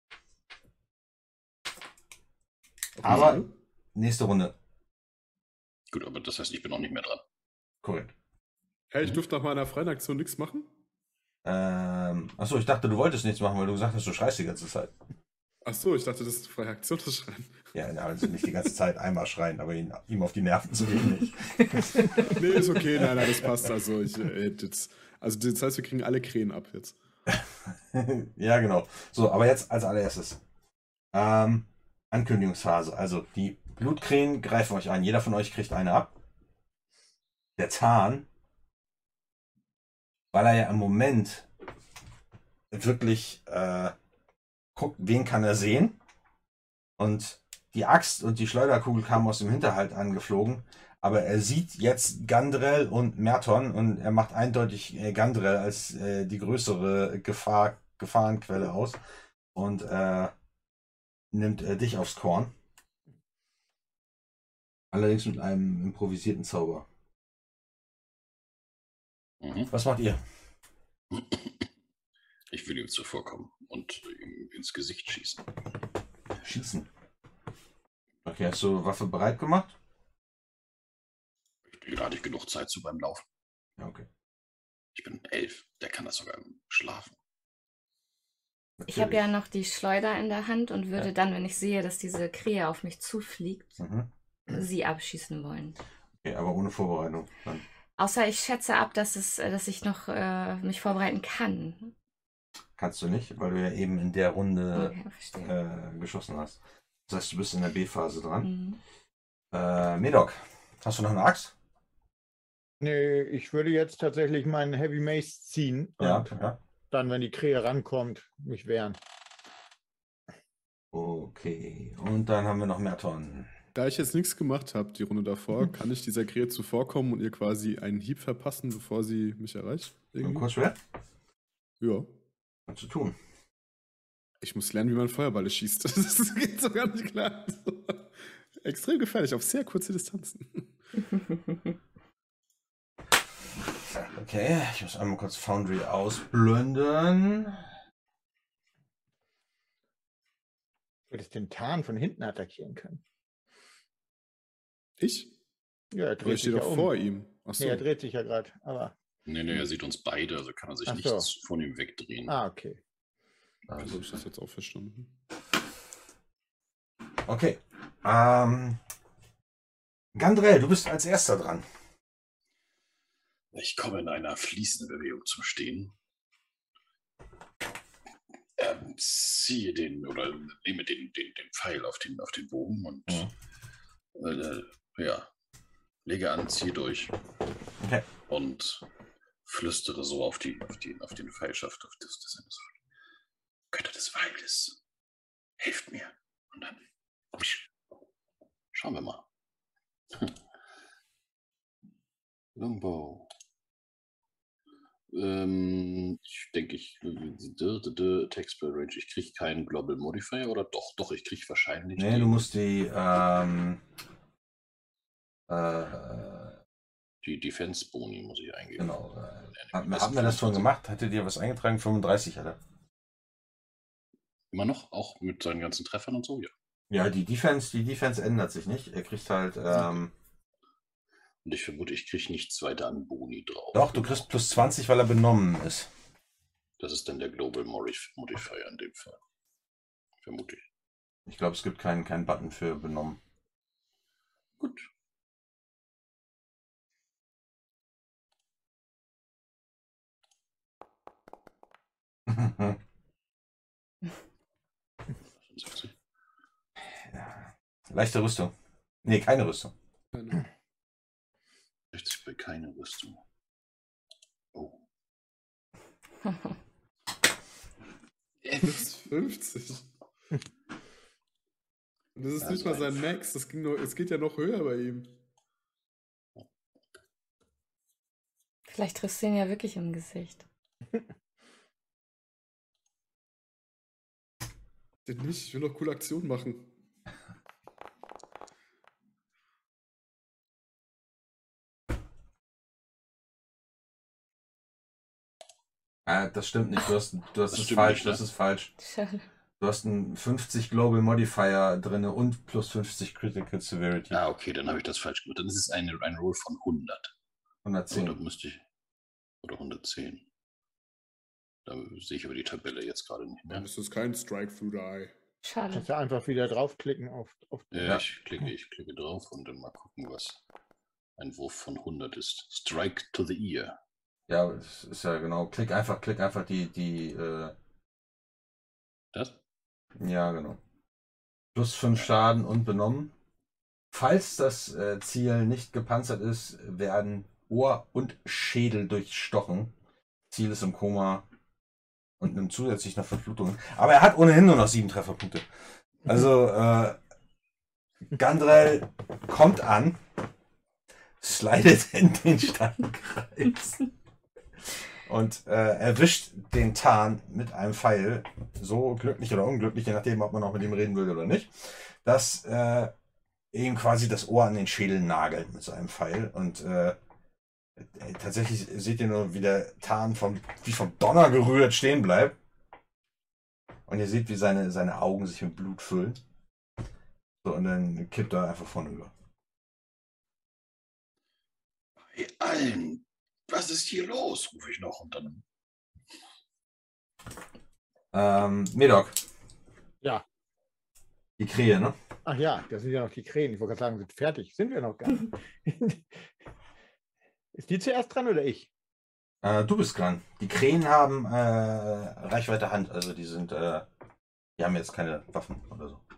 Aber nächste Runde. Gut, aber das heißt, ich bin auch nicht mehr dran. Korrekt. Hey, ich durfte nach meiner freien Aktion nichts machen? Achso, ich dachte, du wolltest nichts machen, weil du gesagt hast, du schreist die ganze Zeit. Achso, ich dachte, das ist eine freie Aktion, das Schreien. Ja, also nicht die ganze Zeit einmal schreien, aber ihm auf die Nerven zu gehen nicht. Nee, ist okay, nein, das passt. Also, das heißt, wir kriegen alle Krähen ab jetzt. Ja, genau. So, aber jetzt als allererstes. Ankündigungsphase. Also, die Blutkrähen greifen euch an. Jeder von euch kriegt eine ab. Der Tarn, weil er ja im Moment wirklich guckt, wen kann er sehen. Und die Axt und die Schleuderkugel kamen aus dem Hinterhalt angeflogen. Aber er sieht jetzt Gandrel und Merton und er macht eindeutig Gandrel als die größere Gefahrenquelle aus und nimmt dich aufs Korn. Allerdings mit einem improvisierten Zauber. Was macht ihr? Ich will ihm zuvorkommen und ihm ins Gesicht schießen. Schießen. Okay, hast du Waffe bereit gemacht? Da hatte ich genug Zeit zu beim Laufen. Ja, okay. Ich bin 11, der kann das sogar schlafen. Ich habe ja noch die Schleuder in der Hand und würde dann, wenn ich sehe, dass diese Krähe auf mich zufliegt, sie abschießen wollen. Okay, aber ohne Vorbereitung. Dann. Außer ich schätze ab, dass ich noch mich vorbereiten kann. Kannst du nicht, weil du ja eben in der Runde Okay, geschossen hast. Das heißt, du bist in der B-Phase dran. Medoc, hast du noch eine Axt? Nee, ich würde jetzt tatsächlich meinen Heavy Mace ziehen und dann, wenn die Krähe rankommt, mich wehren. Okay, und dann haben wir noch Merton. Da ich jetzt nichts gemacht habe, die Runde davor, kann ich dieser Krähe zuvorkommen und ihr quasi einen Hieb verpassen, bevor sie mich erreicht? Ein Kurzschwert? Ja. Was zu tun? Ich muss lernen, wie man Feuerballe schießt. Das geht so gar nicht klar. Extrem gefährlich, auf sehr kurze Distanzen. Okay, ich muss einmal kurz Foundry ausblenden. Du würdest den Tarn von hinten attackieren können. Ich? Ja, er Aber dreht ich sich stehe ja doch um. vor ihm. Achso. Nee, er dreht sich ja gerade, aber... Nee, er sieht uns beide, also kann er sich Ach nicht so. von ihm wegdrehen. Ah, okay. Also habe ich das jetzt auch verstanden. Okay. Gandrel, du bist als erster dran. Ich komme in einer fließenden Bewegung zum Stehen. Ziehe nehme den Pfeil auf den Bogen und lege an, ziehe durch. Okay. Und flüstere so auf den Pfeilschaft, auf das Götter des Waldes, helft mir. Und dann schauen wir mal. Longbow. Ich denke, Attack Spell Range. Ich kriege keinen Global Modifier oder doch? Doch, ich kriege wahrscheinlich. Nee, du musst die Defense Boni muss ich eingeben. Genau. Haben wir das schon gemacht? Hattet ihr was eingetragen? 35, oder? Immer noch? Auch mit seinen ganzen Treffern und so, ja. Ja, die Defense ändert sich nicht. Er kriegt halt. Und ich vermute, ich kriege nichts weiter an Boni drauf. Doch, du kriegst plus 20, weil er benommen ist. Das ist dann der Global Modifier in dem Fall. Vermute ich. Ich glaube, es gibt keinen Button für benommen. Gut. Leichte Rüstung. Nee, keine Rüstung. Ich bei keine Rüstung. Oh. Plus 50. Und das ist nicht mal sein Max, es geht ja noch höher bei ihm. Vielleicht triffst du ihn ja wirklich im Gesicht. Ich will noch coole Aktionen machen. Das stimmt nicht. Du hast Das es stimmt falsch. nicht, ne? Das ist falsch. Schade. Du hast einen 50 Global Modifier drin und plus 50 Critical Severity. Ah, okay, dann habe ich das falsch gemacht. Dann ist es ein Roll von 100. 110. Oder müsste ich. Oder 110. Da sehe ich aber die Tabelle jetzt gerade nicht mehr. Dann ist das kein Strike through the eye. Schade. Kannst du einfach wieder draufklicken auf Ja, ich klicke drauf und dann mal gucken, was ein Wurf von 100 ist. Strike to the ear. Ja, das ist ja genau. Klick einfach die Das? ja, genau. Plus 5 Schaden und benommen. Falls das Ziel nicht gepanzert ist, werden Ohr und Schädel durchstochen. Ziel ist im Koma und nimmt zusätzlich noch 5 Blutungen. Aber er hat ohnehin nur noch 7 Trefferpunkte. Also, Gandrel kommt an, slidet in den Steinkreis und erwischt den Tarn mit einem Pfeil, so glücklich oder unglücklich, je nachdem, ob man noch mit ihm reden will oder nicht, dass ihm quasi das Ohr an den Schädel nagelt mit so einem Pfeil. Und tatsächlich seht ihr nur, wie der Tarn wie vom Donner gerührt stehen bleibt. Und ihr seht, wie seine Augen sich mit Blut füllen. So, und dann kippt er einfach vornüber. Bei allen, was ist hier los? Rufe ich noch und dann. Medoc. Ja. Die Krähe, ne? Ach ja, das sind ja noch die Krähen. Ich wollte gerade sagen, sind fertig. Sind wir noch gar nicht. Ist die zuerst dran oder ich? Du bist dran. Die Krähen haben Reichweite Hand, also die haben jetzt keine Waffen oder so.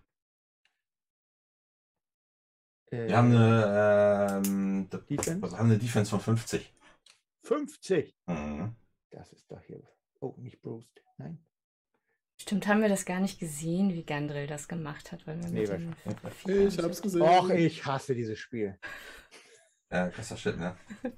Wir haben eine Defense von 50. 50? Mhm. Das ist doch hier. Oh, nicht Bruce. Nein. Stimmt, haben wir das gar nicht gesehen, wie Gandrel das gemacht hat, weil wir Nee, mit Ich hab's gesehen. Och, ich hasse dieses Spiel. Ja, krasser Shit, ne?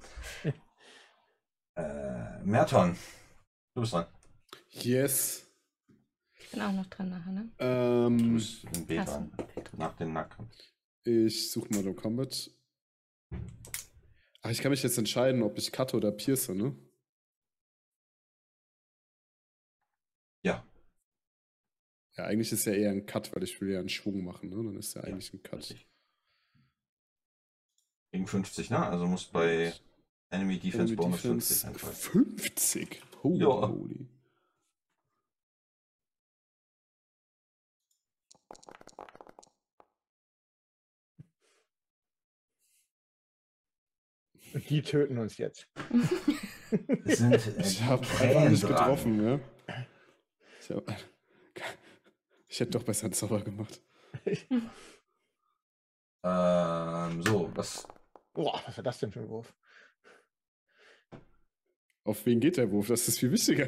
Merton, du bist dran. Yes. Ich bin auch noch dran nachher, ne? Du bist in B Ach so, dran, nach dem Nahkampf. Ich suche Mortal Kombat. Ach, ich kann mich jetzt entscheiden, ob ich cutte oder pierce, ne? Ja. Ja, eigentlich ist ja eher ein Cut, weil ich will ja einen Schwung machen, ne? Dann ist ja eigentlich ein Cut. Richtig. Gegen 50, ne? Also muss bei Enemy Defense Bonus 50 einfallen. 50? Holy, Ja. holy. Und die töten uns jetzt. Es sind Ich habe einfach Krähen nicht dran. getroffen, ja. Ich hätte doch besser einen Zauber gemacht. So, was? Boah, was war das denn für ein Wurf? Auf wen geht der Wurf? Das ist viel wichtiger.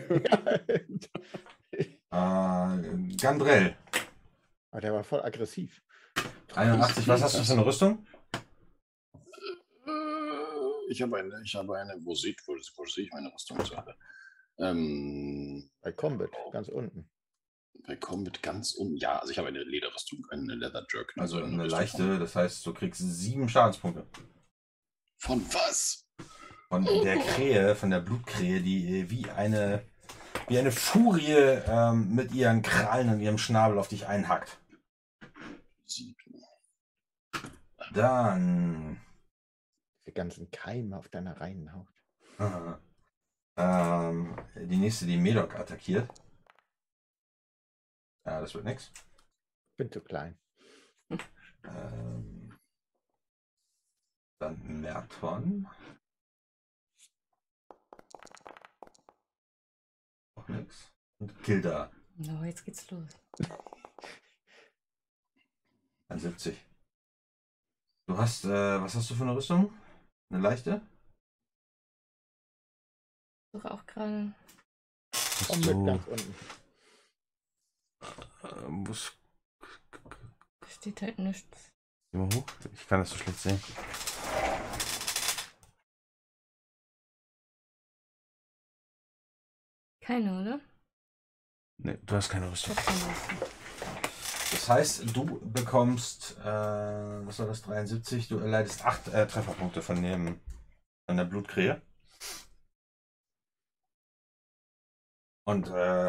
Gandrel. Aber der war voll aggressiv. 81, was hast du für eine Rüstung? Ich habe eine, wo sehe ich meine Rüstung gerade? Bei Combat, ganz unten. Bei Combat ganz unten. Ja, also ich habe eine Lederrüstung, eine Leather Jerk. Also eine Rüstung leichte, das heißt, du kriegst 7 Schadenspunkte. Von was? Von der Krähe, von der Blutkrähe, die wie eine Furie mit ihren Krallen und ihrem Schnabel auf dich einhackt. 7. Dann Die ganzen Keime auf deiner reinen Haut. die nächste, die Medoc attackiert. Ja, das wird nix. Bin zu klein. Dann Merton. Auch nix. Und Kilda. No, jetzt geht's los. 71. Du hast, was hast du für eine Rüstung? Eine leichte? Suche auch gerade. Combat ganz unten. Muss. Steht halt nichts. Geh mal hoch. Ich kann das so schlecht sehen. Keine, oder? Ne, du hast keine Rüstung. Ich hab keine Rüstung. Das heißt, du bekommst, was war das, 73, du erleidest 8 Trefferpunkte von der Blutkrähe. Und,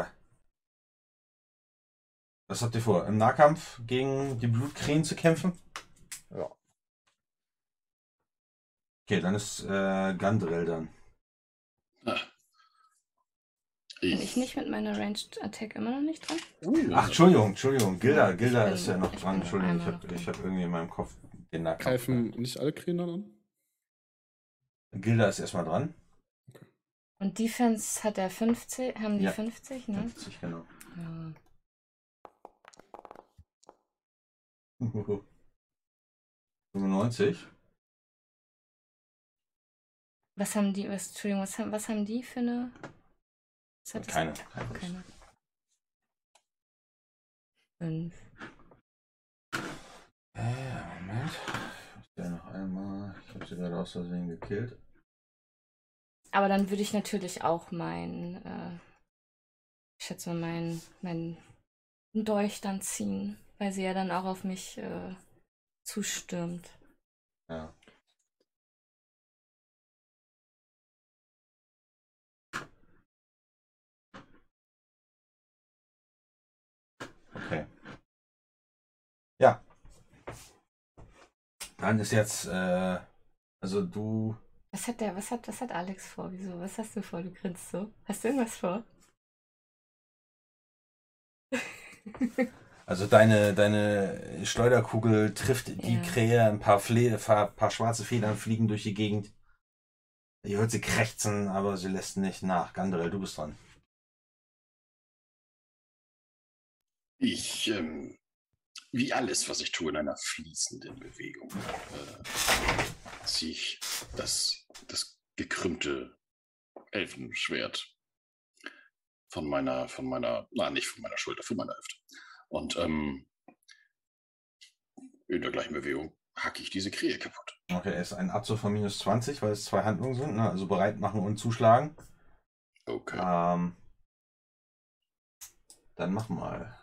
was habt ihr vor? Im Nahkampf gegen die Blutkrähen zu kämpfen? Ja. Okay, dann ist Gandrel dann. Bin ich nicht mit meiner Ranged Attack immer noch nicht dran? Ach, Entschuldigung. Gilda Ich bin- ist ja noch ich dran. bin Entschuldigung, einmal noch dran. ich hab irgendwie in meinem Kopf den Nahkampf. Greifen nicht alle Krähen dann an? Gilda ist erstmal dran. Und Defense hat er 50, haben die Ja. 50, ne? 50, genau. Ja. 95. Entschuldigung, was haben die für eine? Was hat das- Keine. Keine. 5. Moment. Ich muss noch einmal. Ich habe sie gerade aus Versehen gekillt. Aber dann würde ich natürlich auch ich schätze mal, meinen Dolch dann ziehen, weil sie ja dann auch auf mich zustürmt. Ja. Okay. Ja. Dann ist jetzt, also du. Was hat Alex vor? Wieso? Was hast du vor? Du grinst so. Hast du irgendwas vor? Also deine Schleuderkugel trifft die Ja. Krähe, ein paar schwarze Federn fliegen durch die Gegend. Ihr hört sie krächzen, aber sie lässt nicht nach. Gandalf, du bist dran. Ich, wie alles, was ich tue, in einer fließenden Bewegung, ziehe ich das gekrümmte Elfenschwert von meiner, nicht von meiner Schulter, von meiner Hüfte. Und in der gleichen Bewegung hacke ich diese Krähe kaputt. Okay, er ist ein Abzug von minus 20, weil es 2 Handlungen sind, ne? Also bereit machen und zuschlagen. Okay. Dann mach mal.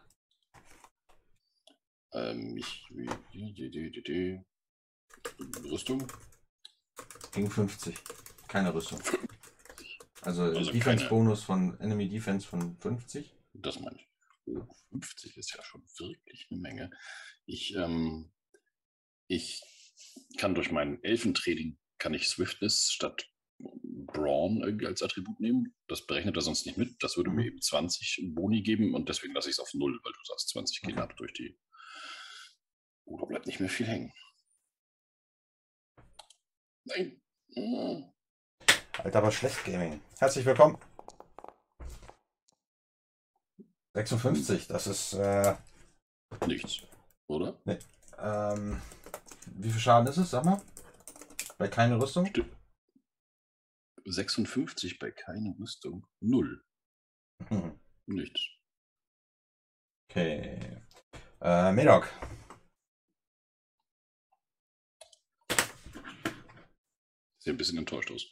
Rüstung? Gegen 50. Keine Rüstung. Also keine. Defense-Bonus von Enemy Defense von 50. Das meine ich. Oh, 50 ist ja schon wirklich eine Menge. Ich kann durch mein Elfentraining, kann ich Swiftness statt Brawn irgendwie als Attribut nehmen. Das berechnet er sonst nicht mit. Das würde mir eben 20 Boni geben und deswegen lasse ich es auf 0, weil du sagst, 20 gehen ab durch die... Oh, da bleibt nicht mehr viel hängen. Nein. Alter, aber schlecht Gaming. Herzlich willkommen. 56, das ist, Nichts, oder? wie viel Schaden ist es, sag mal? Bei keine Rüstung? 56 bei keine Rüstung. 0. Hm. Nichts. Okay. Medok. Sieht ein bisschen enttäuscht aus.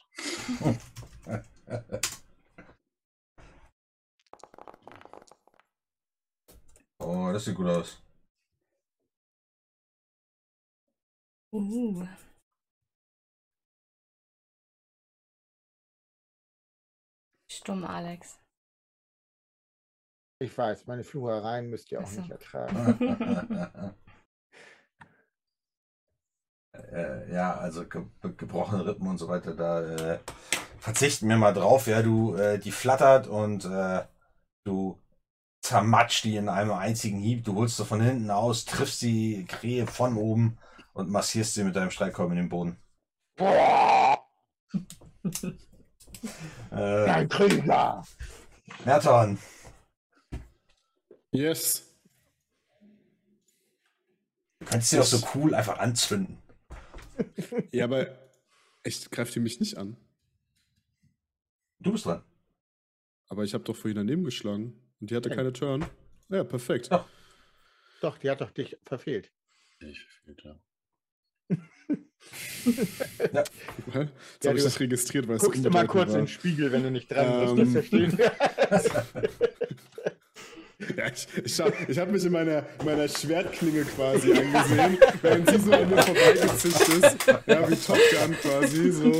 Oh, das sieht gut aus. Stumm, Alex. Ich weiß, meine Fluchereien müsst ihr auch Ach so. nicht ertragen. Ja, also gebrochene Rippen und so weiter, da verzichten wir mal drauf. Ja, die flattert und du zermatscht die in einem einzigen Hieb. Du holst sie von hinten aus, triffst die Krähe von oben und massierst sie mit deinem Streitkolben in den Boden. Ein Krieger! Merton, Yes. du könntest sie doch so cool einfach anzünden. Ja, aber echt, greift ihr mich nicht an? Du bist dran. Aber ich habe doch vorhin daneben geschlagen. Und die hatte keine Turn. Ja, perfekt. Ja. Doch, die hat doch dich verfehlt. Ich verfehlt, ja. Ja. Jetzt Ja, habe ich du das registriert, weil es Guckst immer unbedeutend kurz in war. den Spiegel, wenn du nicht dran bist. Das verstehen wir. Ja, ich habe mich in meiner Schwertklinge quasi angesehen, während sie so an mir vorbeigezischt ist. Ja, wie Top Gun quasi. So.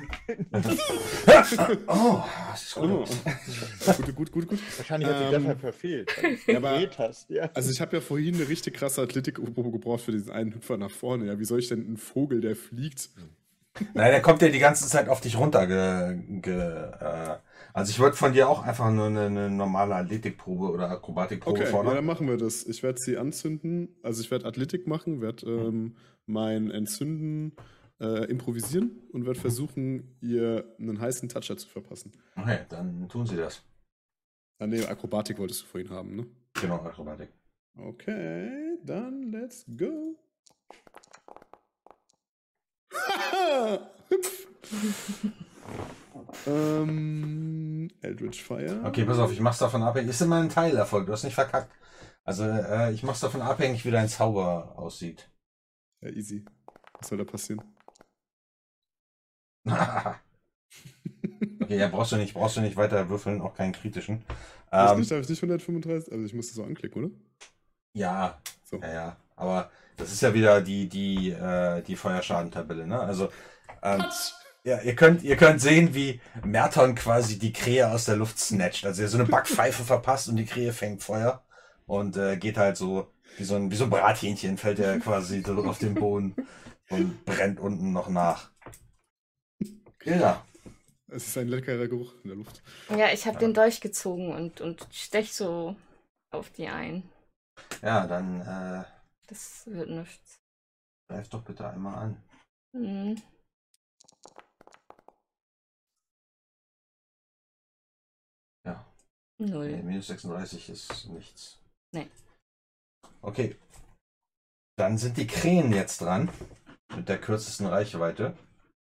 Oh, das ist gut. Oh. Gut. Wahrscheinlich hat sie deshalb verfehlt, weil du ja, aber- gedreht hast. Ja. Also ich habe ja vorhin eine richtig krasse Athletik gebraucht für diesen einen Hüpfer nach vorne. Ja, wie soll ich denn einen Vogel, der fliegt, Nein, der kommt ja die ganze Zeit auf dich runter. Also ich würde von dir auch einfach nur eine normale Athletikprobe oder Akrobatikprobe Okay, ja, fordern. dann machen wir das. Ich werde sie anzünden. Also ich werde Athletik machen, werde mein Entzünden improvisieren und werde versuchen, ihr einen heißen Toucher zu verpassen. Okay, dann tun sie das. Nee, Akrobatik wolltest du vorhin haben, ne? Genau, Akrobatik. Okay, dann let's go. Hüpf. Eldritch Fire. Okay, pass auf, ich mach's davon abhängig. Ist immer ein Teilerfolg, du hast nicht verkackt. Also ich mach's davon abhängig, wie dein Zauber aussieht. Ja, easy. Was soll da passieren? Okay, ja, brauchst du nicht weiter würfeln, auch keinen kritischen. Darf ich nicht 135? Also ich muss das so anklicken, oder? Ja, So. ja. Aber das ist ja wieder die Feuerschadentabelle, ne? Also, ja, ihr könnt sehen, wie Merton quasi die Krähe aus der Luft snatcht. Also er so eine Backpfeife verpasst und die Krähe fängt Feuer und geht halt so wie so ein Brathähnchen, fällt er quasi so auf den Boden und brennt unten noch nach. Ja. Es ist ein leckerer Geruch in der Luft. Ja, ich habe den Dolch gezogen und stech so auf die ein. Ja, dann Das wird nichts. greif doch bitte einmal an. Hm. Ja. Nee, 0. minus 36 ist nichts. Nee. Okay. Dann sind die Krähen jetzt dran. Mit der kürzesten Reichweite.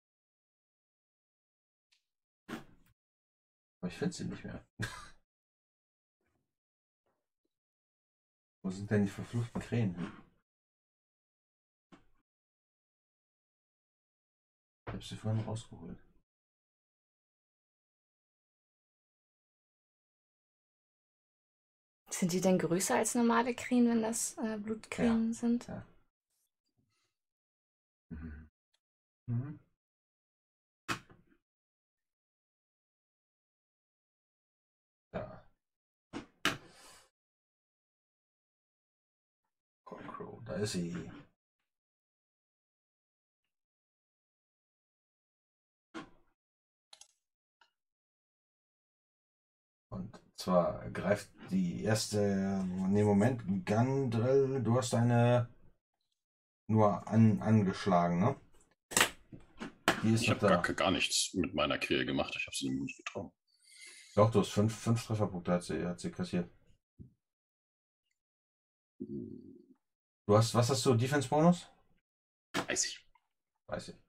Aber ich finde sie nicht mehr. Wo sind denn die verfluchten Krähen hin? Ich habe sie vorhin rausgeholt. Sind die denn größer als normale Krähen, wenn das Blutkrähen sind? Ja. Mhm. Mhm. Da. Cockcrow, da ist sie. Und zwar greift die erste. Ne, Moment, Gandrel, du hast eine nur angeschlagen, ne? Die ist Ich noch habe da. gar nichts mit meiner Krähe gemacht. Ich habe sie nämlich nicht getragen. Doch, du hast fünf Trefferpunkte hat sie kassiert. Was hast du? Defense-Bonus? 30. Weiß ich.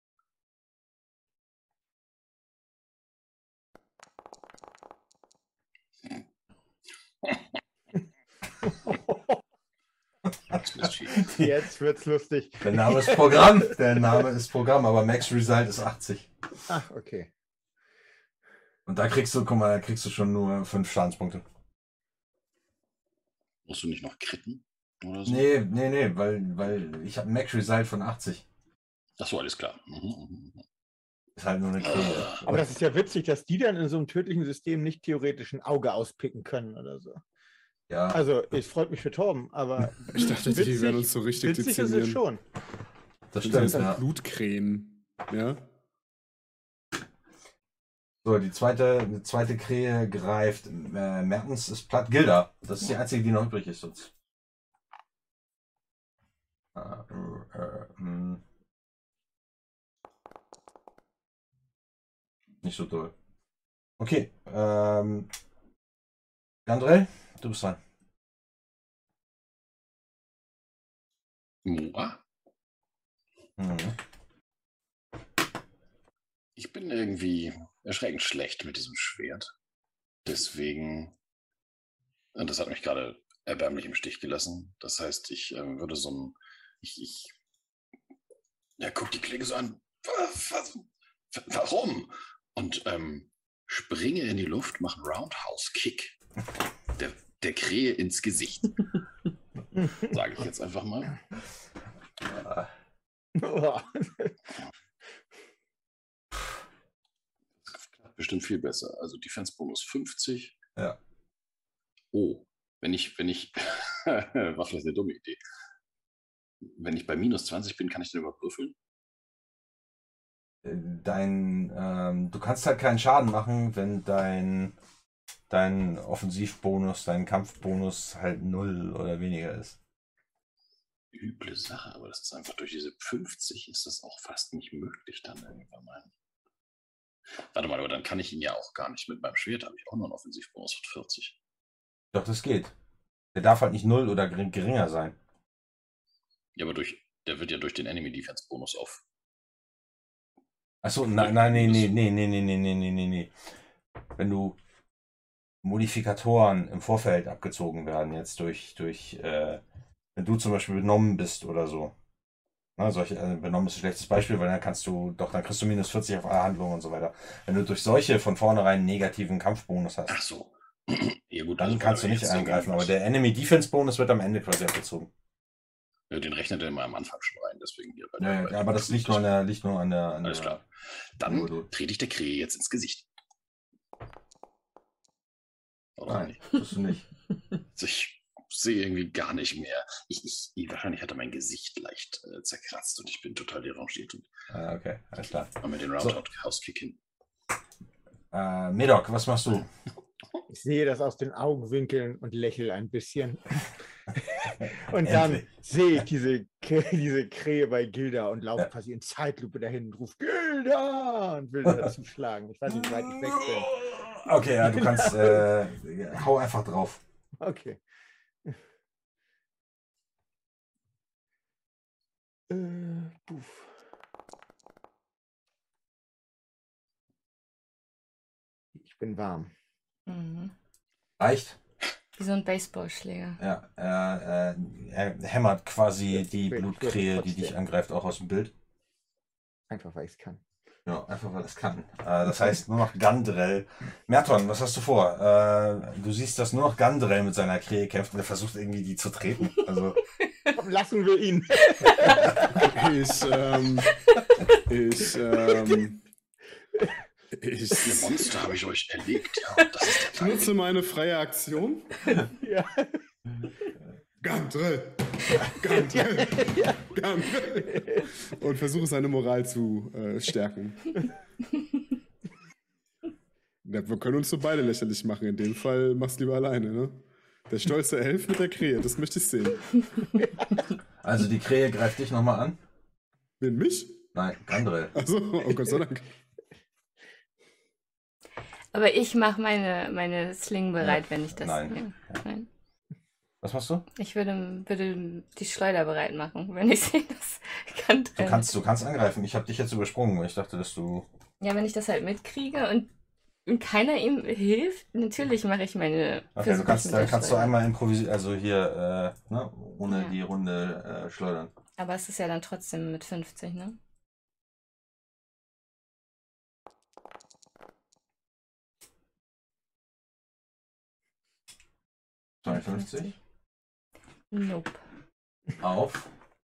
Jetzt wird's lustig. Der Name ist Programm. Der Name ist Programm, aber Max Result ist 80. Ach, okay. Und da kriegst du schon nur 5 Schadenspunkte. Musst du nicht noch kritten oder so? Nee, weil ich habe Max Result von 80. Achso, alles klar. Mhm. Ist halt nur eine Krähe. Aber das ist ja witzig, dass die dann in so einem tödlichen System nicht theoretisch ein Auge auspicken können oder so. Ja. Also, es freut mich für Torben, aber Ich dachte, die werden uns so richtig witzig ist es dezimieren. schon. Das Das stimmt, sind ja. Blutkrähen. Ja? So, die zweite Krähe greift. Mertens ist platt. Gilda. Das ist die einzige, die noch übrig ist sonst. Nicht so doll. Okay. Gandrel, du bist dran. Moa? Mhm. Ich bin irgendwie erschreckend schlecht mit diesem Schwert. Deswegen, und das hat mich gerade erbärmlich im Stich gelassen. Das heißt, ich würde so ein, ja, guck die Klinge so an. Warum? Und springe in die Luft, mache einen Roundhouse-Kick der Krähe ins Gesicht. Sage ich jetzt einfach mal. Das klappt bestimmt viel besser. Also Defense-Bonus 50. Ja. Oh, wenn ich, war vielleicht eine dumme Idee. Wenn ich bei minus 20 bin, kann ich den überprüfen? du kannst halt keinen Schaden machen, wenn dein Offensivbonus, dein Kampfbonus halt 0 oder weniger ist. Üble Sache, aber das ist einfach durch diese 50 ist das auch fast nicht möglich dann irgendwann mal. Warte mal, aber dann kann ich ihn ja auch gar nicht mit meinem Schwert, habe ich auch noch einen Offensivbonus von 40. Doch, das geht. Der darf halt nicht 0 oder geringer sein. Ja, aber der wird ja durch den Enemy Defense Bonus auf. Achso, nein, nee. Wenn du Modifikatoren im Vorfeld abgezogen werden, jetzt wenn du zum Beispiel benommen bist oder so. Benommen ist ein schlechtes Beispiel, weil dann kriegst du minus 40 auf alle Handlungen und so weiter. Wenn du durch solche von vornherein negativen Kampfbonus hast. Ach so. Ja, gut, dann also kannst du nicht eingreifen, aber der Enemy Defense Bonus wird am Ende quasi abgezogen. Ja, den rechnet er immer am Anfang schon rein, deswegen hier. Ja, aber das liegt nur an der. Alles klar. Dann trete ich der Krähe jetzt ins Gesicht. Oder Nein, tust du nicht. Ich sehe irgendwie gar nicht mehr. Wahrscheinlich hat er mein Gesicht leicht zerkratzt und ich bin total derangiert. Okay, alles klar. Und mit den Roundhouse-Kick hin. Medok, was machst du? Ich sehe das aus den Augenwinkeln und lächle ein bisschen. Und dann sehe ich diese Krähe bei Gilda und laufe quasi in Zeitlupe dahin und rufe Gilda und will dazu schlagen. Ich weiß nicht, wie weit ich weg bin. Okay, ja, du kannst hau einfach drauf. Okay. Puff. Ich bin warm. Mhm. Reicht? Wie so ein Baseballschläger. Ja, er hämmert quasi die Blutkrähe, die dich angreift, auch aus dem Bild. Einfach, weil ich es kann. Ja, einfach, weil es kann. Das heißt, nur noch Gandrel. Merton, was hast du vor? Du siehst, dass nur noch Gandrel mit seiner Krähe kämpft und er versucht irgendwie die zu treten. Also lassen wir ihn. Ihr Monster habe ich euch erlegt. Ja, ich nutze meine freie Aktion. Ja. Gandrel. Und versuche seine Moral zu stärken. Ja, wir können uns so beide lächerlich machen. In dem Fall mach's lieber alleine, ne? Der stolze Elf mit der Krähe, das möchte ich sehen. Also die Krähe greift dich nochmal an? Wen, mich? Nein, Gandrel. Achso, oh Gott sei Dank. Aber ich mache meine Sling bereit, wenn ich das... Nein. Ja. Nein. Was machst du? Ich würde die Schleuder bereit machen, wenn ich sehe, das kann trennen. Du kannst angreifen. Ich habe dich jetzt übersprungen, weil ich dachte, dass du... Ja, wenn ich das halt mitkriege und keiner ihm hilft, natürlich mache ich meine... Okay, kannst du einmal improvisieren, also hier, ohne die Runde schleudern. Aber es ist ja dann trotzdem mit 50, ne? Nope. Auf?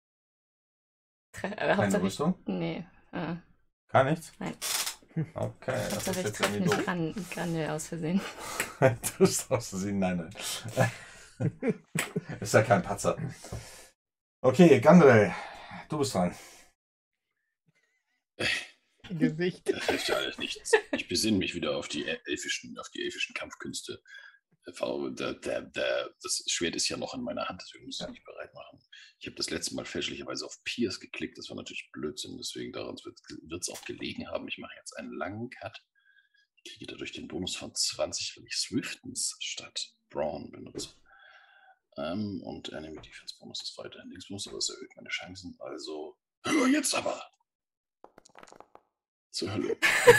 Keine Rüstung? Nee. Gar nichts? Nein. Okay, das ist ich jetzt treffe irgendwie nicht Grandel aus Versehen. Du hast aus Versehen, nein. Ist ja kein Patzer. Okay, Gandrel, du bist dran. Gesicht. Das hilft ja alles nichts. Ich besinne mich wieder auf die elfischen Kampfkünste. Das Schwert ist ja noch in meiner Hand, deswegen muss ich nicht bereit machen. Ich habe das letzte Mal fälschlicherweise auf Pierce geklickt, das war natürlich Blödsinn, deswegen daran wird es auch gelegen haben. Ich mache jetzt einen langen Cut. Ich kriege dadurch den Bonus von 20, weil ich Swiftens statt Brawn benutze. Und Enemy Defense Bonus ist weiterhin Linksbonus, aber es erhöht meine Chancen. Also, hör jetzt aber! Zur Hölle.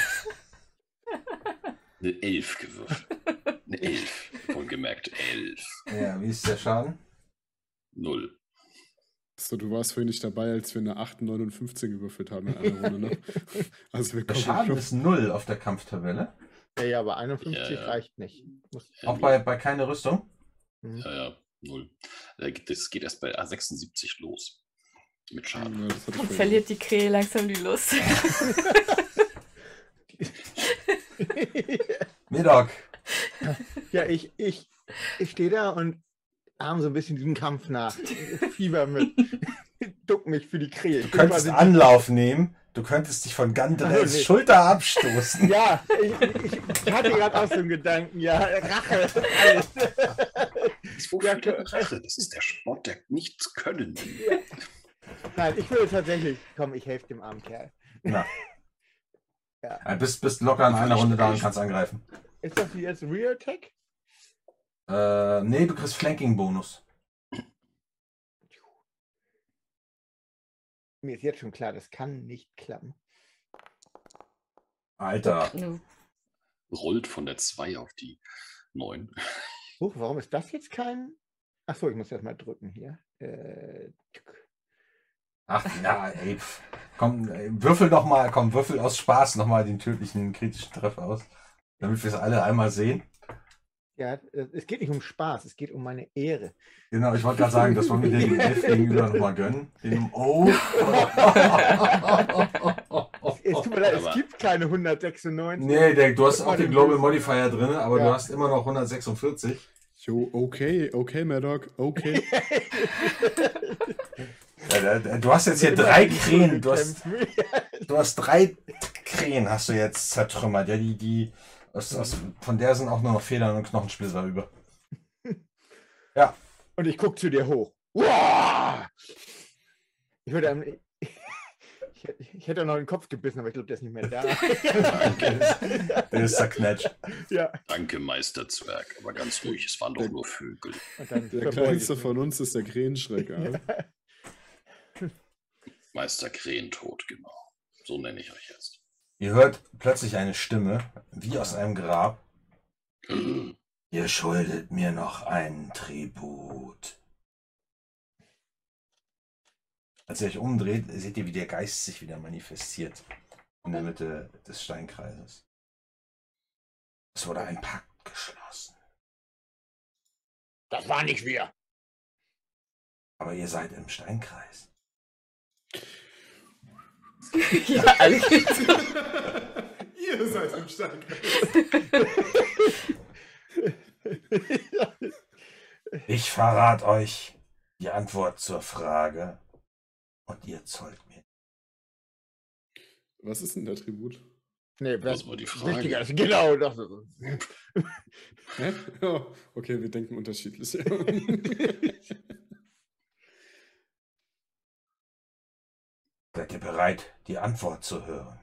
Eine 11 gewürfelt. Eine 11. Wohlgemerkt 11. Ja, wie ist der Schaden? 0. So, du warst vorhin nicht dabei, als wir eine 8 und 9 und 15 gewürfelt haben in einer Runde, ne? Also wir der Schaden ist 0 auf der Kampftabelle. Ja, aber 51 reicht nicht. Auch bei keine Rüstung? Ja, 0. Das geht erst bei A76 los. Mit Schaden. Ja, dann verliert die Krähe langsam die Lust. Medok. Ja, ich stehe da und arm so ein bisschen diesem Kampf nach. Fieber mit. Duck mich für die Krähe. Du könntest Anlauf nehmen, Du könntest dich von Gandalfs Also nicht. Schulter abstoßen. Ja, ich hatte gerade auch so einen Gedanken. Ja, Rache. Alles. Wofür denn Rache? Das ist der Sport der nichts können. Ja. Nein, ich würde tatsächlich, komm, ich helfe dem armen Kerl. Na. Ja. Bist locker in einer Runde da und kannst angreifen. Ist das jetzt Rear Attack? Nee, du kriegst Flanking-Bonus. Mir ist jetzt schon klar, das kann nicht klappen. Alter. No. Rollt von der 2 auf die 9. Warum ist das jetzt kein... Achso, ich muss erst mal drücken hier. Ach ja, ey. Komm, würfel doch mal, würfel aus Spaß nochmal den tödlichen kritischen Treffer aus. Damit wir es alle einmal sehen. Ja, es geht nicht um Spaß, es geht um meine Ehre. Genau, ich wollte gerade sagen, das wollen wir dem Elf gegenüber nochmal gönnen. Oh. Es tut mir leid, Aber- es gibt keine 196. Nee, du hast auch den Global Modifier drin, aber Ja. du hast immer noch 146. Jo, okay, Maddock, okay. Du hast jetzt hier Immer 3 die Krähen. Du kämpfen. hast 3 Krähen hast du jetzt zertrümmert. Ja, von der sind auch nur noch Federn und Knochensplitter über. Ja. Und ich gucke zu dir hoch. Uah! Ich würde am... Ich hätte noch den Kopf gebissen, aber ich glaube, der ist nicht mehr da. Der ist zerknetscht. Ja, Danke, Meisterzwerg. Aber ganz ruhig, es waren doch nur Vögel. und dann Der verbeuge ich kleinste mich. von uns ist der Krähenschrecker. Meister Krähentod, genau. So nenne ich euch jetzt. Ihr hört plötzlich eine Stimme, wie aus einem Grab. Ihr schuldet mir noch einen Tribut. Als ihr euch umdreht, seht ihr, wie der Geist sich wieder manifestiert. In der Mitte des Steinkreises. Es wurde ein Pakt geschlossen. Das war nicht wir. Aber ihr seid im Steinkreis. Ja, alle geht's. Ihr seid im Steinkreis. Ich verrate euch die Antwort zur Frage und ihr zollt mir. Was ist denn der Tribut? Nee, Was war die Frage? Wichtiger ist, genau. Das Hä? Ja, okay, wir denken unterschiedlich. Seid ihr bereit, die Antwort zu hören?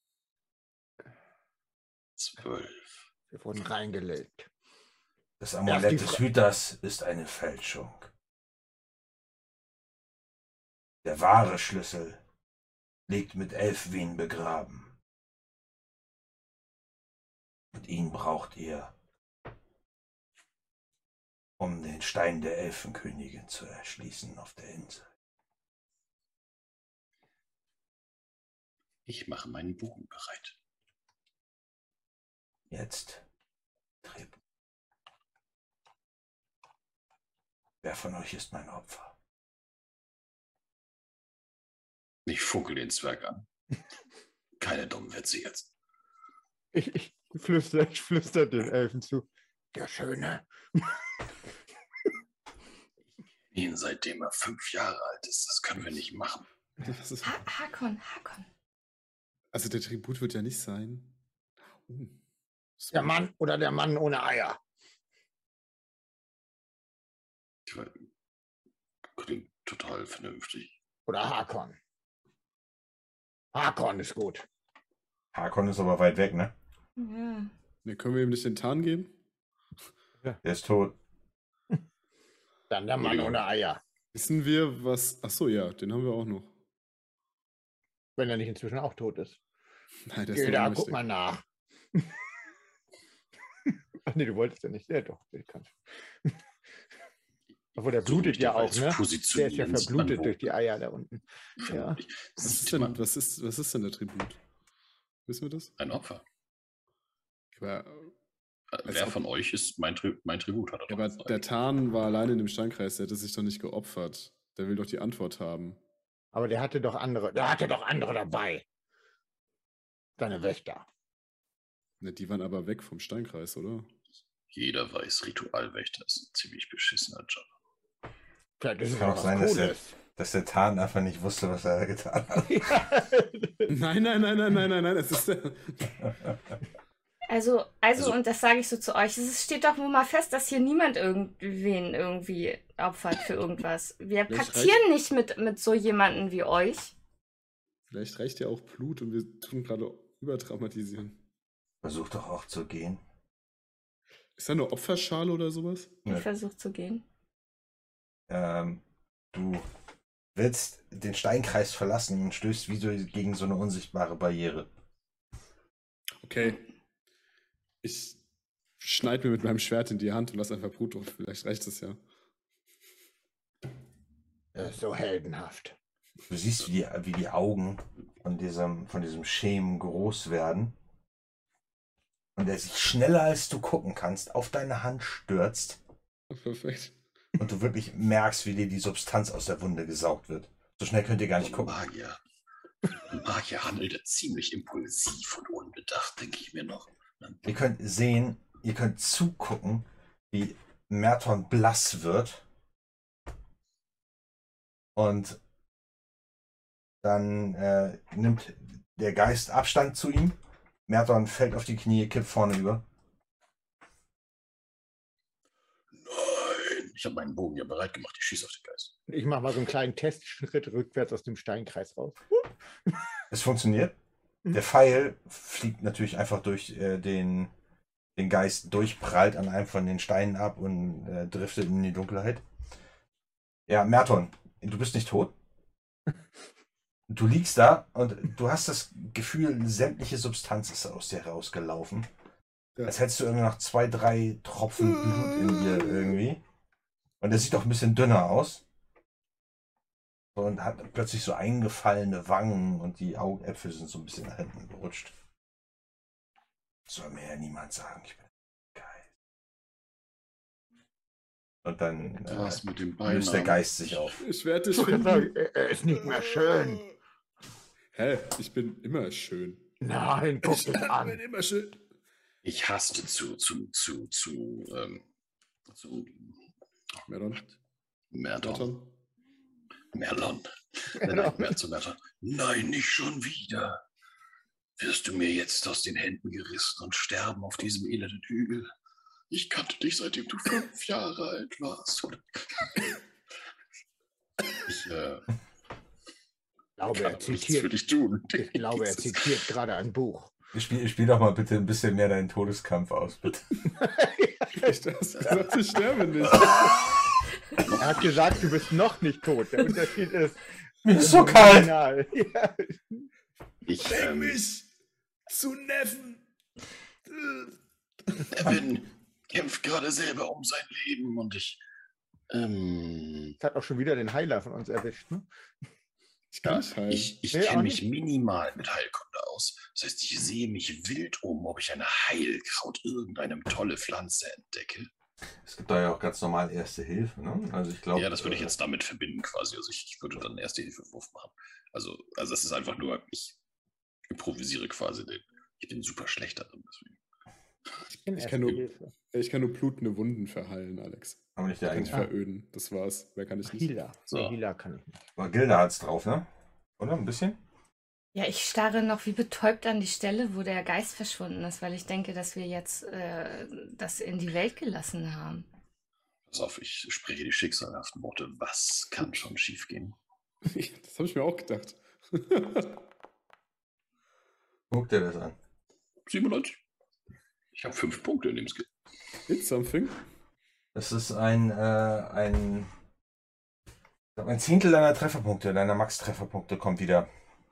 12. Wir wurden reingelegt. Das Erst Amulett die des Hüters ist eine Fälschung. Der wahre Schlüssel liegt mit Elfwin begraben. Und ihn braucht ihr, um den Stein der Elfenkönigin zu erschließen auf der Insel. Ich mache meinen Bogen bereit. Jetzt Tribut. Wer von euch ist mein Opfer? Ich funkel den Zwerg an. Keine dummen Witze jetzt. Ich flüster den Elfen zu. Der Schöne. Ihn seitdem er 5 Jahre alt ist. Das können wir nicht machen. Das ist, Hakon. also der Tribut wird ja nicht sein. Der Mann oder der Mann ohne Eier. Klingt total vernünftig. Oder Hakon. Hakon ist gut. Hakon ist aber weit weg, ne? Ja. Ne, können wir ihm nicht den Tarn geben? Der ist tot. Dann der Mann ohne Eier. Wissen wir, was. Achso, ja, den haben wir auch noch. Wenn er nicht inzwischen auch tot ist. Nein, der ist Geh noch da, nicht guck mal nach. Ach nee, du wolltest ja nicht. Ja doch, den kannst du. Obwohl, der blutet ja auch, ne? Der ist ja verblutet durch die Eier da unten. Ja. Was ist denn der Tribut? Wissen wir das? Ein Opfer. Aber, Wer von euch ist mein Tribut? Hat er ja, doch aber gesagt. der Tarn war alleine in dem Steinkreis, der hätte sich doch nicht geopfert. Der will doch die Antwort haben. Aber der hatte doch andere dabei. Seine Wächter. Ne, die waren aber weg vom Steinkreis, oder? Jeder weiß, Ritualwächter ist ein ziemlich beschissener Job. Vielleicht ist es Kann auch auch was sein, dass Cooles. dass der Tarn einfach nicht wusste, was er getan hat. Nein. Es ist Also, Also- und das sage ich so zu euch, es steht doch wohl mal fest, dass hier niemand irgendwen irgendwie opfert für irgendwas. Wir Vielleicht paktieren nicht mit so jemanden wie euch. Vielleicht reicht ja auch Blut und wir tun gerade überdramatisieren. Versuch doch auch zu gehen. Ist da eine Opferschale oder sowas? Ich Ja. versuche zu gehen. Du willst den Steinkreis verlassen und stößt wie so gegen so eine unsichtbare Barriere. Okay. Ich schneide mir mit meinem Schwert in die Hand und lasse einfach Blut drauf. Vielleicht reicht das ja. Das ist so heldenhaft. Du siehst, wie die Augen von diesem Schemen groß werden. Und er sich schneller als du gucken kannst auf deine Hand stürzt. Perfekt. Und du wirklich merkst, wie dir die Substanz aus der Wunde gesaugt wird. So schnell könnt ihr gar nicht gucken. Magier handelte ziemlich impulsiv und unbedacht, denke ich mir noch. Ihr könnt zugucken, wie Merton blass wird. Und dann nimmt der Geist Abstand zu ihm. Merton fällt auf die Knie, kippt vorne über. Nein, ich habe meinen Bogen ja bereit gemacht, ich schieße auf den Geist. Ich mache mal so einen kleinen Testschritt rückwärts aus dem Steinkreis raus. Es funktioniert. Der Pfeil fliegt natürlich einfach durch den Geist durchprallt an einem von den Steinen ab und driftet in die Dunkelheit. Ja, Merton, du bist nicht tot. Du liegst da und du hast das Gefühl, sämtliche Substanz ist aus dir rausgelaufen. Ja. Als hättest du irgendwie noch 2, 3 Tropfen Blut in dir irgendwie. Und er sieht doch ein bisschen dünner aus. Und hat plötzlich so eingefallene Wangen und die Augäpfel sind so ein bisschen nach hinten gerutscht. Soll mir ja niemand sagen, ich bin geil. Und dann Was mit dem Bein? löst der Geist sich auf. Ich werde dich Ich kann finden. sagen, er ist nicht mehr schön. Hä? Ich bin immer schön. Nein, guck Ich dich bin an. immer schön. Ich hasste Meron. Merton. Merton. Merton. Nein, nicht schon wieder. Wirst du mir jetzt aus den Händen gerissen und sterben auf diesem elenden Hügel? Ich kannte dich, seitdem du 5 Jahre alt warst. Ich glaube, er kann nichts für zitiert, dich tun. ich glaube, er zitiert gerade ein Buch. Spiel doch mal bitte ein bisschen mehr deinen Todeskampf aus, bitte. Ich hast gesagt, ich sterbe nicht. Er hat gesagt, du bist noch nicht tot. Der Unterschied ist. Mir ist so kalt. Original. Ja. Ich, Bring mich zu Neffen. Evan kämpft gerade selber um sein Leben und ich. Das hat auch schon wieder den Heiler von uns erwischt. Ne? Ich kann nicht heilen. Ich Nee, auch kenne mich minimal mit Heilkunde aus. Das heißt, ich sehe mich wild ob ich eine Heilkraut irgendeine tolle Pflanze entdecke. Es gibt da ja auch ganz normal Erste Hilfe, ne? Also ich glaube. Ja, das würde ich jetzt damit verbinden quasi. Also ich würde dann einen Erste-Hilfe-Wurf machen. Also es ist einfach nur, ich improvisiere quasi den. Ich bin super schlecht darin, deswegen. Ich kann nur blutende Wunden verheilen, Alex. Aber nicht der Kann ich eigene. veröden. Das war's. Mehr kann ich nicht. Healer. So. Nee, Healer kann ich nicht. Aber Gilda hat's drauf, ne? Oder? Ein bisschen? Ja, ich starre noch wie betäubt an die Stelle, wo der Geist verschwunden ist, weil ich denke, dass wir jetzt das in die Welt gelassen haben. Pass auf, ich spreche die schicksalhaften Worte. Was kann schon schiefgehen? Das habe ich mir auch gedacht. Guck dir das an. 97. Ich habe 5 Punkte in dem Skill. It's something. Das ist ein Zehntel deiner Trefferpunkte, deiner Max-Trefferpunkte kommt wieder.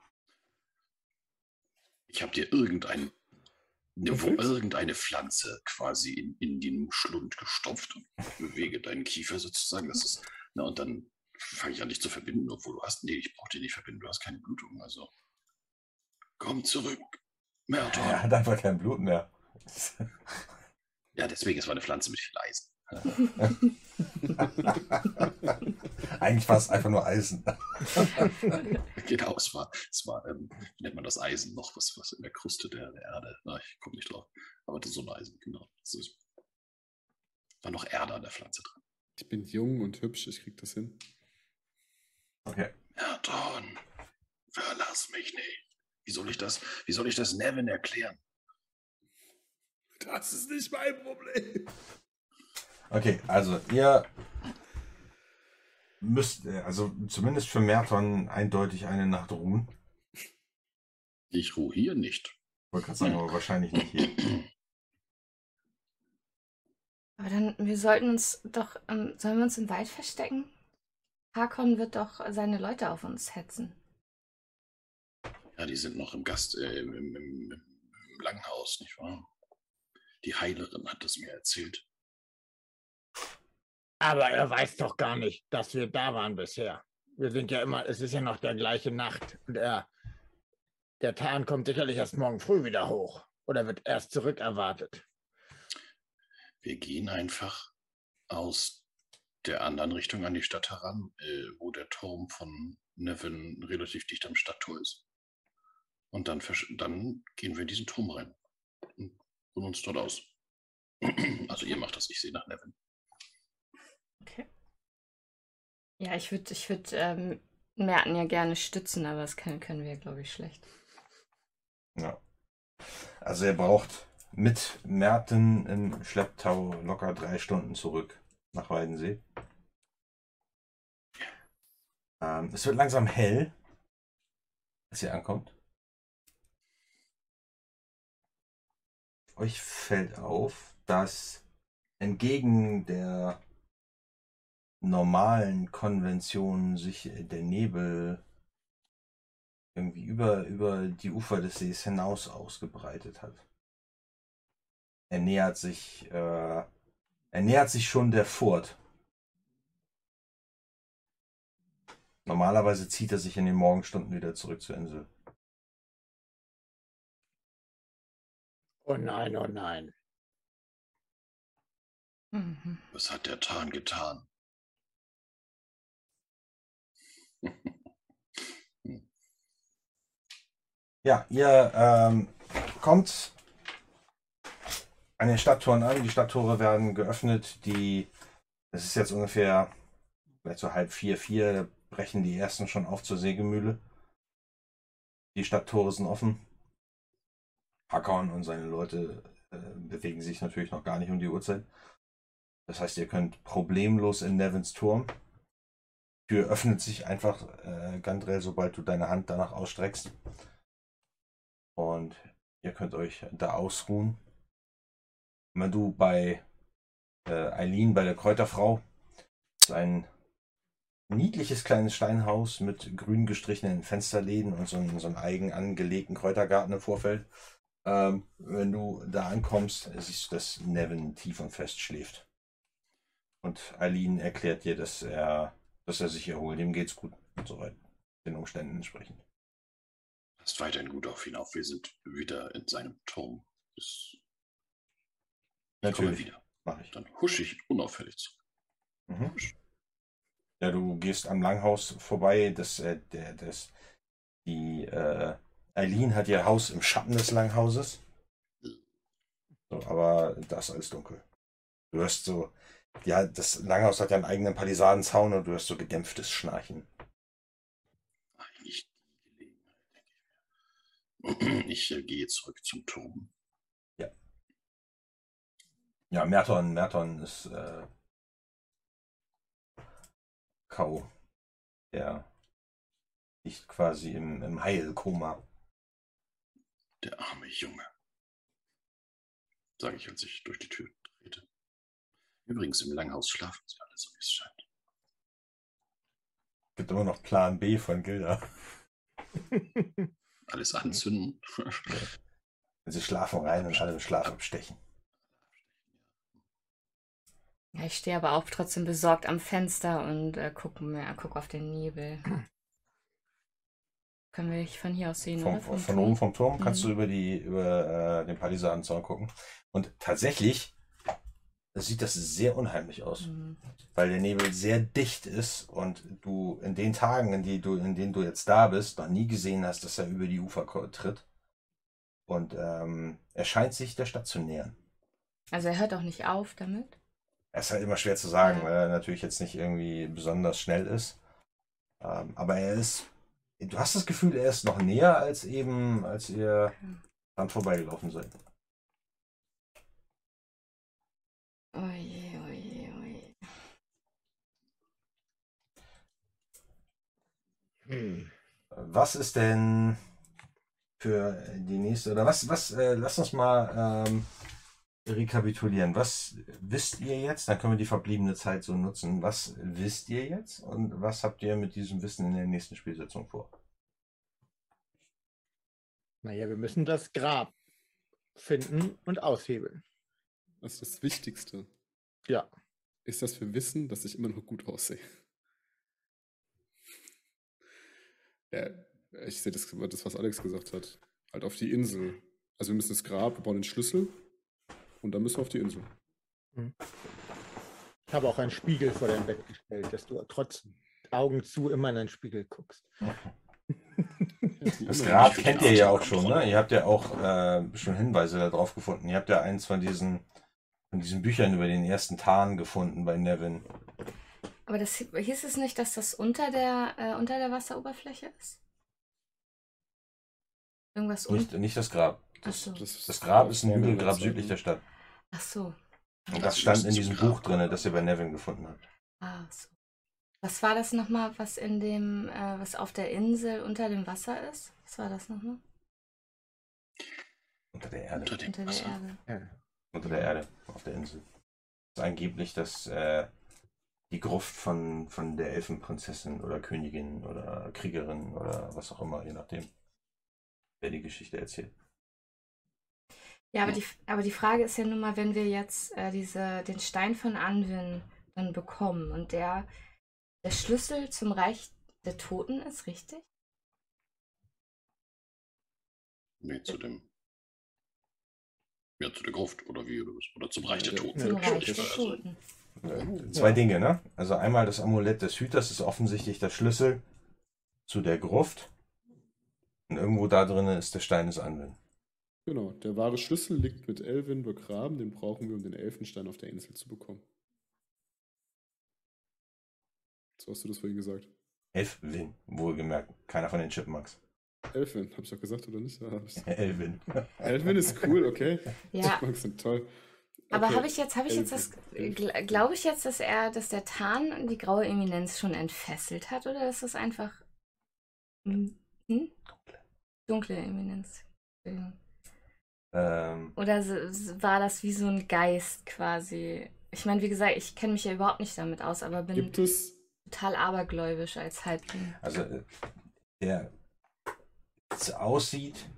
Ich habe dir Perfekt. irgendeine Pflanze quasi in den Schlund gestopft und bewege deinen Kiefer sozusagen. Das ist, und dann fange ich an, dich zu verbinden, obwohl du hast. Nee, ich brauche dich nicht verbinden, du hast keine Blutung. Also komm zurück, Merton. Er hat einfach kein Blut mehr. Ja, deswegen, es war eine Pflanze mit viel Eisen. Eigentlich war es einfach nur Eisen. Genau, es war wie nennt man das Eisen noch, was in der Kruste der Erde. Na, ich komme nicht drauf. Aber das ist so ein Eisen, genau. War noch Erde an der Pflanze drin. Ich bin jung und hübsch, ich krieg das hin. Okay. Merton, verlass mich nicht. Wie soll ich das Nevin erklären? Das ist nicht mein Problem. Okay, also ihr müsst, also zumindest für Merton eindeutig eine Nacht ruhen. Ich ruhe hier nicht. Ich wollte gerade sagen, aber wahrscheinlich nicht hier. Aber dann, wir sollten uns doch, sollen wir uns im Wald verstecken? Hakon wird doch seine Leute auf uns hetzen. Ja, die sind noch im im Langhaus, nicht wahr? Die Heilerin hat es mir erzählt. Aber er weiß doch gar nicht, dass wir da waren bisher. Wir sind ja immer, es ist ja noch der gleiche Nacht. Und der Tarn kommt sicherlich erst morgen früh wieder hoch. Oder wird erst zurück erwartet. Wir gehen einfach aus der anderen Richtung an die Stadt heran, wo der Turm von Nevin relativ dicht am Stadttor ist. Und dann gehen wir in diesen Turm rein und ruhen uns dort aus. Also ihr macht das, ich sehe nach Nevin. Okay. Ja, ich würd, Merten ja gerne stützen, aber das können wir, glaube ich, schlecht. Ja. Also er braucht mit Merten im Schlepptau locker 3 Stunden zurück nach Weidensee. Es wird langsam hell, als ihr ankommt. Euch fällt auf, dass entgegen der normalen Konvention sich der Nebel irgendwie über die Ufer des Sees hinaus ausgebreitet hat. Er nähert sich schon der Furt. Normalerweise zieht er sich in den Morgenstunden wieder zurück zur Insel. Oh nein, oh nein. Mhm. Was hat der Tarn getan? Ja, ihr kommt an den Stadttoren an. Die Stadttore werden geöffnet. Es ist jetzt ungefähr vielleicht so 3:30, da brechen die ersten schon auf zur Sägemühle. Die Stadttore sind offen. Hakon und seine Leute bewegen sich natürlich noch gar nicht um die Uhrzeit. Das heißt, ihr könnt problemlos in Nevins Turm. Die Tür öffnet sich einfach, Gandrel, sobald du deine Hand danach ausstreckst. Und ihr könnt euch da ausruhen. Wenn du bei Eileen, bei der Kräuterfrau, ist ein niedliches kleines Steinhaus mit grün gestrichenen Fensterläden und so einen eigen angelegten Kräutergarten im Vorfeld. Wenn du da ankommst, siehst du, dass Nevin tief und fest schläft. Und Eileen erklärt dir, dass er sich erholt. Ihm geht's gut und so weiter. Den Umständen entsprechend. Passt weiterhin gut auf ihn auf. Wir sind wieder in seinem Turm. Ich komme wieder. Mach ich. Dann husche ich unauffällig zurück. Mhm. Ja, du gehst am Langhaus vorbei. Eileen hat ihr Haus im Schatten des Langhauses. So, aber das ist alles dunkel. Du hörst so, ja, das Langhaus hat ja einen eigenen Palisadenzaun und du hörst so gedämpftes Schnarchen. Eigentlich die Gelegenheit, denke ich mir. Ich gehe zurück zum Turm. Ja. Ja, Merton ist K.O. Der liegt quasi im Heilkoma. Der arme Junge, sage ich, als ich durch die Tür trete. Übrigens, im Langhaus schlafen sie alle, so wie es scheint. Gibt immer noch Plan B von Gilda. Alles anzünden. Sie schlafen rein und alle im Schlaf abstechen. Ja, ich stehe aber auch trotzdem besorgt am Fenster und guck auf den Nebel. Können wir von hier aus sehen, oder? Von oben vom Turm kannst du über den Palisadenzaun gucken. Und tatsächlich sieht das sehr unheimlich aus, weil der Nebel sehr dicht ist und du in den Tagen, in denen du jetzt da bist, noch nie gesehen hast, dass er über die Ufer tritt. Und er scheint sich der Stadt zu nähern. Also er hört auch nicht auf damit? Es ist halt immer schwer zu sagen, weil er natürlich jetzt nicht irgendwie besonders schnell ist. Aber du hast das Gefühl, er ist noch näher als eben, als ihr dran vorbeigelaufen seid. Oje, oje, oje. Was ist denn für die nächste, oder lass uns mal rekapitulieren. Was wisst ihr jetzt? Dann können wir die verbliebene Zeit so nutzen. Was wisst ihr jetzt und was habt ihr mit diesem Wissen in der nächsten Spielsitzung vor? Naja, wir müssen das Grab finden und aushebeln. Das ist das Wichtigste. Ja. Ist, dass wir wissen, dass ich immer noch gut aussehe. Ja, ich sehe das, was Alex gesagt hat. Halt auf die Insel. Also wir müssen das Grab, wir brauchen den Schlüssel und dann müssen wir auf die Insel. Ich habe auch einen Spiegel vor dein Bett gestellt, dass du trotz Augen zu immer in einen Spiegel guckst. Das Grab kennt ihr ja auch schon, ne? Ihr habt ja auch schon Hinweise darauf gefunden. Ihr habt ja eins von diesen Büchern über den ersten Tarn gefunden bei Nevin. Aber hieß es nicht, dass das unter der Wasseroberfläche ist? Irgendwas Nicht das Grab. Ach so. Das Grab ist ein Hügelgrab südlich der Stadt. Ach so. Und das stand in diesem Buch drin, das ihr bei Nevin gefunden habt. Ah, so. Was war das nochmal, was in dem, was auf der Insel unter dem Wasser ist? Was war das nochmal? Unter der Erde. Unter der Erde. Ja. Unter der Erde, auf der Insel. Das ist angeblich die Gruft von der Elfenprinzessin oder Königin oder Kriegerin oder was auch immer, je nachdem, wer die Geschichte erzählt. Ja, aber die Frage ist ja nun mal, wenn wir jetzt den Stein von Anvin dann bekommen und der Schlüssel zum Reich der Toten ist, richtig? Nee, zu der Gruft oder wie? Oder zum Reich der Toten. Zum Reich der Also, Toten. Zwei Dinge, ne? Also einmal das Amulett des Hüters ist offensichtlich der Schlüssel zu der Gruft. Und irgendwo da drin ist der Stein des Anvin. Genau, der wahre Schlüssel liegt mit Elvin begraben, den brauchen wir, um den Elfenstein auf der Insel zu bekommen. So hast du das vorhin gesagt. Elfwin, wohlgemerkt. Keiner von den Chipmunks. Elfin, hab ich doch gesagt, oder nicht? Ja, Elvin. Elfin ist cool, okay. Ja. Chipmunks sind toll. Aber Okay. habe ich jetzt glaube ich jetzt, dass der Tarn die graue Eminenz schon entfesselt hat, oder ist das einfach dunkle Eminenz? Oder war das wie so ein Geist quasi? Ich meine, wie gesagt, ich kenne mich ja überhaupt nicht damit aus, aber bin Gibt es total abergläubisch als Halbling. Also, der es aussieht,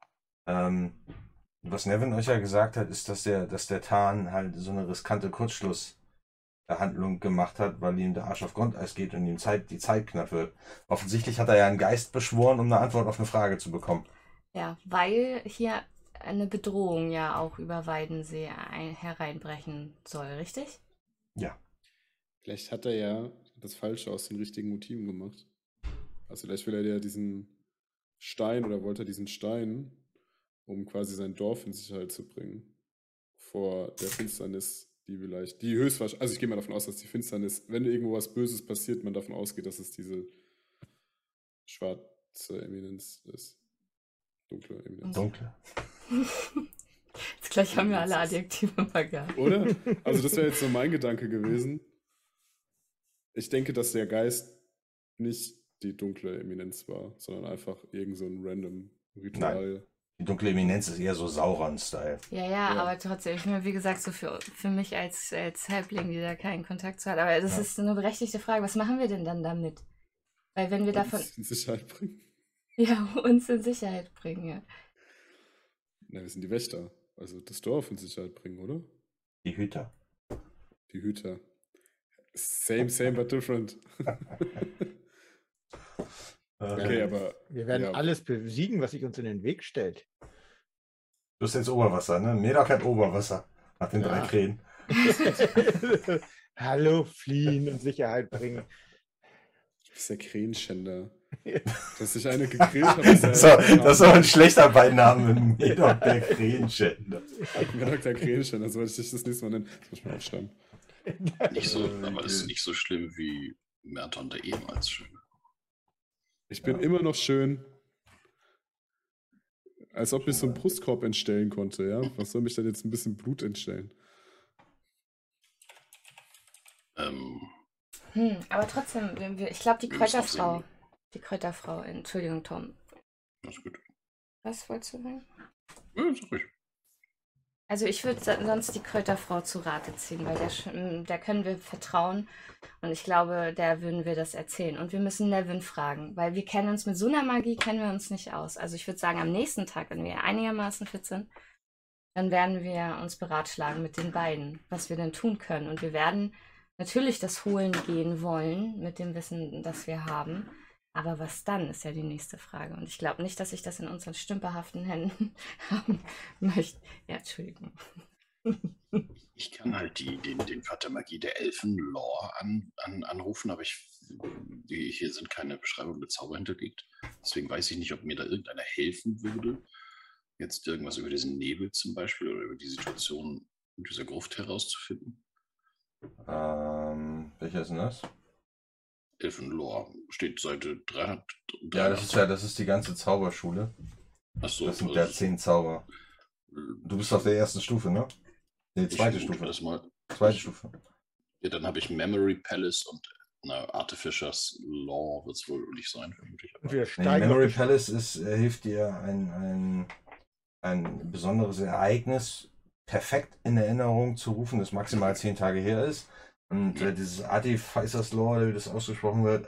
was Nevin euch ja gesagt hat, ist, dass der Tarn halt so eine riskante Kurzschlusshandlung gemacht hat, weil ihm der Arsch auf Grundeis geht und ihm die Zeit knapp wird. Offensichtlich hat er ja einen Geist beschworen, um eine Antwort auf eine Frage zu bekommen. Ja, weil hier eine Bedrohung ja auch über Weidensee hereinbrechen soll, richtig? Ja. Vielleicht hat er ja das Falsche aus den richtigen Motiven gemacht. Also vielleicht will er ja diesen Stein oder wollte er diesen Stein, um quasi sein Dorf in Sicherheit zu bringen. Vor der Finsternis, die höchstwahrscheinlich, also ich gehe mal davon aus, dass die Finsternis, wenn irgendwo was Böses passiert, man davon ausgeht, dass es diese schwarze Eminenz ist. Dunkle Eminenz. Dunkle. Jetzt gleich haben wir alle Adjektive vergessen. Oder? Also das wäre jetzt so mein Gedanke gewesen. Ich denke, dass der Geist nicht die dunkle Eminenz war, sondern einfach irgend so ein random Ritual. Nein. Die dunkle Eminenz ist eher so Sauron-Style. Ja, aber trotzdem, ich meine, wie gesagt, so für mich als Halbling, die da keinen Kontakt zu hat. Aber das ist eine berechtigte Frage. Was machen wir denn dann damit? Weil wenn wir davon... Uns in Sicherheit bringen. Ja, uns in Sicherheit bringen, ja. Na, wir sind die Wächter. Also das Dorf in Sicherheit bringen, oder? Die Hüter. Die Hüter. Same, but different. Okay, aber... Wir werden alles besiegen, was sich uns in den Weg stellt. Du bist jetzt Oberwasser, ne? Mir doch kein Oberwasser. Nach den 3 Krähen. Hallo, fliehen und Sicherheit bringen. Du bist der Krähenschänder. Dass ich eine gegrillt habe. Das ist aber ein schlechter Beiname. Mir doch der Krähenschänder. Mir doch der Krähenschänder, so wollte ich dich das nächste Mal nennen. Das muss ich mal aufschreiben. Nicht so, aber es ist nicht so schlimm wie Merton der ehemals Schöne. Ich bin immer noch schön. Als ob ich so einen Brustkorb entstellen konnte, ja? Was soll mich denn jetzt ein bisschen Blut entstellen? Aber trotzdem, ich glaube, die Wir müssen auch Kräuterfrau. sehen. Die Kräuterfrau, Entschuldigung, Tom. Das ist gut. Was wolltest du sagen? Ja, sag ruhig. Also ich würde sonst die Kräuterfrau zu Rate ziehen, weil der können wir vertrauen und ich glaube, der würden wir das erzählen. Und wir müssen Nevin fragen, weil wir kennen uns mit so einer Magie, kennen wir uns nicht aus. Also ich würde sagen, am nächsten Tag, wenn wir einigermaßen fit sind, dann werden wir uns beratschlagen mit den beiden, was wir denn tun können. Und wir werden natürlich das holen gehen wollen mit dem Wissen, das wir haben. Aber was dann, ist ja die nächste Frage. Und ich glaube nicht, dass ich das in unseren stümperhaften Händen haben möchte. Ja, Entschuldigung. Ich kann halt den Vater Magie der Elfen Lore anrufen, aber hier sind keine Beschreibungen der Zauber hinterlegt. Deswegen weiß ich nicht, ob mir da irgendeiner helfen würde. Jetzt irgendwas über diesen Nebel zum Beispiel oder über die Situation in dieser Gruft herauszufinden. Welcher ist denn das? Elfenlore steht Seite 300. Ja, das ist die ganze Zauberschule. Achso, Das sind ja 10 Zauber. Du bist auf der ersten Stufe, ne? Nee, zweite Stufe. Zweite Stufe. Ja, dann habe ich Memory Palace und Artificers Law wird es wohl nicht sein, vermutlich. Und wir Nee, steigen Memory auf- Palace hilft dir, ein besonderes Ereignis perfekt in Erinnerung zu rufen, das maximal 10 Tage her ist. Und dieses Artificers Law, wie das ausgesprochen wird,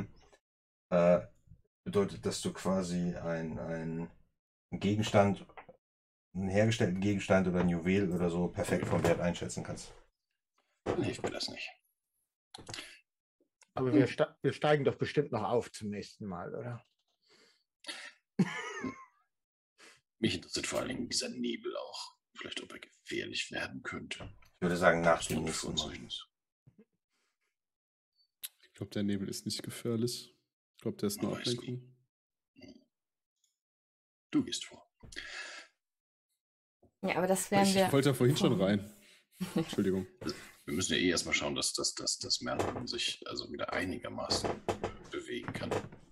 bedeutet, dass du quasi einen Gegenstand, einen hergestellten Gegenstand oder ein Juwel oder so perfekt vom Wert einschätzen kannst. Dann hilft mir das nicht. Aber wir steigen doch bestimmt noch auf zum nächsten Mal, oder? Mich interessiert vor allen Dingen dieser Nebel auch. Vielleicht, ob er gefährlich werden könnte. Ich würde sagen, nach Was dem für ein nächsten Mal. Vorzeichen ist. Ich glaube, der Nebel ist nicht gefährlich. Ich glaube, der ist nur Man weiß Ablenkung. Du gehst vor. Ja, aber das werden Ich wir. wollte da vorhin schon rein. Entschuldigung. Wir müssen ja erstmal schauen, dass Merlin sich also wieder einigermaßen bewegen kann.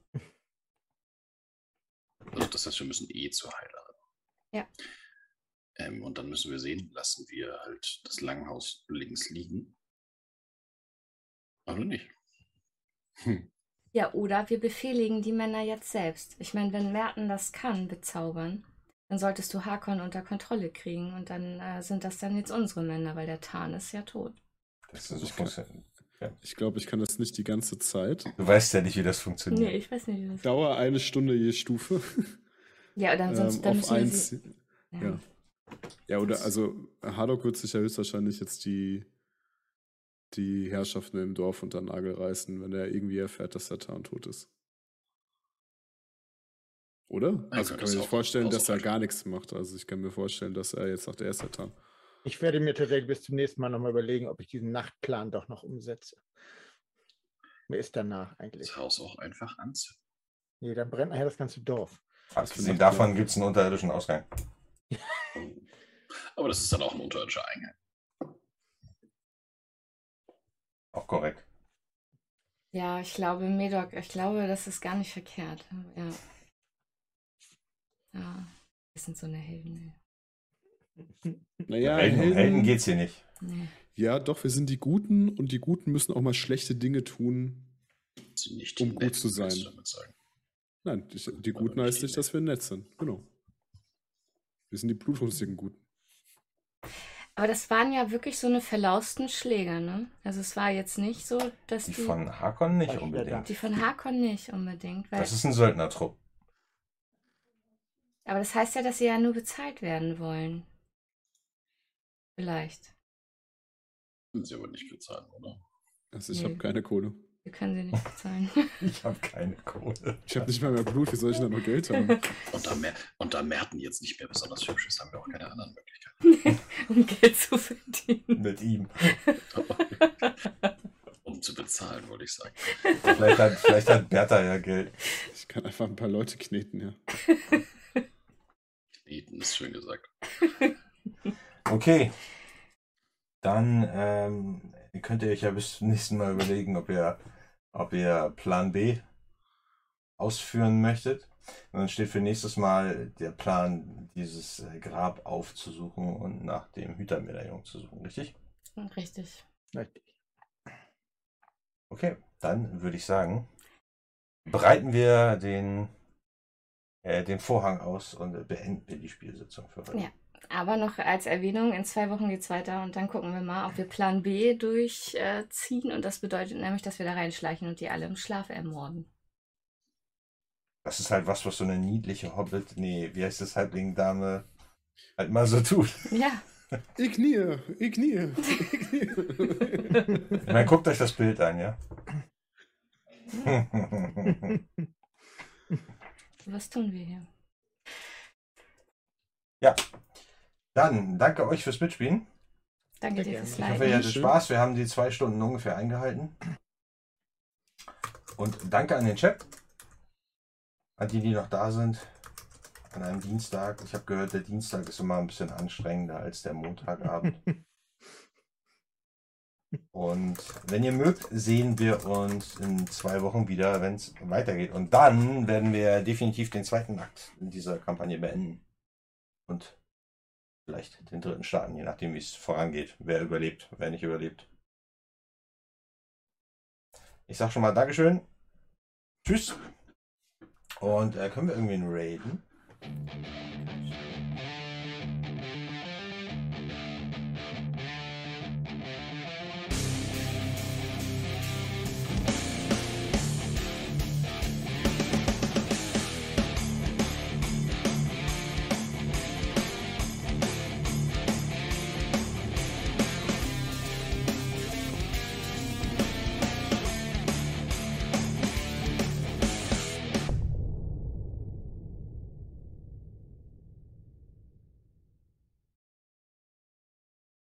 Also das heißt, wir müssen zur Heilerin. Ja. Und dann müssen wir sehen, lassen wir halt das Langhaus links liegen. Oder nicht? Ja, oder wir befehligen die Männer jetzt selbst. Ich meine, wenn Merten das kann, bezaubern, dann solltest du Hakon unter Kontrolle kriegen und dann sind das dann jetzt unsere Männer, weil der Tarn ist ja tot. Das ist so Ich glaube, ich kann das nicht die ganze Zeit. Du weißt ja nicht, wie das funktioniert. Nee, ich weiß nicht, wie das Dauer 1 Stunde je Stufe. Ja, dann sonst dann auf müssen wir 1. sie. Ja. Ja, oder also Hardock wird sich ja höchstwahrscheinlich jetzt die Herrschaften im Dorf unter den Nagel reißen, wenn er irgendwie erfährt, dass der Tarn tot ist. Oder? Also kann man sich vorstellen, dass er gar nichts macht. Also ich kann mir vorstellen, dass er jetzt sagt, er ist der Tarn. Ich werde mir tatsächlich bis zum nächsten Mal nochmal überlegen, ob ich diesen Nachtplan doch noch umsetze. Mir ist danach eigentlich. Das Haus auch einfach anzünden. Nee, dann brennt nachher das ganze Dorf. Abgesehen davon gibt es einen unterirdischen Ausgang. Aber das ist dann auch ein unterirdischer Eingang. Auch korrekt. Ja, ich glaube, Medok, das ist gar nicht verkehrt. Ja. Ja, wir sind so eine Helden. Naja, Helden geht's hier nicht. Nee. Ja, doch, wir sind die Guten und die Guten müssen auch mal schlechte Dinge tun. Sie nicht Um gut nett, zu sein. willst du damit sagen. Nein, die Guten heißt nicht, dass wir nett sind. Genau. Wir sind die blutrünstigen Guten. Aber das waren ja wirklich so eine verlausten Schläger, ne? Also es war jetzt nicht so, dass Die von Hakon nicht unbedingt. die von Hakon nicht unbedingt. Weil, Das ist ein Söldnertrupp. aber das heißt ja, dass sie ja nur bezahlt werden wollen. Vielleicht. Können Sie aber nicht bezahlen, oder? Also ich Nee. habe keine Kohle. Wir können sie nicht bezahlen. Ich habe keine Kohle. Ich habe nicht mal mehr Blut, wie soll ich denn da noch Geld haben? Und da Merten jetzt nicht mehr besonders hübsch ist, haben wir auch keine anderen Möglichkeiten. Um Geld zu verdienen. Mit ihm. Um zu bezahlen, wollte ich sagen. Vielleicht hat Bertha ja Geld. Ich kann einfach ein paar Leute kneten, ja. Kneten ist schön gesagt. Okay. Dann könnt ihr euch ja bis zum nächsten Mal überlegen, ob ihr Plan B ausführen möchtet. Und dann steht für nächstes Mal der Plan, dieses Grab aufzusuchen und nach dem Hütermedaillon zu suchen, richtig? Richtig. Richtig. Okay, dann würde ich sagen, breiten wir den Vorhang aus und beenden wir die Spielsitzung für heute. Ja. Aber noch als Erwähnung, in 2 Wochen geht's weiter und dann gucken wir mal, ob wir Plan B durchziehen. Und das bedeutet nämlich, dass wir da reinschleichen und die alle im Schlaf ermorden. Das ist halt was so eine niedliche Hobbit, wie heißt das, Halbling-Dame halt mal so tut. Ja. Ich knie. Ich meine, guckt euch das Bild an, ja? Was tun wir hier? Ja, dann danke euch fürs Mitspielen. Danke Sehr dir fürs Ich hoffe, ihr Leiten. hattet Spaß. Wir haben die 2 Stunden ungefähr eingehalten. Und danke an den Chat. An die noch da sind. An einem Dienstag. Ich habe gehört, der Dienstag ist immer ein bisschen anstrengender als der Montagabend. Und wenn ihr mögt, sehen wir uns in 2 Wochen wieder, wenn es weitergeht. Und dann werden wir definitiv den 2. Akt in dieser Kampagne beenden. Und vielleicht den 3. starten, je nachdem, wie es vorangeht. Wer überlebt, wer nicht überlebt. Ich sag schon mal Dankeschön. Tschüss. Und können wir irgendwie raiden?